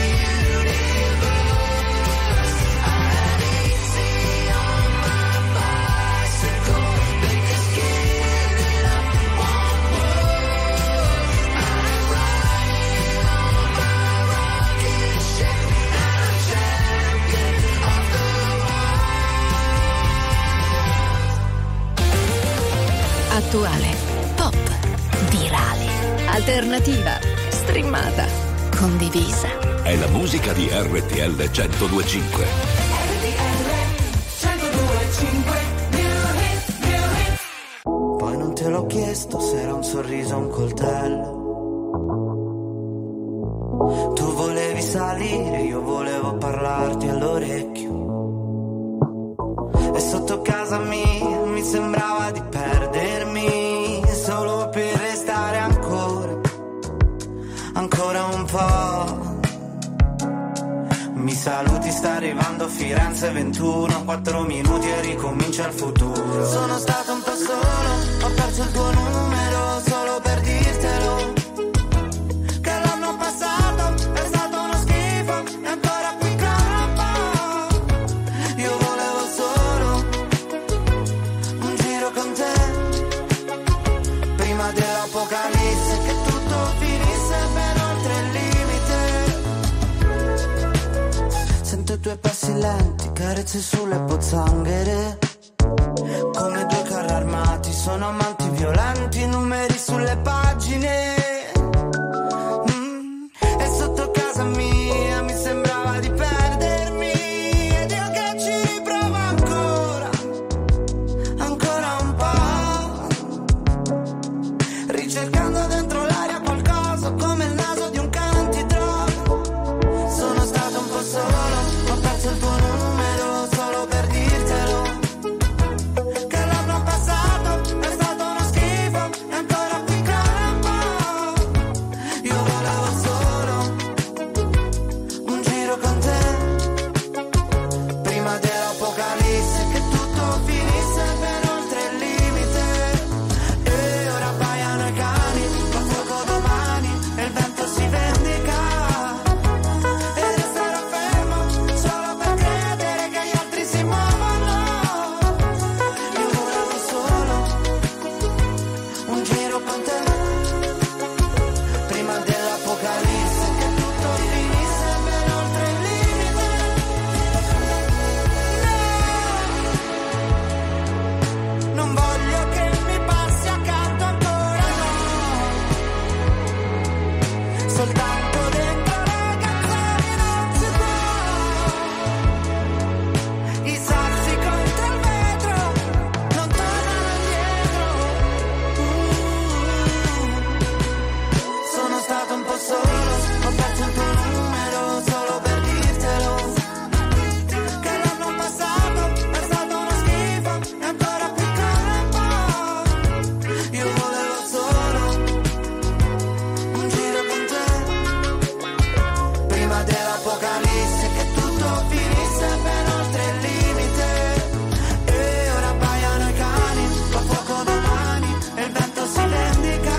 universe. I'm easy on my bicycle, because giving up won't work. I'm riding on my rocket ship, and I'm champion of the Attuale, pop, virale, alternativa, streamata, condivisa. È la musica di R T L centodue e cinque. Poi non te l'ho chiesto se era un sorriso o un coltello. Tu volevi salire, io volevo parlarti all'orecchio. E sotto casa mia mi sembrava di perdermi, solo per restare ancora, ancora un po'. Mi saluti, sta arrivando Firenze ventuno, quattro minuti e ricomincia il futuro. Sono stato un po' solo, ho perso il tuo numero solo per dirtelo, che l'anno passato è stato uno schifo e ancora qui campo. Io volevo solo un giro con te, prima dell'apocalisse, che tutto finisse ben oltre il limite. Sento i tuoi passi lenti, carezze sulle pozzanghere, come due carri armati, sono amanti violenti, numeri sulle pagine. Mm. E sotto casa mia mi sembrava di perdermi, ed io che ci riprovo ancora, ancora un po', ricercando dentro l'aria qualcosa come il naso di un cane antidroga. Sono stato un po' solo, ho perso il tuo numero solo per dirtelo, che l'anno passato è stato uno schifo e ancora qui campo. dell'apocalisse, che tutto finisse ben oltre il limite. E ora abbaiano i cani, fa fuoco domani e il vento si vendica.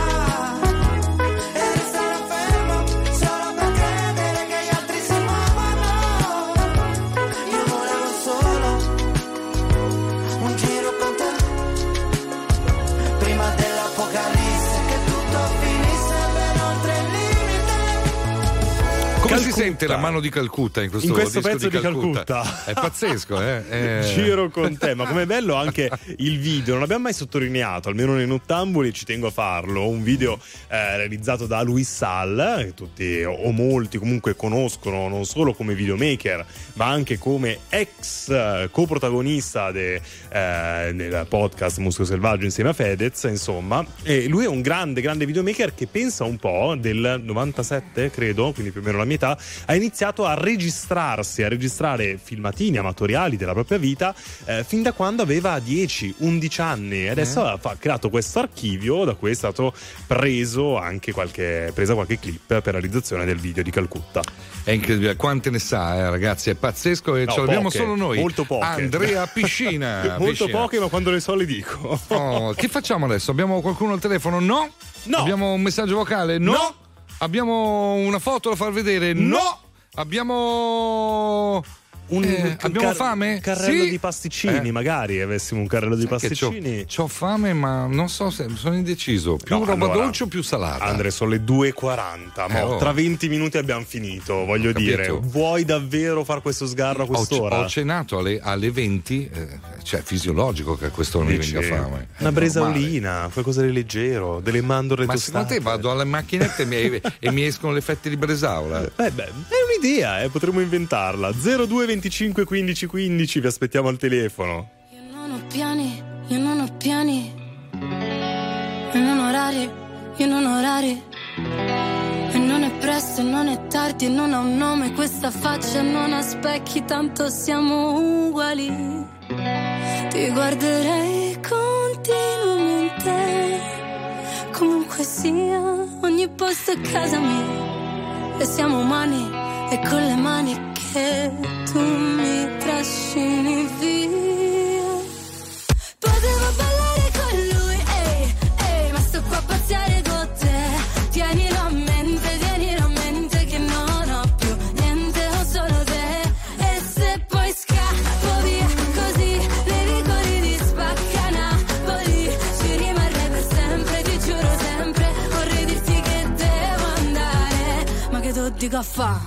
E resterò fermo solo per credere che gli altri si muovano. Io volevo solo un giro con te, prima dell'apocalisse, che tutto finisse ben oltre il limite. Come Calcutta. si sente la mano di Calcutta in questo, In questo disco pezzo di Calcutta? Calcutta? È pazzesco, eh? È... Giro con te, ma com'è bello anche il video, non l'abbiamo mai sottolineato, almeno nei Nottambuli ci tengo a farlo, un video eh, realizzato da Luis Sal, che tutti o molti comunque conoscono non solo come videomaker, ma anche come ex eh, coprotagonista de, eh, del podcast Muschio Selvaggio insieme a Fedez, insomma, e lui è un grande, grande videomaker che pensa un po' del novantasette, credo, quindi più o meno la mia età, ha iniziato a registrarsi, a registrare filmatini amatoriali della propria vita eh, fin da quando aveva dieci undici anni e adesso ha, ha creato questo archivio da cui è stato preso anche qualche presa qualche clip per la realizzazione del video di Calcutta. È incredibile, quante ne sa, eh, ragazzi, è pazzesco e No, ce l'abbiamo poche, solo noi. molto poche. Andrea Piscina. Molto Piscina. poche, ma quando le so le dico. Oh, che facciamo adesso? Abbiamo qualcuno al telefono? No. No. Abbiamo un messaggio vocale? No. No. Abbiamo una foto da far vedere? No. No. Abbiamo Un, eh, un abbiamo car- fame? Un carrello Sì. di pasticcini, Eh. magari avessimo un carrello di Sai che pasticcini. C'ho, c'ho fame, ma non so se sono indeciso. Più No, roba allora, dolce o più salata? Andre, sono le due e quaranta. Eh, mo, oh. Tra venti minuti abbiamo finito. Voglio Capito. dire, vuoi davvero far questo sgarro a Ho, quest'ora? ho cenato alle, alle venti, eh, cioè è fisiologico che a quest'ora mi Dici, venga fame. È una normale. bresaolina, qualcosa di leggero, delle mandorle Ma tostate. secondo te vado alle macchinette e mi, e mi escono le fette di bresaola? Eh beh, è un'idea, eh, potremmo inventarla. zero due venticinque quindici quindici, vi aspettiamo al telefono. Io non ho piani, io non ho piani. E non orari, io non ho orari. E non è presto, e non è tardi, e non ha un nome questa faccia, non ha specchi, tanto siamo uguali. Ti guarderei continuamente, comunque sia, ogni posto è casa mia. E siamo umani, e con le mani che tu mi trascini via. Potevo ballare con lui, ehi, ehi, ma sto qua a pazziare con te. Tienilo a mente, tienilo a mente che non ho più niente, ho solo te. E se poi scappo via così, nei vicoli di Spacca Napoli, ci rimarrei per sempre, ti giuro sempre. Vorrei dirti che devo andare, ma che tu dico a fa'?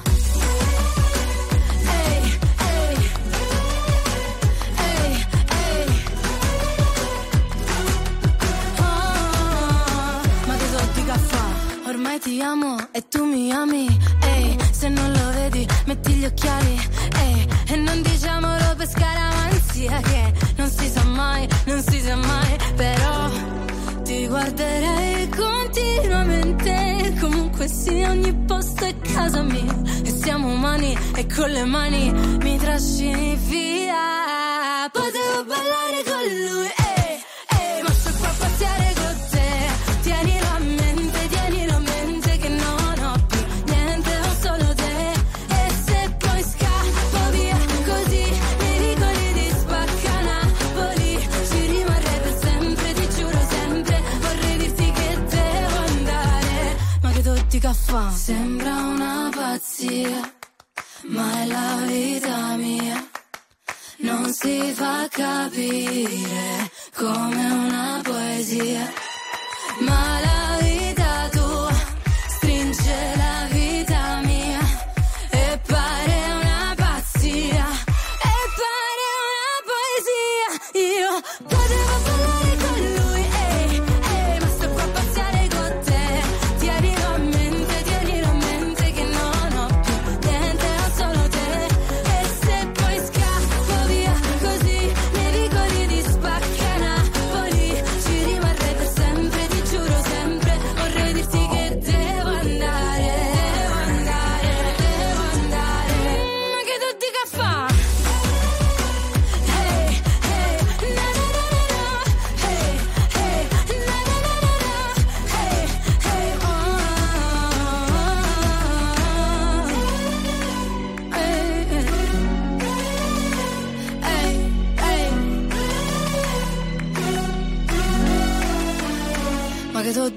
Ormai ti amo e tu mi ami, ehi, se non lo vedi metti gli occhiali, ehi, e non diciamolo per scaramanzia che non si sa mai, non si sa mai, però ti guarderei continuamente, comunque sia, ogni posto è casa mia, e siamo umani e con le mani mi trascini via. Potevo ballare con lui, ehi, ehi, ma sto qua a pazziare con te, tienilo a mente, tienilo a mente che non ho più niente, ho solo te. E se poi scappo via così, nei vicoli di Spacca Napoli, ci rimarrei per sempre, ti giuro sempre. Vorrei dirti che devo andare, ma che tutti caffè. Sembra una pazzia, ma è la vita mia. Non si fa capire come una poesia, ma la vita tua stringe la vita mia e pare una pazzia, e pare una poesia. Io potevo ballare con lui, ehi, ehi, ma sto qua a pazziare con te. Tienilo a mente, tienilo a mente che non ho più niente, ho solo te. E se poi scappo via così, nei vicoli di Spacca Napoli, ci rimarrei per sempre, ti giuro sempre.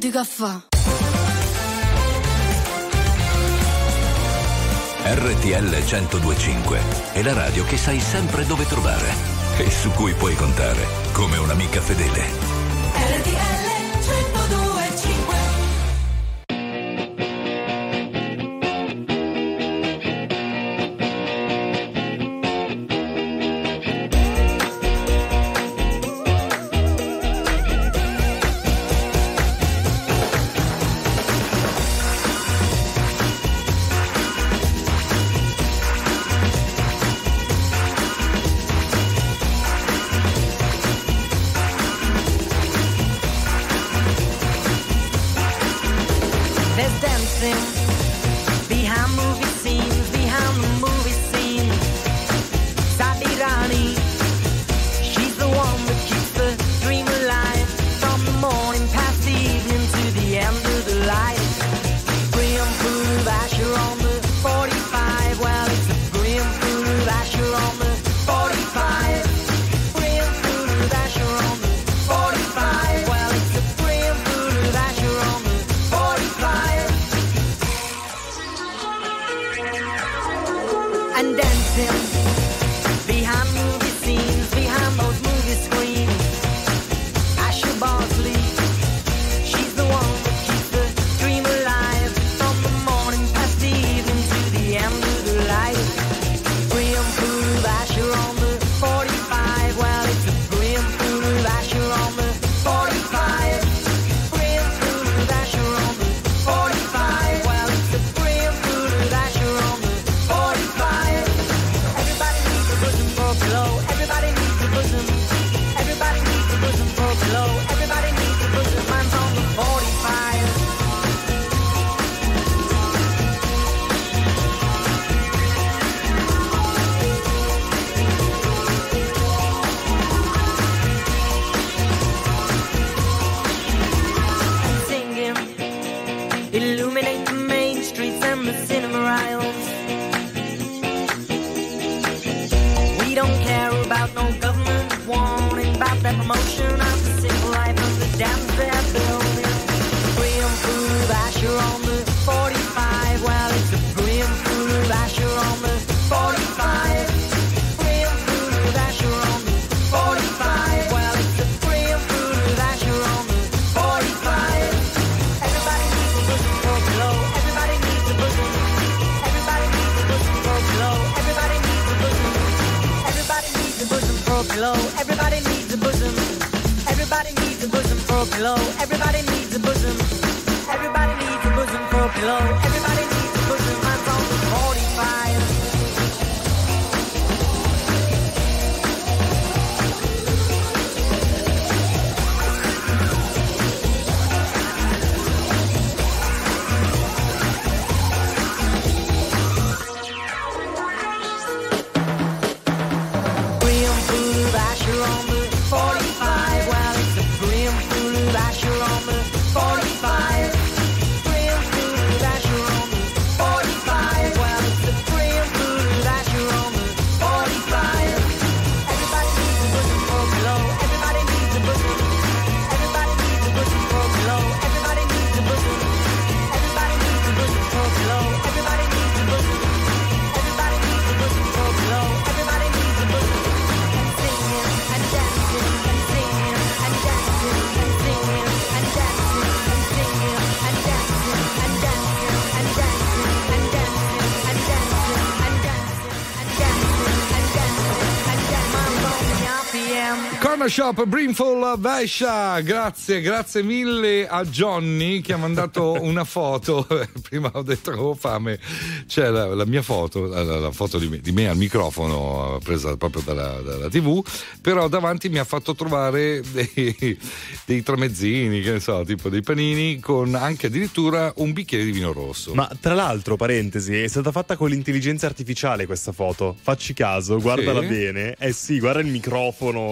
di caffè. R T L centodue e cinque è la radio che sai sempre dove trovare e su cui puoi contare come un'amica fedele. R T L centodue e cinque. Shop Brimful Vescia, grazie, grazie mille a Johnny che ha mandato una foto. Prima ho detto che avevo fame, c'è la, la mia foto, la, la foto di me, di me al microfono presa proprio dalla, dalla tivù, però davanti mi ha fatto trovare dei, dei tramezzini, che ne so, tipo dei panini con anche addirittura un bicchiere di vino rosso. Ma tra l'altro, parentesi, è stata fatta con l'intelligenza artificiale questa foto, facci caso, guardala sì? bene, eh sì, guarda il microfono di, di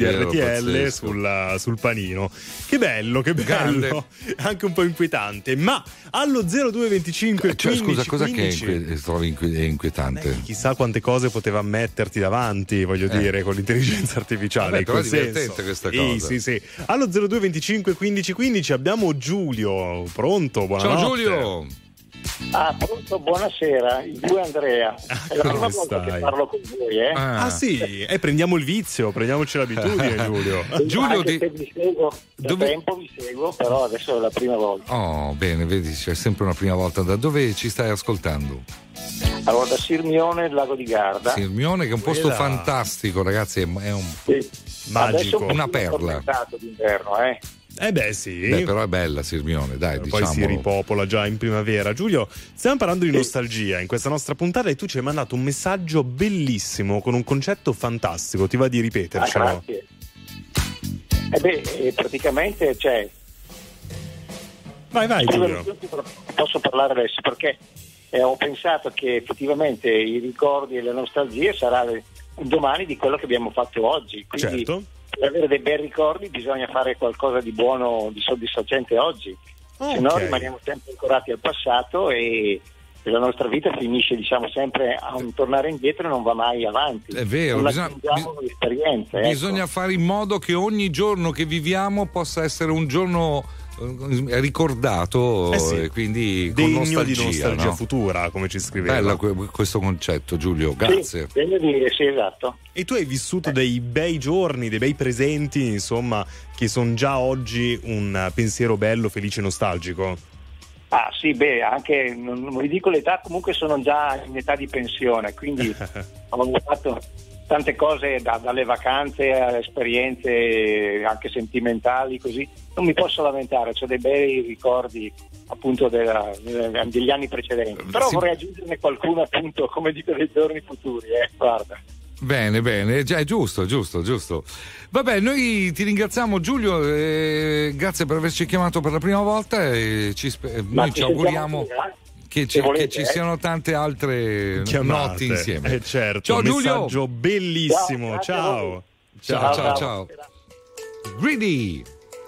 R T L sul, sul panino. Che bello, che bello. Grande. Anche un po' inquietante. Ma allo zero due venticinque cioè, quindici, scusa, cosa quindici, che inqui- trovi inqui- inquietante? Eh, chissà quante cose poteva metterti davanti, voglio Eh. dire, con l'intelligenza artificiale. Vabbè, però è col senso. divertente questa Sì, cosa. sì, sì. Allo zero due venticinque quindici quindici abbiamo Giulio. Pronto? Buonanotte. Ciao Giulio. Ah, pronto, buonasera, il due Andrea. È la come prima volta stai? che parlo con voi, eh? Ah, ah sì, e eh, prendiamo il vizio, prendiamoci l'abitudine, Giulio. Giulio, Anche di... se vi seguo da Dove... tempo, vi seguo, però adesso è la prima volta. Oh, bene, vedi, c'è sempre una prima volta. Da dove ci stai ascoltando? Allora, da Sirmione, il lago di Garda. Sirmione, che è un posto Quella- fantastico, ragazzi, è è un Sì. Magico. Adesso Una un perla. tormentato d'inverno, eh? Eh beh sì. Beh, però è bella Sirmione, dai, Poi diciamo. si ripopola già in primavera. Giulio, stiamo parlando di nostalgia in questa nostra puntata e tu ci hai mandato un messaggio bellissimo con un concetto fantastico. Ti va di Ah, ripetercelo? grazie. Eh beh, eh, praticamente, cioè... Vai, vai, Giulio. Posso parlare adesso perché eh, ho pensato che effettivamente i ricordi e le nostalgie sarà un domani di quello che abbiamo fatto oggi. Quindi Certo. per avere dei bei ricordi bisogna fare qualcosa di buono, di soddisfacente oggi. Se no Ok. rimaniamo sempre ancorati al passato e e la nostra vita finisce, diciamo, sempre a un tornare indietro e non va mai avanti. È vero, non bisogna- aggiungiamo esperienze. ecco. Bisogna fare in modo che ogni giorno che viviamo possa essere un giorno eh, ricordato, Eh sì. e quindi con Degno nostalgia, di nostalgia no? futura, come ci scriveva. Bello que- questo concetto, Giulio, grazie. Sì, degno di- sì, esatto. E tu hai vissuto dei bei giorni, dei bei presenti, insomma, che sono già oggi un pensiero bello, felice e nostalgico? Ah sì, beh, anche, non, non vi dico l'età, comunque sono già in età di pensione, quindi ho fatto tante cose da- dalle vacanze alle esperienze anche sentimentali, così non mi posso lamentare, ho dei bei ricordi appunto della- degli anni precedenti, però Sì. vorrei aggiungerne qualcuno appunto, come dico, dei giorni futuri, eh, guarda. Bene, bene, già, è giusto, giusto, giusto. Vabbè, noi ti ringraziamo Giulio, eh, grazie per averci chiamato per la prima volta e ci, spe- Ma noi ci ci auguriamo sentiamo qui, eh? che, Se ci, volete, che ci eh. siano tante altre Chiamate. notti insieme. Eh certo, Ciao Giulio! messaggio bellissimo, Ciao, grazie a ciao. voi. Ciao, ciao, Ciao, ciao. Greedy!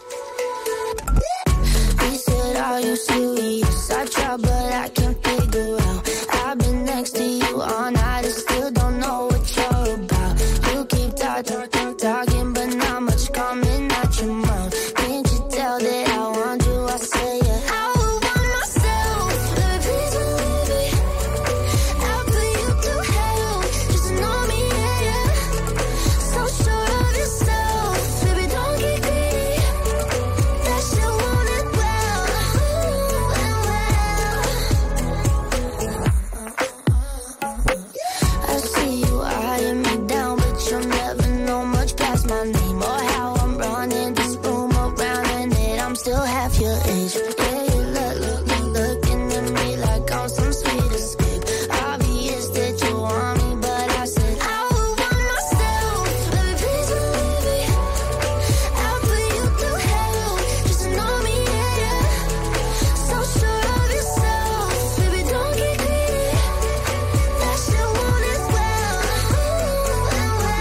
He said, are you serious? I try, but I can't figure out. I've been next to you all night and still don't know what you're about. You keep talking, talking, talking, but not much coming out your mouth. Can't you tell that I want you? I say it. I would want myself, baby, please believe me. I'll put you through hell, just know me, yeah, yeah. So sure of yourself, baby, don't get greedy. That shit want it well, ooh, and well. I see you eyeing me down, but you'll never know much past my name or how I'm running this room around, and that I'm still half your age. Yeah, you look, look, look, looking at me like I'm some sweet escape. Obvious that you want me, but I said I would want myself, baby, please believe me. I'll put you through hell, just to know me, yeah, yeah. So sure of yourself, baby, don't get greedy. That shit want it well, ooh,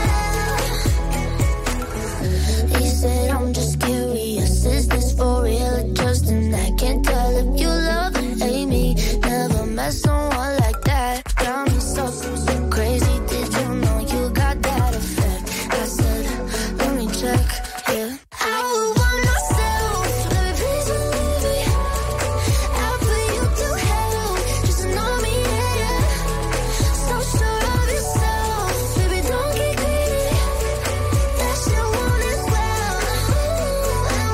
and well. He said, I'm just curious, is this for real or just an act? Can't tell if you love or hate me. Never met someone like that. Got me so, so, so crazy. Did you know you got that effect? I said, let me check, yeah. I would want myself, baby, please believe me. I'll put you through hell, just to know me, yeah, yeah. So sure of yourself, baby, don't get greedy. That shit want it well, ooh, and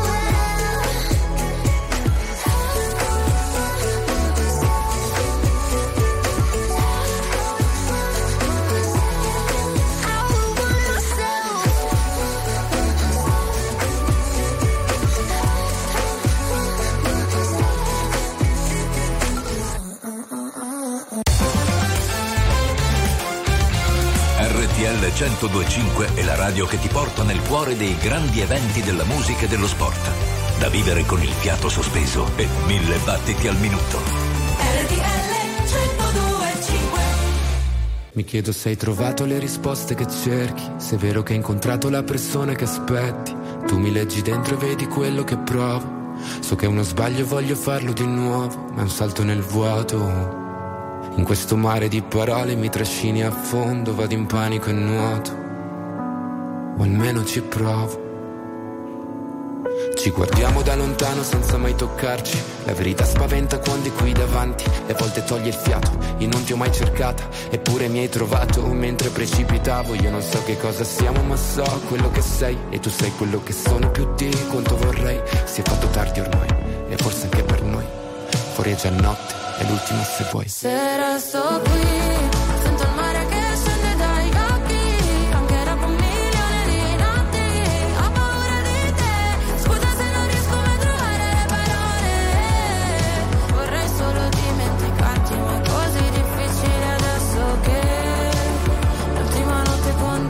well. I would want myself. R T L centodue e cinque è la radio che ti porta nel cuore dei grandi eventi della musica e dello sport. Da vivere con il fiato sospeso e mille battiti al minuto. R T L centodue e cinque. Mi chiedo se hai trovato le risposte che cerchi, se è vero che hai incontrato la persona che aspetti. Tu mi leggi dentro e vedi quello che provo. So che è uno sbaglio e voglio farlo di nuovo, ma è un salto nel vuoto. In questo mare di parole mi trascini a fondo, vado in panico e nuoto, o almeno ci provo. Ci guardiamo da lontano senza mai toccarci. La verità spaventa quando è qui davanti, e a volte toglie il fiato. Io non ti ho mai cercata, eppure mi hai trovato mentre precipitavo. Io non so che cosa siamo, ma so quello che sei, e tu sei quello che sono più di quanto vorrei. Si è fatto tardi ormai, e forse anche per noi. Fuori è già notte, è l'ultima se vuoi. Se resto qui, sento il mare che scende dai occhi, anche dopo un milione di notti. Ho paura di te, scusa se non riesco mai a trovare le parole. Vorrei solo dimenticarti, ma è così difficile adesso che l'ultima notte con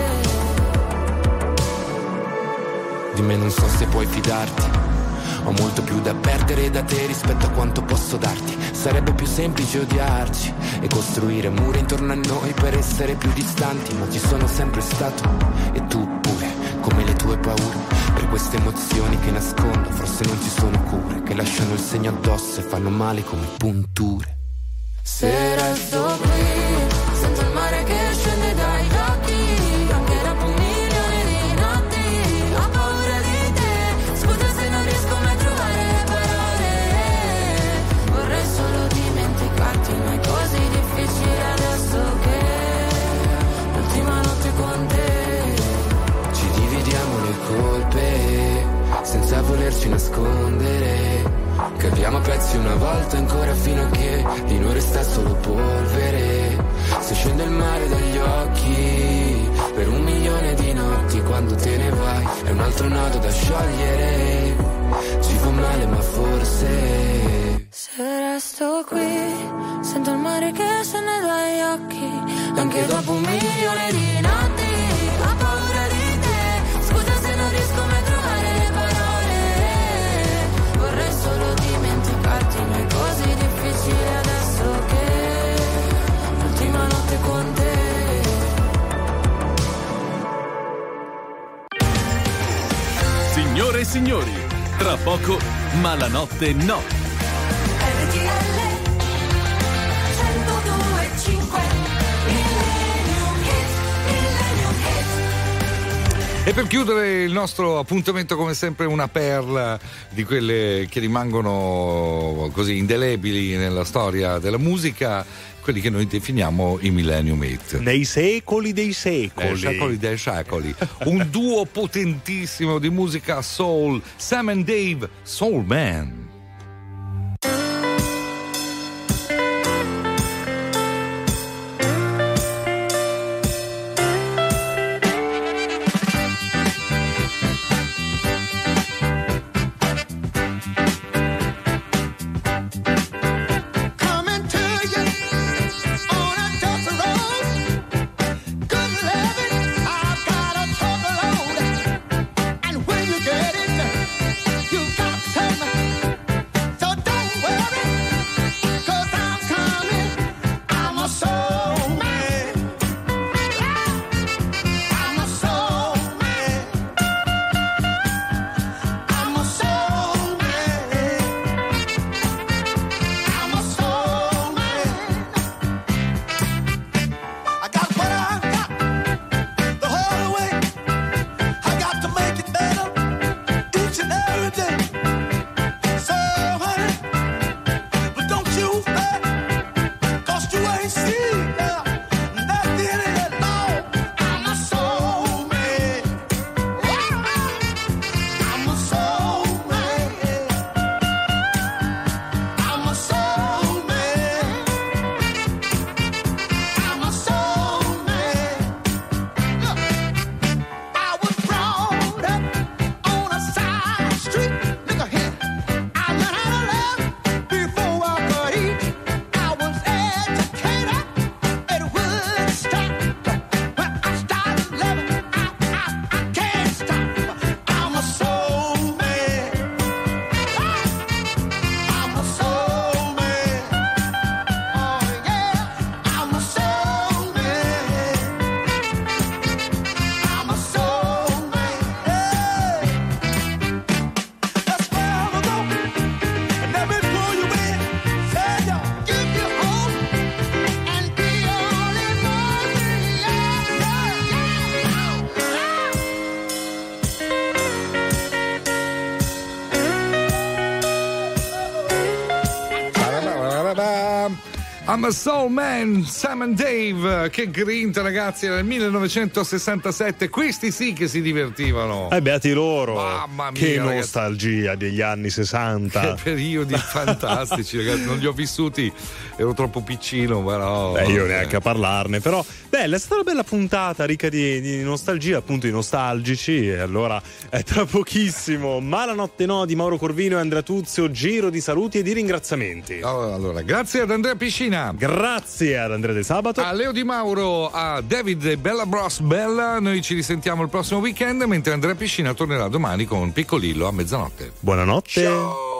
te. Di me non so se puoi fidarti. Ho molto più da perdere da te rispetto a quanto posso darti. Sarebbe più semplice odiarci e costruire mura intorno a noi per essere più distanti, ma ci sono sempre stato, e tu pure, come le tue paure. Per queste emozioni che nascondo forse non ci sono cure, che lasciano il segno addosso e fanno male come punture. Se resto qui, sento il mare che scende dai occhi, anche dopo un milione di notti. Ho paura di te, scusa se non riesco mai a trovare le parole. Vorrei solo dimenticarti, ma è così difficile adesso che l'ultima notte con te. Ci dividiamo le colpe senza volerci nascondere. Cadiamo a pezzi una volta ancora fino a che di noi resta solo polvere. Se scende il mare dagli occhi per un milione di notti, quando te ne vai è un altro nodo da sciogliere. Ci fa male ma forse se resto qui, sento il mare che scende dagli occhi, anche dopo un milione di notti. Ho paura di te, scusa se non riesco mai a trovare le parole. Vorrei solo dimenticarti, ma è così difficile adesso che l'ultima notte con te. Signore e signori, tra poco Malanotte no. E per chiudere il nostro appuntamento, come sempre, una perla di quelle che rimangono così indelebili nella storia della musica, quelli che noi definiamo i Millennium Hit. Nei secoli dei secoli. Nei secoli dei secoli. Un duo potentissimo di musica soul, Sam and Dave, Soul Man. You've got to era I'm a Soul Man, Sam and Dave. Che grinta, ragazzi, nel millenovecentosessantasette. Questi sì che si divertivano. Eh, beati loro. Mamma mia, che ragazzi. Nostalgia degli anni sessanta. Che periodi fantastici, ragazzi. Non li ho vissuti, ero troppo piccino, però. Beh, io neanche a parlarne, però bella, è stata una bella puntata ricca di, di nostalgia, appunto di nostalgici. E allora è tra pochissimo Malanotte No di Mauro Corvino e Andrea Tuzio, giro di saluti e di ringraziamenti. Allora, grazie ad Andrea Piscina. Grazie ad Andrea De Sabato, a Leo Di Mauro, a David e Bella Bros Bella. Noi ci risentiamo il prossimo weekend, mentre Andrea Piscina tornerà domani con Piccolillo a mezzanotte. Buonanotte. Ciao.